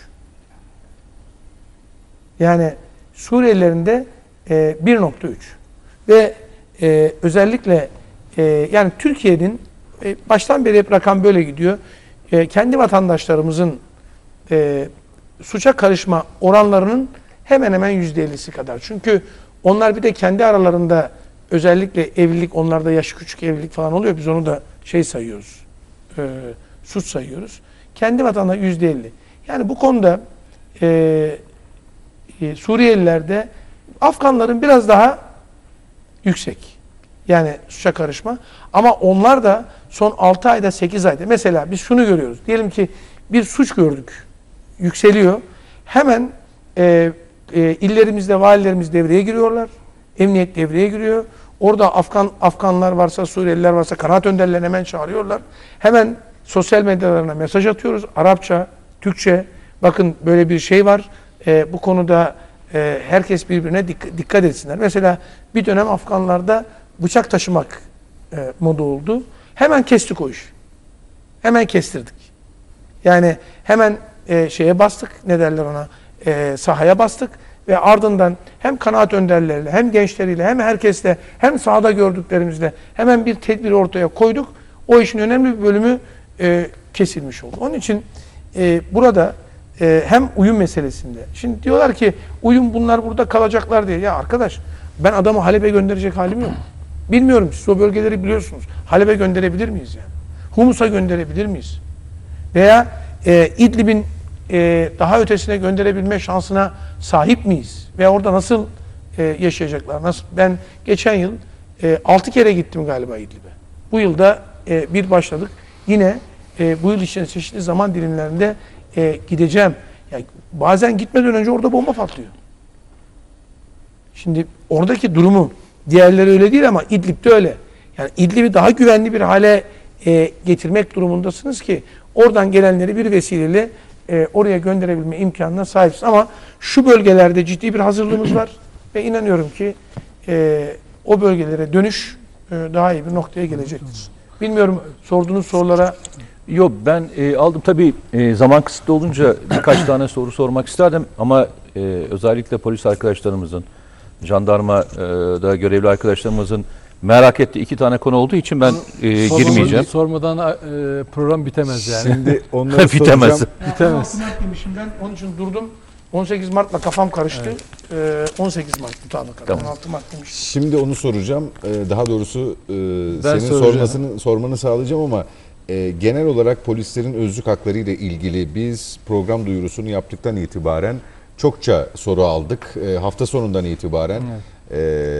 Yani Suriyelilerin de e, bir nokta üç. Ve e, özellikle e, yani Türkiye'nin e, baştan beri hep rakam böyle gidiyor. E, kendi vatandaşlarımızın e, suça karışma oranlarının hemen hemen yüzde ellisi kadar. Çünkü onlar bir de kendi aralarında özellikle evlilik, onlarda yaşı küçük evlilik falan oluyor. Biz onu da şey sayıyoruz, e, suç sayıyoruz. Kendi vatandaşı yüzde elli. Yani bu konuda e, e, Suriyelilerde Afganların biraz daha yüksek. Yani suça karışma. Ama onlar da son altı ayda, sekiz ayda. Mesela biz şunu görüyoruz. Diyelim ki bir suç gördük. Yükseliyor. Hemen e, e, illerimizde valilerimiz devreye giriyorlar. Emniyet devreye giriyor. Orada Afgan Afganlar varsa, Suriyeliler varsa kanaat önderlerini hemen çağırıyorlar. Hemen sosyal medyalarına mesaj atıyoruz. Arapça, Türkçe. Bakın böyle bir şey var. E, bu konuda e, herkes birbirine dik dikkat etsinler. Mesela bir dönem Afganlarda bıçak taşımak e, moda oldu. Hemen kestik o işi. Hemen kestirdik. Yani hemen e, şeye bastık. Ne derler ona? E, sahaya bastık. Ve ardından hem kanaat önderleriyle hem gençleriyle hem herkesle hem sahada gördüklerimizle hemen bir tedbir ortaya koyduk. O işin önemli bir bölümü e, kesilmiş oldu. Onun için e, burada e, hem uyum meselesinde. Şimdi diyorlar ki uyum bunlar burada kalacaklar diye. Ya arkadaş ben adamı Halep'e gönderecek halim yok. Bilmiyorum, siz o bölgeleri biliyorsunuz. Halep'e gönderebilir miyiz yani? Humus'a gönderebilir miyiz? Veya e, İdlib'in e, daha ötesine gönderebilme şansına sahip miyiz? Ve orada nasıl e, yaşayacaklar? Nasıl? Ben geçen yıl e, altı kere gittim galiba İdlib'e. Bu yılda e, bir başladık. Yine e, bu yıl içinde çeşitli zaman dilimlerinde e, gideceğim. Yani bazen gitmeden önce orada bomba patlıyor. Şimdi oradaki durumu, diğerleri öyle değil ama İdlib'de öyle. Yani İdlib'i daha güvenli bir hale e, getirmek durumundasınız ki oradan gelenleri bir vesileyle e, oraya gönderebilme imkanına sahipsiniz. Ama şu bölgelerde ciddi bir hazırlığımız var ve inanıyorum ki e, o bölgelere dönüş e, daha iyi bir noktaya gelecektir. Bilmiyorum, sorduğunuz sorulara. Yok, ben e, aldım tabii, e, zaman kısıtlı olunca birkaç tane soru sormak isterdim ama e, özellikle polis arkadaşlarımızın, jandarmada görevli arkadaşlarımızın merak ettiği iki tane konu olduğu için ben e, Sormadan- girmeyeceğim. Sormadan e, program bitemez yani. Şimdi onları Bitemez. soracağım. Bitemez. altı Mart demişim ben, onun için durdum. on sekiz Mart'la kafam karıştı. Ee, on sekiz Mart mutabık. Tamam. on altı Mart demiştim. Şimdi onu soracağım. Ee, Daha doğrusu e, senin soracağım. sormasını sormanı sağlayacağım ama e, genel olarak polislerin özlük hakları ile ilgili biz program duyurusunu yaptıktan itibaren çokça soru aldık. E, hafta sonundan itibaren e,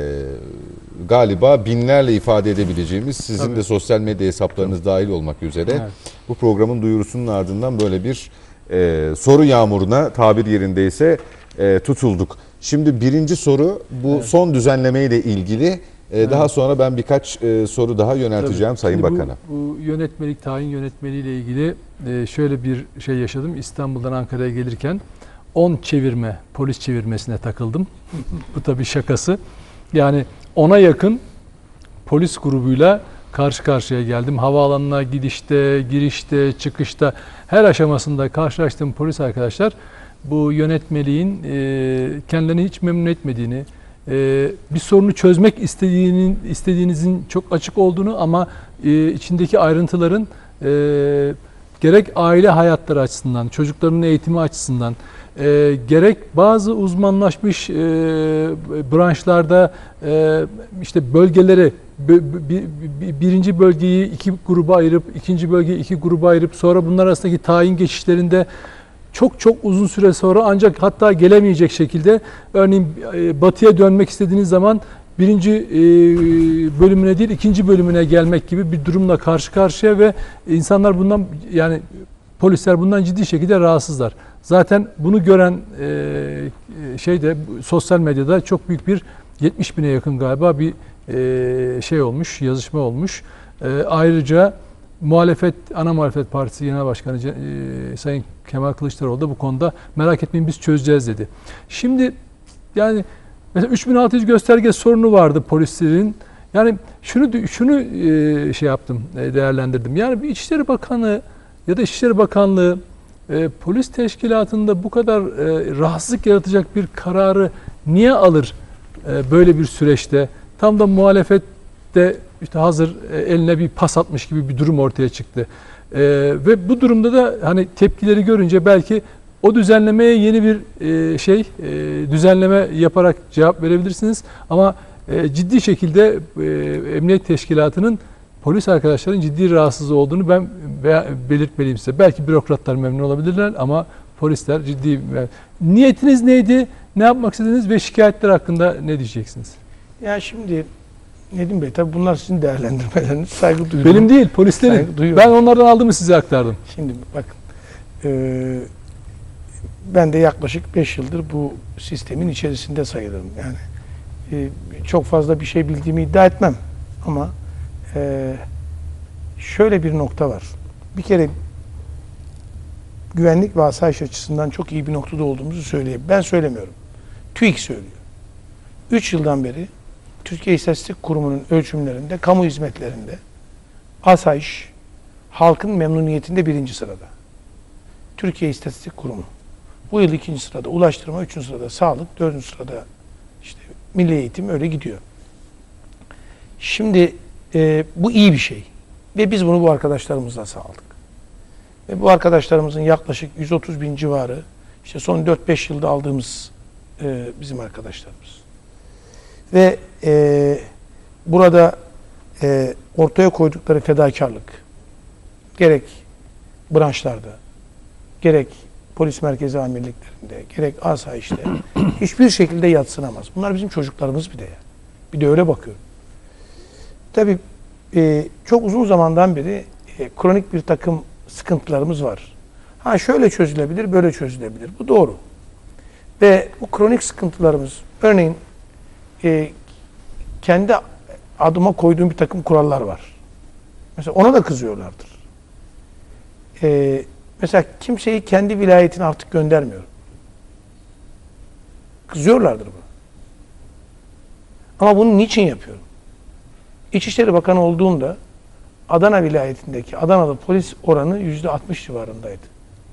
galiba binlerle ifade edebileceğimiz, sizin Tabii. de sosyal medya hesaplarınız dahil olmak üzere Evet. bu programın duyurusunun ardından böyle bir e, soru yağmuruna, tabir yerindeyse, e, tutulduk. Şimdi birinci soru bu Evet. son düzenlemeyle ilgili. E, Daha sonra ben birkaç e, soru daha yönelteceğim Tabii. Sayın Şimdi bu- Bakan'a. Bu, yönetmelik, tayin yönetmeliği ile ilgili e, şöyle bir şey yaşadım. İstanbul'dan Ankara'ya gelirken on çevirme, polis çevirmesine takıldım. Bu tabii şakası. Yani ona yakın polis grubuyla karşı karşıya geldim. Havaalanına gidişte, girişte, çıkışta her aşamasında karşılaştığım polis arkadaşlar bu yönetmeliğin e, kendilerini hiç memnun etmediğini, e, bir sorunu çözmek istediğinin istediğinizin çok açık olduğunu ama e, içindeki ayrıntıların e, gerek aile hayatları açısından, çocukların eğitimi açısından, e, gerek bazı uzmanlaşmış e, branşlarda e, işte bölgeleri bö- bir, bir- birinci bölgeyi iki gruba ayırıp ikinci bölgeyi iki gruba ayırıp sonra bunlar arasındaki tayin geçişlerinde çok çok uzun süre sonra ancak hatta gelemeyecek şekilde örneğin e, batıya dönmek istediğiniz zaman birinci e, bölümüne değil ikinci bölümüne gelmek gibi bir durumla karşı karşıya ve insanlar bundan, yani polisler bundan ciddi şekilde rahatsızlar. Zaten bunu gören e, şeyde sosyal medyada çok büyük bir yetmiş bine yakın galiba bir e, şey olmuş, yazışma olmuş. E, ayrıca muhalefet, ana muhalefet partisi genel başkanı e, Sayın Kemal Kılıçdaroğlu da bu konuda merak etmeyin biz çözeceğiz dedi. Şimdi yani mesela üç bin altı yüz gösterge sorunu vardı polislerin. Yani şunu şunu e, şey yaptım, e, değerlendirdim. Yani bir İçişleri Bakanı ya da İçişleri Bakanlığı e, polis teşkilatında bu kadar e, rahatsızlık yaratacak bir kararı niye alır e, böyle bir süreçte? Tam da muhalefette işte hazır e, eline bir pas atmış gibi bir durum ortaya çıktı. E, ve bu durumda da hani tepkileri görünce belki o düzenlemeye yeni bir e, şey e, düzenleme yaparak cevap verebilirsiniz. Ama e, ciddi şekilde e, Emniyet Teşkilatı'nın polis arkadaşların ciddi rahatsız olduğunu ben be- belirtmeliyim size. Belki bürokratlar memnun olabilirler ama polisler ciddi. Niyetiniz neydi? Ne yapmak istediniz ve şikayetler hakkında ne diyeceksiniz? Ya şimdi Nedim Bey, tabii bunlar sizin değerlendirmeleriniz, saygı duyuyorum. Benim değil, polislerin. Saygı duyuyorum. Ben onlardan aldığımı size aktardım. Şimdi bakın, e, ben de yaklaşık beş yıldır bu sistemin içerisinde sayılırım. Yani e, çok fazla bir şey bildiğimi iddia etmem ama e, şöyle bir nokta var. Bir kere güvenlik ve asayiş açısından çok iyi bir noktada olduğumuzu söyleyeyim. Ben söylemiyorum. TÜİK söylüyor. üç yıldan beri Türkiye İstatistik Kurumu'nun ölçümlerinde, kamu hizmetlerinde asayiş halkın memnuniyetinde birinci sırada. Türkiye İstatistik Kurumu. Bu yıl ikinci sırada ulaştırma, üçüncü sırada sağlık, dördüncü sırada işte milli eğitim, öyle gidiyor. Şimdi e, bu iyi bir şey. Ve biz bunu bu arkadaşlarımızla sağladık. Ve bu arkadaşlarımızın yaklaşık yüz otuz bin civarı işte son dört beş yılda aldığımız e, bizim arkadaşlarımız. Ve e, burada e, ortaya koydukları fedakarlık gerek branşlarda, gerek polis merkezi amirliklerinde, gerek asayişte hiçbir şekilde yadsınamaz. Bunlar bizim çocuklarımız bir de ya. Bir de öyle bakıyorum. Tabii e, çok uzun zamandan beri e, kronik bir takım sıkıntılarımız var. Ha şöyle çözülebilir, böyle çözülebilir. Bu doğru. Ve bu kronik sıkıntılarımız, örneğin e, kendi adıma koyduğum bir takım kurallar var. Mesela ona da kızıyorlardır. E, mesela kimseyi kendi vilayetine artık göndermiyorum. Kızıyorlardır bu. Ama bunu niçin yapıyorum? İçişleri Bakanı olduğumda Adana vilayetindeki Adanalı polis oranı yüzde altmış civarındaydı.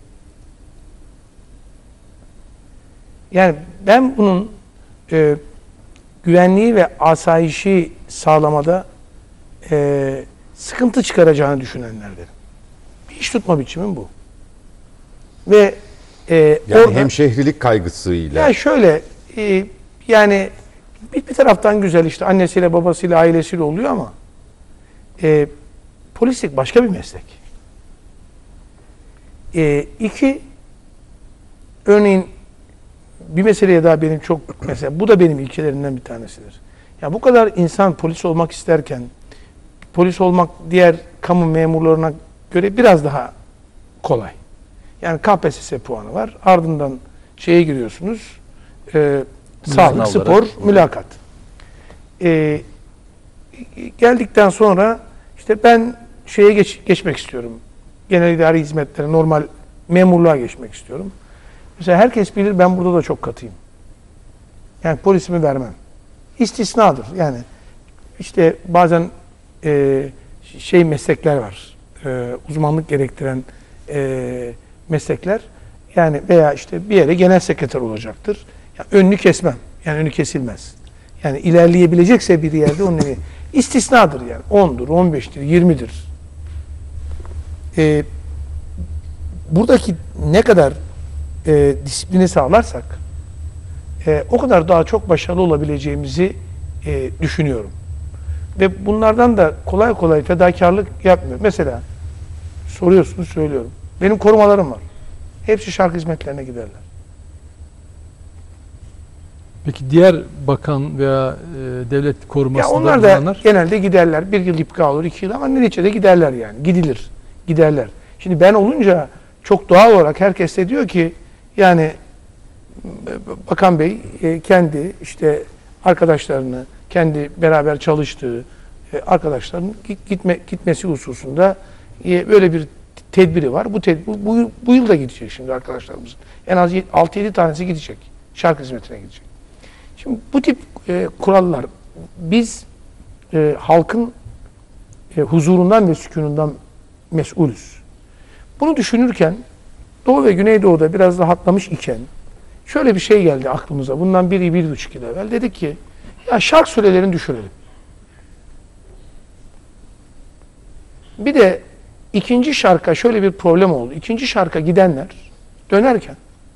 Yani ben bunun e, güvenliği ve asayişi sağlamada e, sıkıntı çıkaracağını düşünenlerdenim. Bir iş tutma biçimim bu. Ve e, Yani orada, hemşehrilik kaygısıyla. ya şöyle e, yani bir, bir taraftan güzel işte annesiyle babasıyla ailesiyle oluyor ama e, polislik başka bir meslek. E, iki örneğin bir meseleye daha benim çok mesela bu da benim ilkelerimden bir tanesidir. Ya bu kadar insan polis olmak isterken polis olmak diğer kamu memurlarına göre biraz daha kolay. Yani K P S S puanı var. Ardından şeye giriyorsunuz. E, sağlık, spor, mülakat. E, geldikten sonra işte ben şeye geç, geçmek istiyorum. Genel idari hizmetlere, normal memurluğa geçmek istiyorum. Mesela herkes bilir ben burada da çok katıyım. Yani polisimi vermem. İstisnadır. Yani işte bazen e, şey meslekler var. E, uzmanlık gerektiren e, meslekler. Yani veya işte bir yere genel sekreter olacaktır. Yani önünü kesmem. Yani önü kesilmez. Yani ilerleyebilecekse bir yerde onun evi istisnadır yani. ondur, on beştir, yirmidir. E, buradaki ne kadar e, disiplini sağlarsak e, o kadar daha çok başarılı olabileceğimizi e, düşünüyorum. Ve bunlardan da kolay kolay fedakarlık yapmıyor. Mesela soruyorsunuz, söylüyorum. Benim korumalarım var. Hepsi şark hizmetlerine giderler. Peki diğer bakan veya e, devlet korumasında ya onlar da bulunanlar? genelde giderler. Bir yıl ipka olur, iki yıl ama neticede giderler yani. Gidilir. Giderler. Şimdi ben olunca çok doğal olarak herkes de diyor ki yani Bakan Bey kendi işte arkadaşlarını, kendi beraber çalıştığı arkadaşlarının gitme, gitmesi hususunda böyle bir tedbiri var. Bu tedbir bu, bu yıl da gidecek şimdi arkadaşlarımızın. En az altı yedi tanesi gidecek. Şark hizmetine gidecek. Şimdi bu tip e, kurallar biz e, halkın e, huzurundan ve sükunundan mesulüz. Bunu düşünürken Doğu ve Güneydoğu'da biraz rahatlamış iken şöyle bir şey geldi aklımıza. Bundan bir, bir buçuk yıl evvel dedik ki ya şark sürelerini düşürelim. Bir de ikinci şarka şöyle bir problem oldu. İkinci şarka gidenler dönerken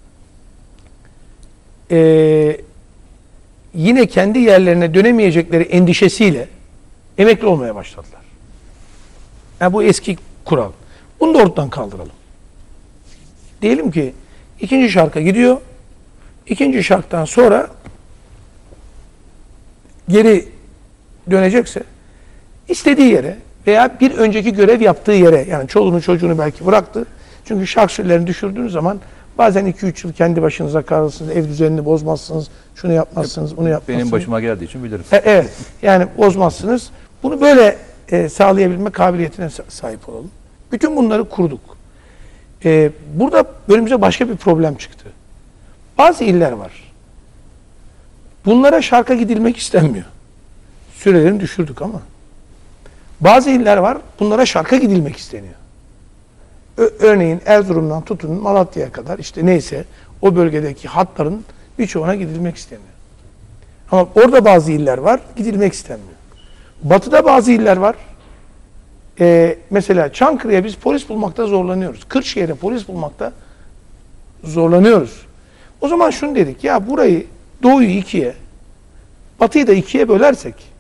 e, yine kendi yerlerine dönemeyecekleri endişesiyle emekli olmaya başladılar. Yani bu eski kural. Bunu da ortadan kaldıralım. Diyelim ki ikinci şarka gidiyor. İkinci şarktan sonra geri dönecekse istediği yere veya bir önceki görev yaptığı yere, yani çoluğunu çocuğunu belki bıraktı. Çünkü şark sürelerini düşürdüğünüz zaman bazen iki üç yıl kendi başınıza kalırsınız, ev düzenini bozmazsınız, şunu yapmazsınız, bunu yapmazsınız. Benim başıma geldiği için bilirim. E, evet, yani bozmazsınız. Bunu böyle e, sağlayabilme kabiliyetine sahip olalım. Bütün bunları kurduk. E, burada önümüze başka bir problem çıktı. Bazı iller var. Bunlara şarka gidilmek istenmiyor. Sürelerini düşürdük ama. Bazı iller var, bunlara şarka gidilmek isteniyor. Ö- örneğin Erzurum'dan tutun Malatya'ya kadar işte neyse o bölgedeki hatların birçoğuna gidilmek isteniyor. Ama orada bazı iller var, gidilmek istenmiyor. Batıda bazı iller var. Ee, mesela Çankırı'ya biz polis bulmakta zorlanıyoruz. Kırşehir'e polis bulmakta zorlanıyoruz. O zaman şunu dedik, ya burayı doğuyu ikiye, batıyı da ikiye bölersek,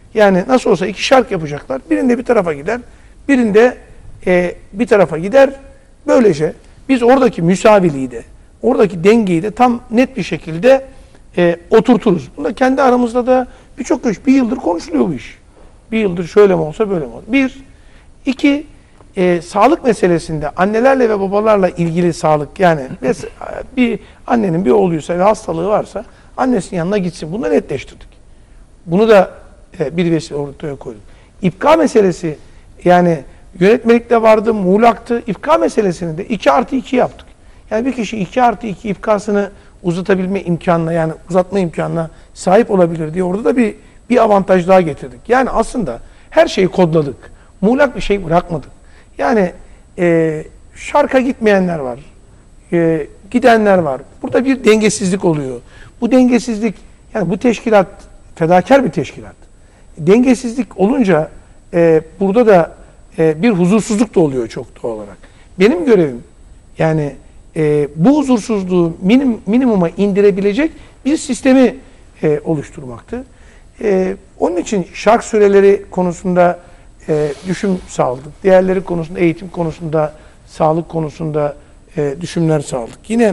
Yani nasıl olsa iki şarkı yapacaklar. Birinde bir tarafa gider, birinde e, bir tarafa gider. Böylece biz oradaki müsaviliği de, oradaki dengeyi de tam net bir şekilde e, oturturuz. Bunda kendi aramızda da birçok iş, bir yıldır konuşuluyor bu iş. Bir yıldır şöyle mi olsa böyle mi olsa. Bir, iki, e, sağlık meselesinde annelerle ve babalarla ilgili sağlık, yani mesela bir annenin bir oğluysa ve hastalığı varsa annesinin yanına gitsin. Bunu netleştirdik. Bunu da e, bir vesile ortaya koyduk. İpka meselesi, yani yönetmelikte vardı, muğlaktı. İpka meselesini de iki artı iki yaptık. Yani bir kişi iki artı iki ipkasını uzatabilme imkanına, yani uzatma imkanına sahip olabilir diye orada da bir bir avantaj daha getirdik. Yani aslında her şeyi kodladık. Muğlak bir şey bırakmadık. Yani e, şarka gitmeyenler var. E, gidenler var. Burada bir dengesizlik oluyor. Bu dengesizlik, yani bu teşkilat fedakar bir teşkilat. Dengesizlik olunca e, burada da e, bir huzursuzluk da oluyor çok doğal olarak. Benim görevim yani e, bu huzursuzluğu minim, minimuma indirebilecek bir sistemi e, oluşturmaktı. E, onun için şark süreleri konusunda e, düşüm sağladık. Diğerleri konusunda, eğitim konusunda, sağlık konusunda e, düşümler sağladık. Yine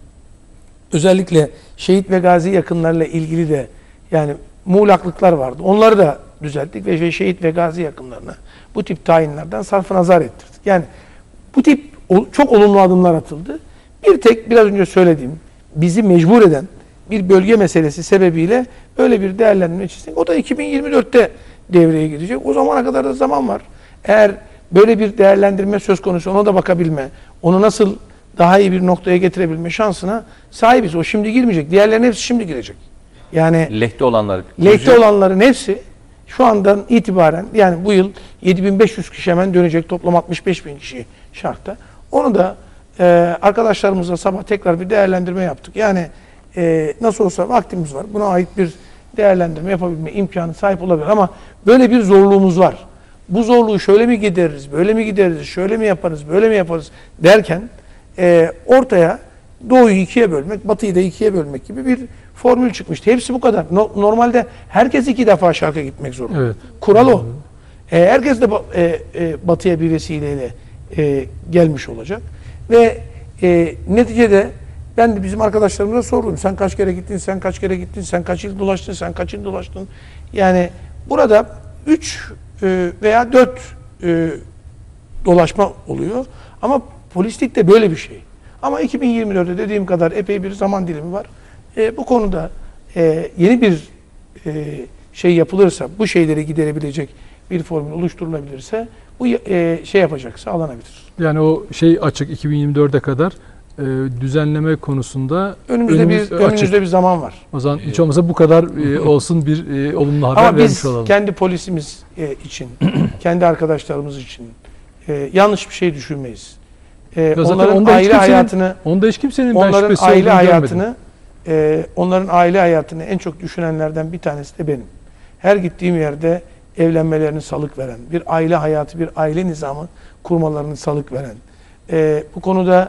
özellikle şehit ve gazi yakınlarıyla ilgili de yani muğlaklıklar vardı. Onları da düzelttik ve şehit ve gazi yakınlarına bu tip tayinlerden sarf nazar ettirdik. Yani bu tip çok olumlu adımlar atıldı. Bir tek biraz önce söylediğim bizi mecbur eden bir bölge meselesi sebebiyle böyle bir değerlendirme çizdik. O da iki bin yirmi dörtte devreye girecek. O zamana kadar da zaman var. Eğer böyle bir değerlendirme söz konusu, ona da bakabilme, onu nasıl daha iyi bir noktaya getirebilme şansına sahibiz. O şimdi girmeyecek. Diğerlerinin hepsi şimdi girecek. Yani lehte olanlar. Lehte olanların hepsi şu andan itibaren, yani bu yıl yedi bin beş yüz kişi hemen dönecek. Toplam altmış beş bin kişi şartta. Onu da e, arkadaşlarımızla sabah tekrar bir değerlendirme yaptık. Yani e, nasıl olsa vaktimiz var. Buna ait bir değerlendirme yapabilme imkanı sahip olabilir. Ama böyle bir zorluğumuz var. Bu zorluğu şöyle mi gideririz, böyle mi gideriz, şöyle mi yaparız, böyle mi yaparız derken e, ortaya Doğu'yu ikiye bölmek, Batı'yı da ikiye bölmek gibi bir formül çıkmıştı. Hepsi bu kadar. No, normalde herkes iki defa şarka gitmek zorunda. Evet. Kural o. E, herkes de e, e, Batı'ya bir vesileyle e, gelmiş olacak. Ve e, neticede ben de bizim arkadaşlarımıza sordum. Sen kaç kere gittin, sen kaç kere gittin, sen kaç yıl dolaştın, sen kaç yıl dolaştın. Yani burada üç e, veya dört e, dolaşma oluyor. Ama polislik de böyle bir şey. Ama iki bin yirmi dörtte dediğim kadar epey bir zaman dilimi var. E, bu konuda e, yeni bir e, şey yapılırsa, bu şeyleri giderebilecek bir formül oluşturulabilirse bu e, şey yapacak, sağlanabilir. Yani o şey açık iki bin yirmi dörde kadar e, düzenleme konusunda önümüzde önümüz bir önümüzde açık. bir zaman var. O zaman hiç olmazsa bu kadar e, olsun bir e, olumlu haber Ama vermiş biz olalım. kendi polisimiz e, için, kendi arkadaşlarımız için e, yanlış bir şey düşünmeyiz. E, onların aile hayatını, onda hiç kimsenin onların aile hayatını, e, onların aile hayatını en çok düşünenlerden bir tanesi de benim. Her gittiğim yerde evlenmelerini salık veren, bir aile hayatı, bir aile nizamı kurmalarını salık veren, e, bu konuda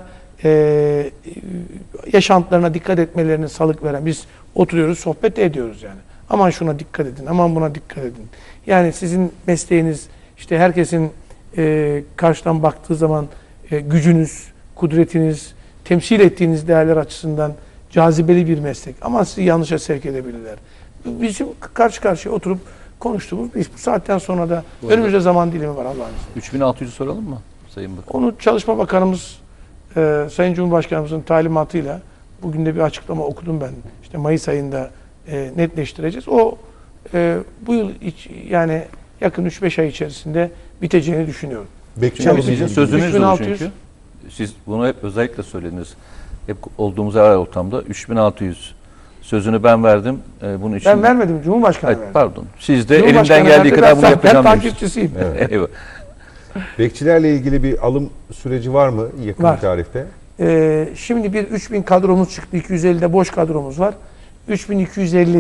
e, yaşantılarına dikkat etmelerini salık veren, biz oturuyoruz, sohbet ediyoruz yani. Aman şuna dikkat edin, aman buna dikkat edin. Yani sizin mesleğiniz, işte herkesin e, karşıdan baktığı zaman e, gücünüz, kudretiniz, temsil ettiğiniz değerler açısından cazibeli bir meslek. Ama sizi yanlışa sevk edebilirler. Bizim karşı karşıya oturup konuştuğumuz biz bu saatten sonra da bu önümüzde zaman dilimi var Allah'ın izniyle. üç bin altı yüzü soralım mı Sayın Bakan? Onu Çalışma Bakanımız e, Sayın Cumhurbaşkanımızın talimatıyla bugün de bir açıklama okudum ben. İşte Mayıs ayında e, netleştireceğiz. O e, bu yıl iç, yani yakın üç beş ay içerisinde biteceğini düşünüyorum. Çünkü sizin sözünüz de çünkü. Siz bunu hep özellikle söylediniz. Hep olduğumuz her ortamda üç bin altı yüz sözünü ben verdim. E, bunun için ben vermedim, Cumhurbaşkanı evet, verdi. Pardon. Siz de elimden geldiği kadar bunu yapacağım. Ben takipçisiyim. Evet. Evet. Bekçilerle ilgili bir alım süreci var mı yakın var. tarihte? Ee, şimdi bir üç bin kadromuz çıktı. iki yüz elli de boş kadromuz var. üç bin iki yüz elli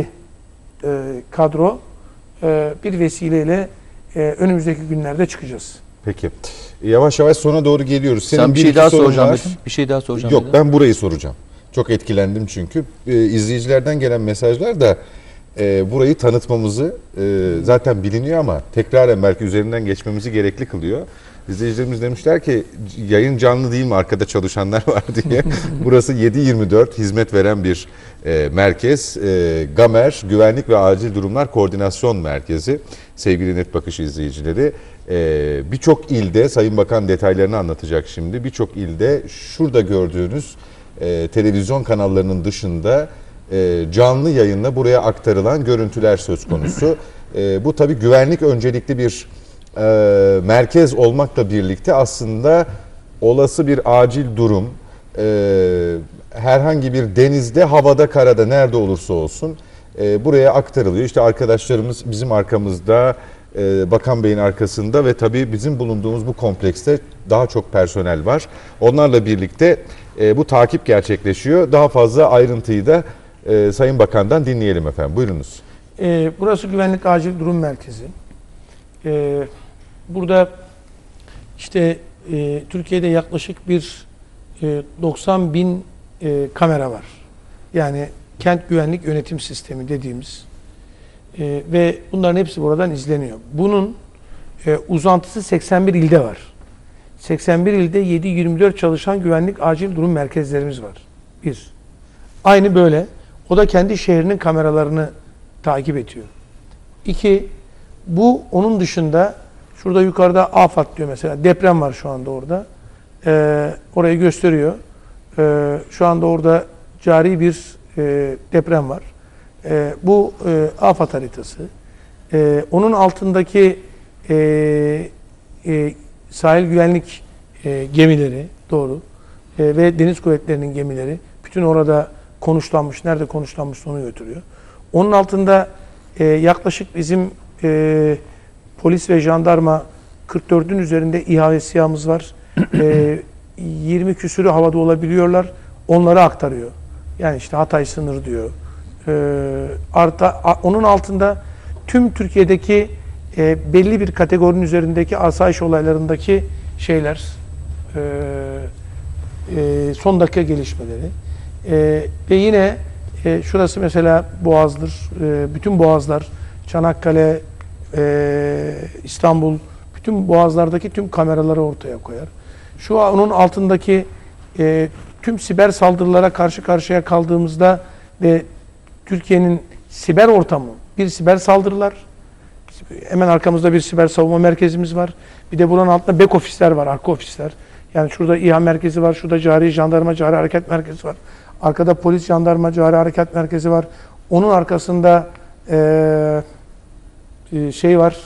e, kadro e, bir vesileyle e, önümüzdeki günlerde çıkacağız. Peki. Yavaş yavaş sona doğru geliyoruz. Senin Sen bir, bir şey daha soracağım. Var. Bir şey daha soracağım. Yok, ben burayı soracağım. Çok etkilendim çünkü. Ee, izleyicilerden gelen mesajlar da e, burayı tanıtmamızı e, zaten biliniyor ama tekraren belki üzerinden geçmemizi gerekli kılıyor. İzleyicilerimiz demişler ki yayın canlı değil mi, arkada çalışanlar var diye. Burası yedi yirmi dört hizmet veren bir e, merkez. E, GAMER Güvenlik ve Acil Durumlar Koordinasyon Merkezi. Sevgili Net Bakış izleyicileri, e, birçok ilde, Sayın Bakan detaylarını anlatacak şimdi, birçok ilde şurada gördüğünüz e, televizyon kanallarının dışında e, canlı yayınla buraya aktarılan görüntüler söz konusu. E, bu tabii güvenlik öncelikli bir E, merkez olmakla birlikte aslında olası bir acil durum e, herhangi bir denizde, havada, karada nerede olursa olsun e, buraya aktarılıyor. İşte arkadaşlarımız bizim arkamızda, e, Bakan Bey'in arkasında ve tabii bizim bulunduğumuz bu komplekste daha çok personel var. Onlarla birlikte e, bu takip gerçekleşiyor. Daha fazla ayrıntıyı da e, Sayın Bakan'dan dinleyelim efendim. Buyurunuz. E, burası Güvenlik Acil Durum Merkezi. E, burada işte e, Türkiye'de yaklaşık bir e, doksan bin e, kamera var. Yani kent güvenlik yönetim sistemi dediğimiz e, ve bunların hepsi buradan izleniyor. Bunun e, uzantısı seksen bir ilde var. seksen bir ilde yedi yirmi dört çalışan güvenlik acil durum merkezlerimiz var. Bir. Aynı böyle. O da kendi şehrinin kameralarını takip ediyor. İki. Bu onun dışında şurada yukarıda AFAD diyor mesela. Deprem var şu anda orada. Ee, orayı gösteriyor. Ee, şu anda orada cari bir e, deprem var. Ee, bu e, AFAD haritası. Ee, onun altındaki e, e, sahil güvenlik e, gemileri, doğru. E, ve deniz kuvvetlerinin gemileri. Bütün orada konuşlanmış, nerede konuşlanmış onu götürüyor. Onun altında e, yaklaşık bizim e, polis ve jandarma kırk dördün üzerinde İHA ve SİHA'mız var. e, yirmi küsürü havada olabiliyorlar. Onları aktarıyor. Yani işte Hatay sınır diyor. E, arta, a, onun altında tüm Türkiye'deki e, belli bir kategorinin üzerindeki asayiş olaylarındaki şeyler, e, e, son dakika gelişmeleri. E, ve yine e, şurası mesela Boğaz'dır. E, bütün Boğazlar, Çanakkale, e, İstanbul, bütün Boğazlardaki tüm kameraları ortaya koyar. Şu an onun altındaki e, tüm siber saldırılara karşı karşıya kaldığımızda ve Türkiye'nin siber ortamı, bir siber saldırılar, hemen arkamızda bir siber savunma merkezimiz var. Bir de buranın altında back ofisler var, arka ofisler. Yani şurada İHA merkezi var, şurada cari jandarma, cari hareket merkezi var. Arkada polis, jandarma, cari hareket merkezi var. Onun arkasında e, şey var,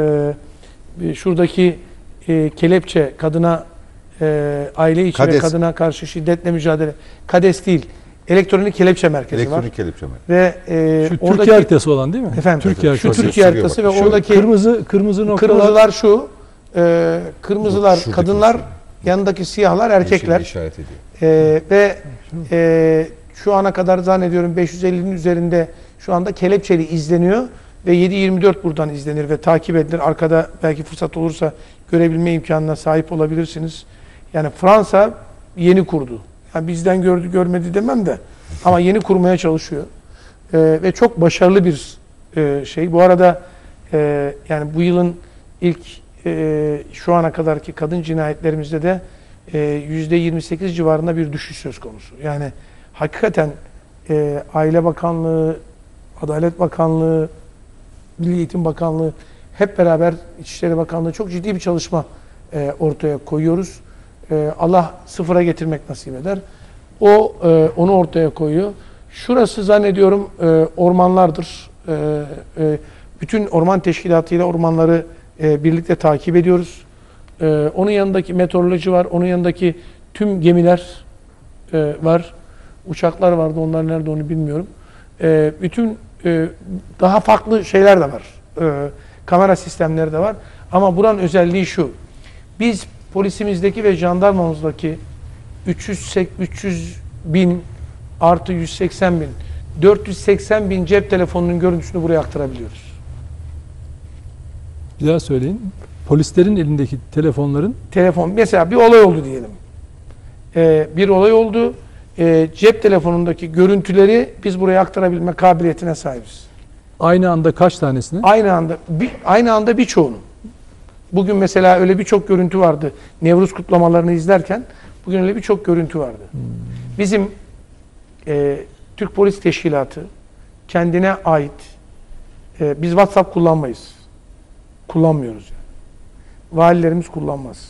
e, şuradaki e, kelepçe, kadına, e, aile içi KADES. ve kadına karşı şiddetle mücadele. KADES değil, elektronik kelepçe merkezi Elektronik var. kelepçe merkezi. Ve e, Şu oradaki, Türkiye haritası olan değil mi? efendim, Türkiye şu haritası. Türkiye haritası ve Şu oradaki kırmızı kırmızı noktalar. kırmızılar şu, e, kırmızılar Şuradaki kadınlar, resim. yanındaki siyahlar erkekler. Yeşil işaret ediyor. E, ve e, şu ana kadar zannediyorum beş yüz ellinin üzerinde şu anda kelepçeli izleniyor ve yedi yirmi dört buradan izlenir ve takip edilir. Arkada belki fırsat olursa görebilme imkanına sahip olabilirsiniz. Yani Fransa yeni kurdu. Yani bizden gördü görmedi demem de ama yeni kurmaya çalışıyor. Ee, ve çok başarılı bir e, şey. Bu arada e, yani bu yılın ilk e, şu ana kadarki kadın cinayetlerimizde de e, yüzde yirmi sekiz civarında bir düşüş söz konusu. Yani hakikaten e, Aile Bakanlığı, Adalet Bakanlığı, Milli Eğitim Bakanlığı hep beraber İçişleri Bakanlığı çok ciddi bir çalışma e, ortaya koyuyoruz. E, Allah sıfıra getirmek nasip eder. O e, onu ortaya koyuyor. Şurası zannediyorum e, ormanlardır. E, e, bütün orman teşkilatıyla ormanları e, birlikte takip ediyoruz. E, onun yanındaki meteoroloji var. Onun yanındaki tüm gemiler e, var. Uçaklar vardı. Onlar nerede onu bilmiyorum. E, bütün e, daha farklı şeyler de var. E, kamera sistemleri de var. Ama buranın özelliği şu. Biz polisimizdeki ve jandarmamızdaki üç yüz bin artı yüz seksen bin, dört yüz seksen bin cep telefonunun görüntüsünü buraya aktarabiliyoruz. Bir daha söyleyin. Polislerin elindeki telefonların Telefon, mesela bir olay oldu diyelim. Ee, bir olay oldu. Ee, cep telefonundaki görüntüleri biz buraya aktarabilme kabiliyetine sahibiz. Aynı anda kaç tanesini? Aynı anda bir, aynı anda birçoğunu. Bugün mesela öyle birçok görüntü vardı. Nevruz kutlamalarını izlerken bugün öyle birçok görüntü vardı. Hmm. Bizim e, Türk Polis Teşkilatı kendine ait e, biz WhatsApp kullanmayız. Kullanmıyoruz yani. Valilerimiz kullanmaz.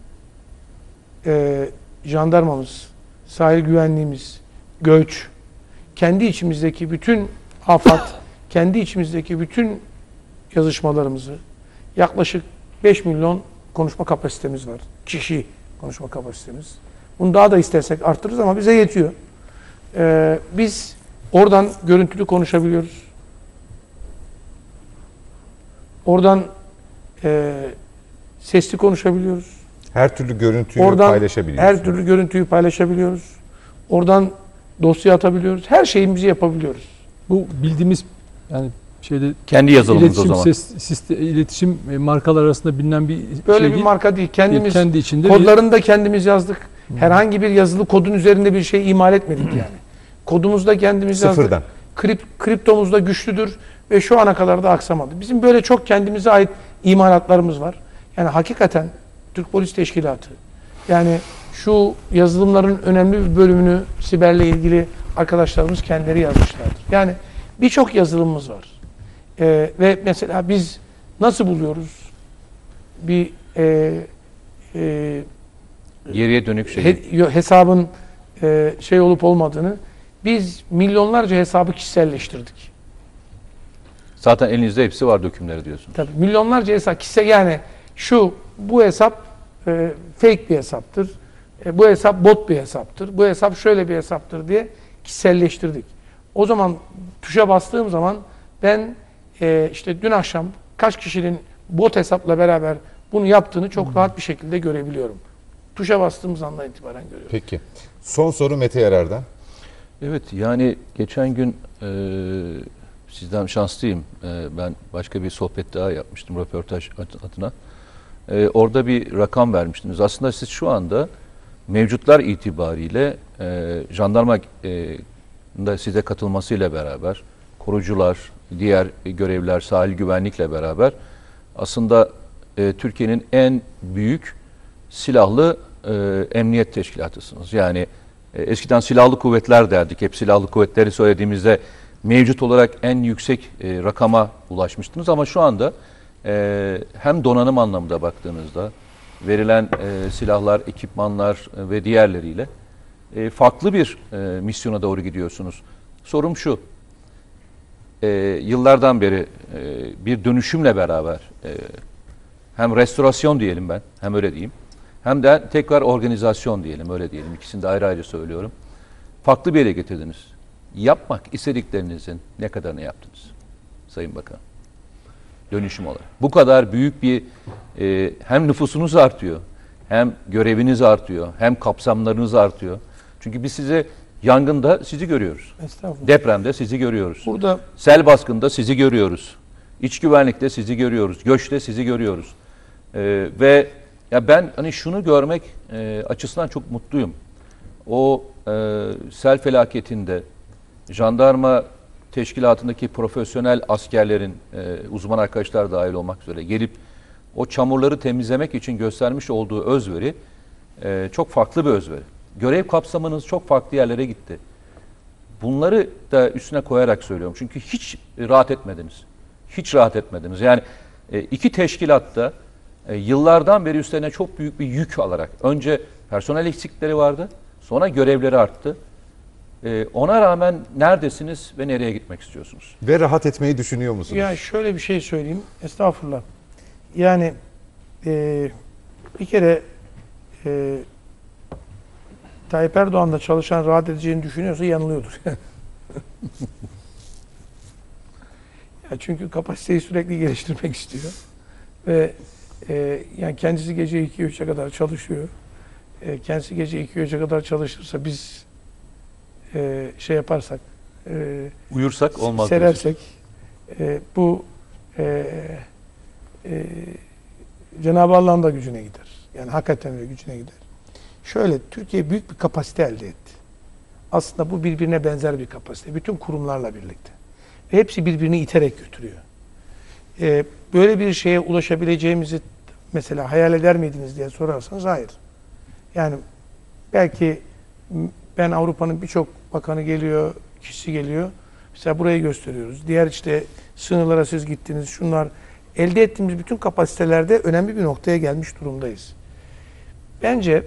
E, jandarmamız, sahil güvenliğimiz, göç, kendi içimizdeki bütün afat, kendi içimizdeki bütün yazışmalarımızı, yaklaşık beş milyon konuşma kapasitemiz var. Kişi konuşma kapasitemiz. Bunu daha da istersek arttırırız ama bize yetiyor. Ee, biz oradan görüntülü konuşabiliyoruz. Oradan e, sesli konuşabiliyoruz. Her türlü görüntüyü Oradan paylaşabiliyoruz. her türlü görüntüyü paylaşabiliyoruz. Oradan dosya atabiliyoruz. Her şeyimizi yapabiliyoruz. Bu bildiğimiz yani şeyde kendi yazılımımız iletişim, o zaman. Ses, sistem, iletişim markalar arasında bilinen bir Böyle şey bir değil. marka değil. Kendimiz Kendi içinde kodlarını da kendimiz yazdık. Herhangi bir yazılı kodun üzerinde bir şey imal etmedik yani. Kodumuzu da kendimiz Sıfırdan. yazdık. Krip, kriptomuz da güçlüdür ve şu ana kadar da aksamadı. Bizim böyle çok kendimize ait imalatlarımız var. Yani hakikaten Türk Polis Teşkilatı yani şu yazılımların önemli bir bölümünü siberle ilgili arkadaşlarımız kendileri yazmışlardır. Yani birçok yazılımımız var. Ee, ve mesela biz nasıl buluyoruz bir e, e, Geriye dönük şey. he, hesabın e, şey olup olmadığını biz milyonlarca hesabı kişiselleştirdik. Zaten elinizde hepsi var dökümleri diyorsunuz. Tabii milyonlarca hesap kişisel yani şu bu hesap e, fake bir hesaptır. E, bu hesap bot bir hesaptır. Bu hesap şöyle bir hesaptır diye kişiselleştirdik. O zaman tuşa bastığım zaman ben e, işte dün akşam kaç kişinin bot hesapla beraber bunu yaptığını çok hmm. rahat bir şekilde görebiliyorum. Tuşa bastığımız andan itibaren görüyorum. Peki. Son soru Mete Yarar'dan. Evet yani geçen gün e, sizden şanslıyım. E, ben başka bir sohbet daha yapmıştım röportaj adına. E, orada bir rakam vermiştiniz. Aslında siz şu anda mevcutlar itibariyle e, jandarma e, da size katılmasıyla beraber korucular, diğer görevliler, sahil güvenlikle beraber aslında e, Türkiye'nin en büyük silahlı e, emniyet teşkilatısınız. Yani e, eskiden silahlı kuvvetler derdik. Hep silahlı kuvvetleri söylediğimizde mevcut olarak en yüksek e, rakama ulaşmıştınız ama şu anda e, hem donanım anlamında baktığınızda verilen e, silahlar, ekipmanlar e, ve diğerleriyle e, farklı bir e, misyona doğru gidiyorsunuz. Sorum şu, e, yıllardan beri e, bir dönüşümle beraber e, hem restorasyon diyelim ben, hem öyle diyeyim, hem de tekrar organizasyon diyelim, öyle diyelim. İkisini de ayrı ayrı söylüyorum. Farklı bir yere getirdiniz. Yapmak istediklerinizin ne kadarını yaptınız Sayın Bakan? Dönüşüm olarak. Bu kadar büyük bir e, hem nüfusunuz artıyor, hem göreviniz artıyor, hem kapsamlarınız artıyor. Çünkü biz size yangında sizi görüyoruz. Depremde sizi görüyoruz. Burada sel baskında sizi görüyoruz. İç güvenlikte sizi görüyoruz. Göçte sizi görüyoruz. E, ve ya ben hani şunu görmek e, açısından çok mutluyum. O e, sel felaketinde jandarma teşkilatındaki profesyonel askerlerin, e, uzman arkadaşlar dahil olmak üzere gelip o çamurları temizlemek için göstermiş olduğu özveri e, çok farklı bir özveri. Görev kapsamınız çok farklı yerlere gitti. Bunları da üstüne koyarak söylüyorum. Çünkü hiç rahat etmediniz. Hiç rahat etmediniz. Yani e, iki teşkilatta e, yıllardan beri üstlerine çok büyük bir yük alarak önce personel eksikleri vardı, sonra görevleri arttı. Ee, ona rağmen neredesiniz ve nereye gitmek istiyorsunuz? Ve rahat etmeyi düşünüyor musunuz? Ya şöyle bir şey söyleyeyim. Estağfurullah. Yani e, bir kere e, Tayyip Erdoğan'da çalışan rahat edeceğini düşünüyorsa yanılıyordur. Ya çünkü kapasiteyi sürekli geliştirmek istiyor. Ve e, yani kendisi gece iki üçe kadar çalışıyor. E, kendisi gece iki üçe kadar çalışırsa biz e, şey yaparsak e, uyursak olmaz. Serersek e, bu e, e, Cenab-ı Allah'ın da gücüne gider. Yani hakikaten öyle gücüne gider. Şöyle Türkiye büyük bir kapasite elde etti. Aslında bu birbirine benzer bir kapasite. Bütün kurumlarla birlikte. Ve hepsi birbirini iterek götürüyor. Ee, böyle bir şeye ulaşabileceğimizi mesela hayal eder miydiniz diye sorarsanız hayır. Yani belki ben Avrupa'nın birçok bakanı geliyor, kişisi geliyor. Mesela burayı gösteriyoruz. Diğer işte sınırlara siz gittiniz. Şunlar elde ettiğimiz bütün kapasitelerde önemli bir noktaya gelmiş durumdayız. Bence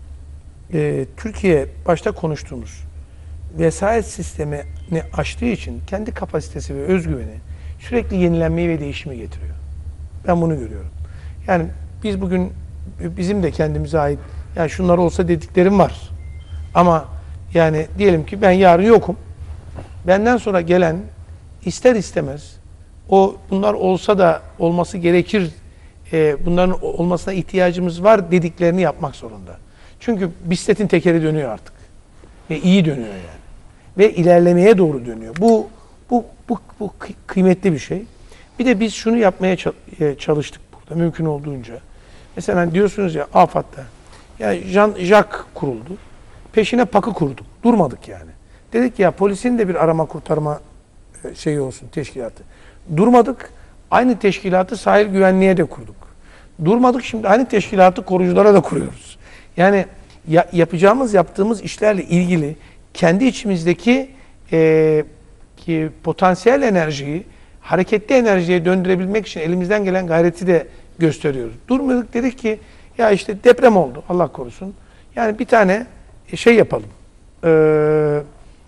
e, Türkiye başta konuştuğumuz vesayet sistemini aştığı için kendi kapasitesi ve özgüveni sürekli yenilenmeyi ve değişimi getiriyor. Ben bunu görüyorum. Yani biz bugün bizim de kendimize ait ya şunlar olsa dediklerim var. Ama yani diyelim ki ben yarın yokum. Benden sonra gelen ister istemez o bunlar olsa da olması gerekir, e, bunların olmasına ihtiyacımız var dediklerini yapmak zorunda. Çünkü bisikletin tekeri dönüyor artık. Ve iyi dönüyor yani. Ve ilerlemeye doğru dönüyor. Bu bu bu, bu kıymetli bir şey. Bir de biz şunu yapmaya çalıştık burada mümkün olduğunca. Mesela diyorsunuz ya AFAD'da ya Jean Jacques kuruldu. Peşine PAK'ı kurduk. Durmadık yani. Dedik ya polisin de bir arama kurtarma şeyi olsun, teşkilatı. Durmadık. Aynı teşkilatı sahil güvenliğe de kurduk. Durmadık, şimdi aynı teşkilatı koruculara da kuruyoruz. Yani ya, yapacağımız, yaptığımız işlerle ilgili kendi içimizdeki e, ki potansiyel enerjiyi hareketli enerjiye döndürebilmek için elimizden gelen gayreti de gösteriyoruz. Durmadık, dedik ki ya işte deprem oldu, Allah korusun. Yani bir tane şey yapalım. Eee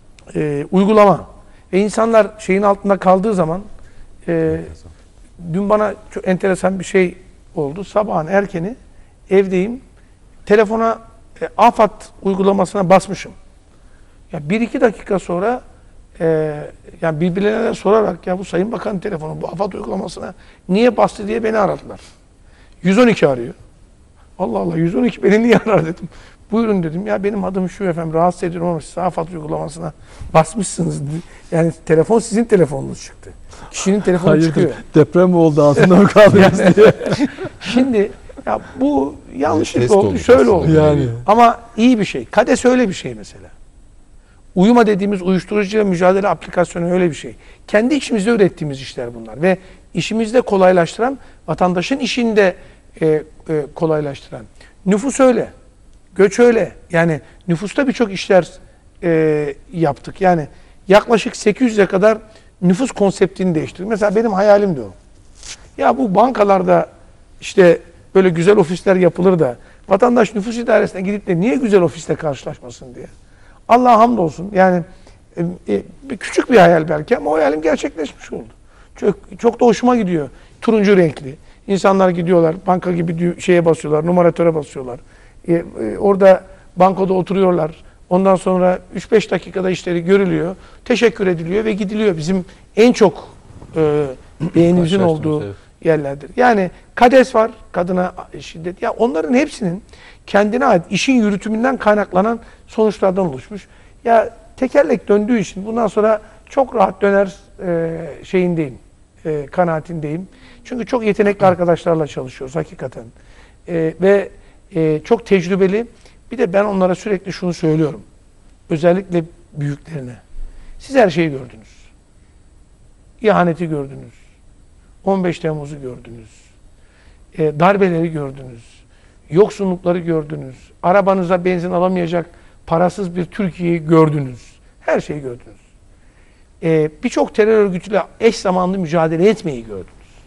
E, uygulama ve insanlar şeyin altında kaldığı zaman e, dün bana çok enteresan bir şey oldu. Sabahın erkeni evdeyim. Telefona e, AFAD uygulamasına basmışım. Ya bir iki dakika sonra e, yani birbirlerine de sorarak ya bu Sayın Bakan telefonu bu AFAD uygulamasına niye bastı diye beni aradılar. yüz on iki arıyor. Allah Allah, yüz on iki beni niye arar dedim. Buyurun dedim. Ya benim adım şu efendim, rahatsız ediyorum ama siz AFAD uygulamasına basmışsınız. Yani telefon sizin telefonunuz çıktı. Kişinin telefonu Hayır, çıkıyor. deprem mi oldu, altında mı kaldınız Yani, diye. Şimdi ya bu yanlışlık Test oldu, olmuş şöyle aslında oldu. yani. Ama iyi bir şey. KADES öyle bir şey mesela. Uyuma dediğimiz uyuşturucuyla mücadele aplikasyonu öyle bir şey. Kendi içimizde ürettiğimiz işler bunlar ve işimizde kolaylaştıran, vatandaşın işini de e, e, kolaylaştıran. Nüfus öyle. Göç öyle. Yani nüfusta birçok işler e, yaptık. Yani yaklaşık sekiz yüze kadar nüfus konseptini değiştirdik. Mesela benim hayalim de o. Ya bu bankalarda işte böyle güzel ofisler yapılır da vatandaş nüfus idaresine gidip de niye güzel ofisle karşılaşmasın diye. Allah'a hamdolsun. Yani e, e, küçük bir hayal belki ama o hayalim gerçekleşmiş oldu. Çok, çok da hoşuma gidiyor. Turuncu renkli. İnsanlar gidiyorlar, banka gibi şeye basıyorlar, numaratöre basıyorlar. E, e, orada bankoda oturuyorlar. Ondan sonra üç beş dakikada işleri görülüyor. Teşekkür ediliyor ve gidiliyor. Bizim en çok e, beğenimizin olduğu evet. yerlerdir. Yani KADES var, kadına şiddet. Ya onların hepsinin kendine ait işin yürütümünden kaynaklanan sonuçlardan oluşmuş. Ya tekerlek döndüğü için bundan sonra çok rahat döner e, şeyindeyim, e, kanaatindeyim. Çünkü çok yetenekli arkadaşlarla çalışıyoruz hakikaten. E, ve e, çok tecrübeli. Bir de ben onlara sürekli şunu söylüyorum. Özellikle büyüklerine. Siz her şeyi gördünüz. İhaneti gördünüz. on beş Temmuz'u gördünüz. E, darbeleri gördünüz. Yoksunlukları gördünüz. Arabanıza benzin alamayacak parasız bir Türkiye'yi gördünüz. Her şeyi gördünüz. E, Birçok terör örgütüyle eş zamanlı mücadele etmeyi gördünüz.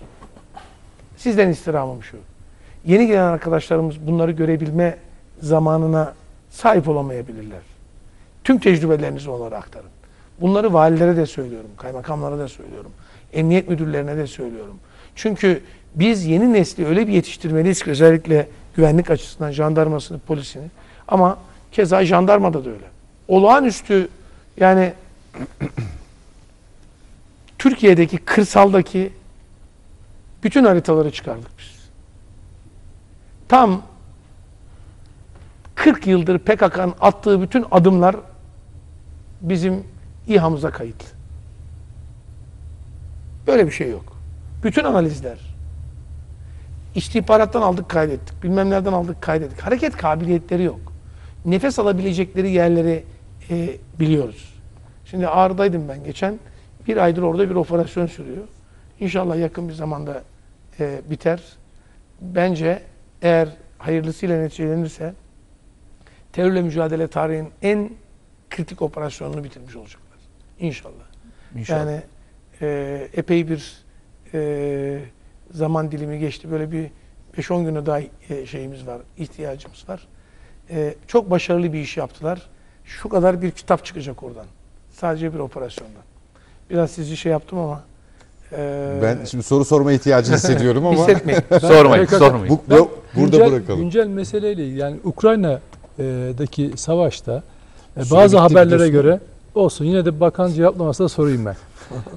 Sizden istirhamım şu. Yeni gelen arkadaşlarımız bunları görebilme zamanına sahip olamayabilirler. Tüm tecrübelerinizi onlara aktarın. Bunları valilere de söylüyorum, kaymakamlara da söylüyorum, emniyet müdürlerine de söylüyorum. Çünkü biz yeni nesli öyle bir yetiştirmeliyiz ki özellikle güvenlik açısından jandarmasını, polisini ama keza jandarmada da öyle. Olağanüstü yani Türkiye'deki kırsaldaki bütün haritaları çıkardık biz. Tam kırk yıldır P K K'nın attığı bütün adımlar bizim İHA'mıza kayıt. Böyle bir şey yok. Bütün analizler, istihbarattan aldık kaydettik, bilmem nereden aldık kaydettik. Hareket kabiliyetleri yok. Nefes alabilecekleri yerleri e, biliyoruz. Şimdi Ağrı'daydım ben geçen. Bir aydır orada bir operasyon sürüyor. İnşallah yakın bir zamanda e, biter. Bence eğer hayırlısıyla neticelenirse terörle mücadele tarihinin en kritik operasyonunu bitirmiş olacaklar. İnşallah. İnşallah. Yani e, epey bir e, zaman dilimi geçti. Böyle bir beş on güne daha e, şeyimiz var, ihtiyacımız var. E, çok başarılı bir iş yaptılar. Şu kadar bir kitap çıkacak oradan. Sadece bir operasyondan. Biraz sizce şey yaptım ama e, Ben şimdi soru sorma ihtiyacı hissediyorum ama hissetmeyin. Sormayın, P K K sormayın. bu, Ben bu- burada güncel, bırakalım. Güncel meseleyle ilgili, yani Ukrayna'daki savaşta e, Süre bazı bitti haberlere biliyorsun. göre olsun, yine de bakan cevaplaması da sorayım ben.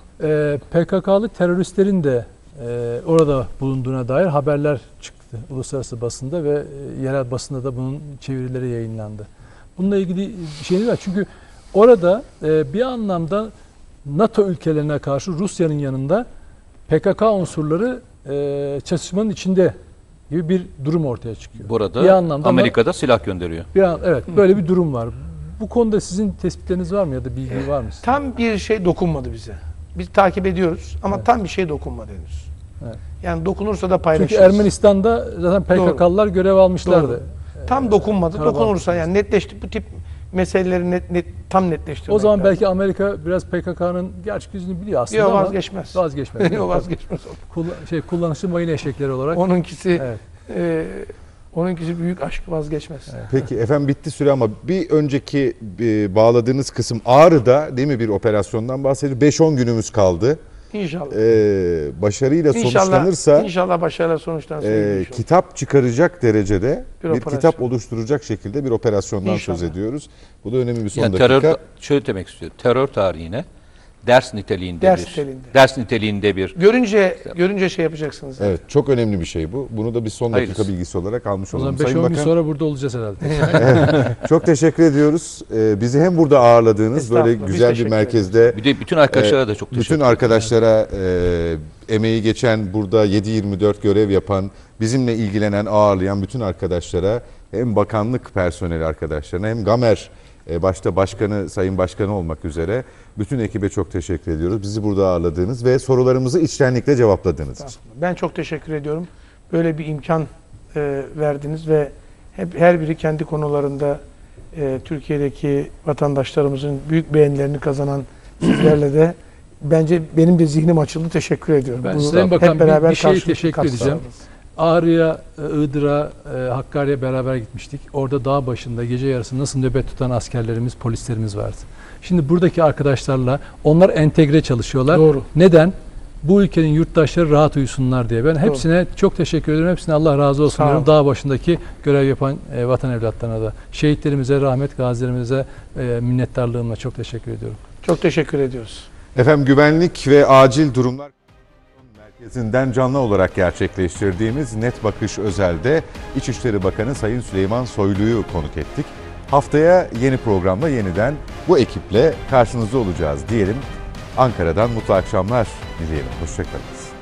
e, P K K'lı teröristlerin de e, orada bulunduğuna dair haberler çıktı uluslararası basında ve e, yerel basında da bunun çevirileri yayınlandı. Bununla ilgili bir şey var çünkü orada e, bir anlamda NATO ülkelerine karşı Rusya'nın yanında P K K unsurları e, çatışmanın içinde gibi bir durum ortaya çıkıyor. Burada Bir anlamda Amerika'da silah gönderiyor. Bir an, evet, böyle bir durum var. Bu konuda sizin tespitleriniz var mı ya da bilgi var mı? sizin? Tam bir şey dokunmadı bize. Biz takip ediyoruz ama Evet. tam bir şey dokunmadı henüz. Evet. Yani dokunursa da paylaşırız. Çünkü Ermenistan'da zaten P K K'lılar görev almışlardı. Doğru. Tam dokunmadı. Karabağ Dokunursa yani netleşti. Bu tip meseleleri net, net tam netleştirmek O zaman lazım. belki Amerika biraz P K K'nın gerçek yüzünü biliyor aslında Yok, ama vazgeçmez. vazgeçmez. Yok, vazgeçmez. Kullan- şey, kullanışlı mayın eşekleri olarak. Onunkisi Evet. e, onunkisi büyük aşk, vazgeçmez. Peki efendim, bitti süre ama bir önceki e, bağladığınız kısım Ağrı'da değil mi, bir operasyondan bahsediyor. beş on günümüz kaldı. İnşallah. Ee, başarıyla İnşallah, sonuçlanırsa inşallah başarıyla sonuçlansın. e, inşallah. kitap çıkaracak derecede Bir bir, operasyon. kitap oluşturacak şekilde bir operasyondan İnşallah. söz ediyoruz. Bu da önemli bir son Yani dakika. terör, şöyle demek istiyorum. Terör tarihine ders niteliğinde Ders bir niteliğinde. ders niteliğinde bir Görünce görünce şey yapacaksınız. Evet, çok önemli bir şey bu. Bunu da bir son dakika Hayırlısı. bilgisi olarak almış O olalım. zaman beş Sayın on gün Bakan, sonra burada olacağız herhalde. çok teşekkür ediyoruz. Ee, bizi hem burada ağırladığınız, böyle Estağfurullah, biz güzel bir teşekkür merkezde bir de bütün arkadaşlara da çok teşekkür bütün ederim. arkadaşlara e, emeği geçen, burada yedi yirmi dört görev yapan, bizimle ilgilenen, ağırlayan bütün arkadaşlara, hem bakanlık personeli arkadaşlarına hem Gamer e, başta başkanı, sayın başkanı olmak üzere bütün ekibe çok teşekkür ediyoruz. Bizi burada ağırladığınız ve sorularımızı içtenlikle cevapladığınız için. Ben çok teşekkür ediyorum. Böyle bir imkan e, verdiniz ve hep her biri kendi konularında e, Türkiye'deki vatandaşlarımızın büyük beğenilerini kazanan sizlerle de bence benim de zihnim açıldı. Teşekkür ediyorum. Ben Bunu Sayın Bakan, hep beraber bir, bir şeye karşılıklı teşekkür katkı edeceğim. sağladınız. Ağrı'ya, Iğdır'a, e, Hakkari'ye beraber gitmiştik. Orada dağ başında gece yarısı nasıl nöbet tutan askerlerimiz, polislerimiz vardı. Şimdi buradaki arkadaşlarla onlar entegre çalışıyorlar. Doğru. Neden? Bu ülkenin yurttaşları rahat uyusunlar diye. Ben hepsine çok teşekkür ederim. Hepsine Allah razı olsun Sağ diyorum. olun. Dağ başındaki görev yapan e, vatan evlatlarına da. Şehitlerimize rahmet, gazilerimize e, minnettarlığımla çok teşekkür ediyorum. Çok teşekkür ediyoruz. Efendim, güvenlik ve acil durumlar merkezinden canlı olarak gerçekleştirdiğimiz Net Bakış Özel'de İçişleri Bakanı Sayın Süleyman Soylu'yu konuk ettik. Haftaya yeni programda yeniden bu ekiple karşınızda olacağız diyelim. Ankara'dan mutlu akşamlar dileyelim. Hoşçakalın.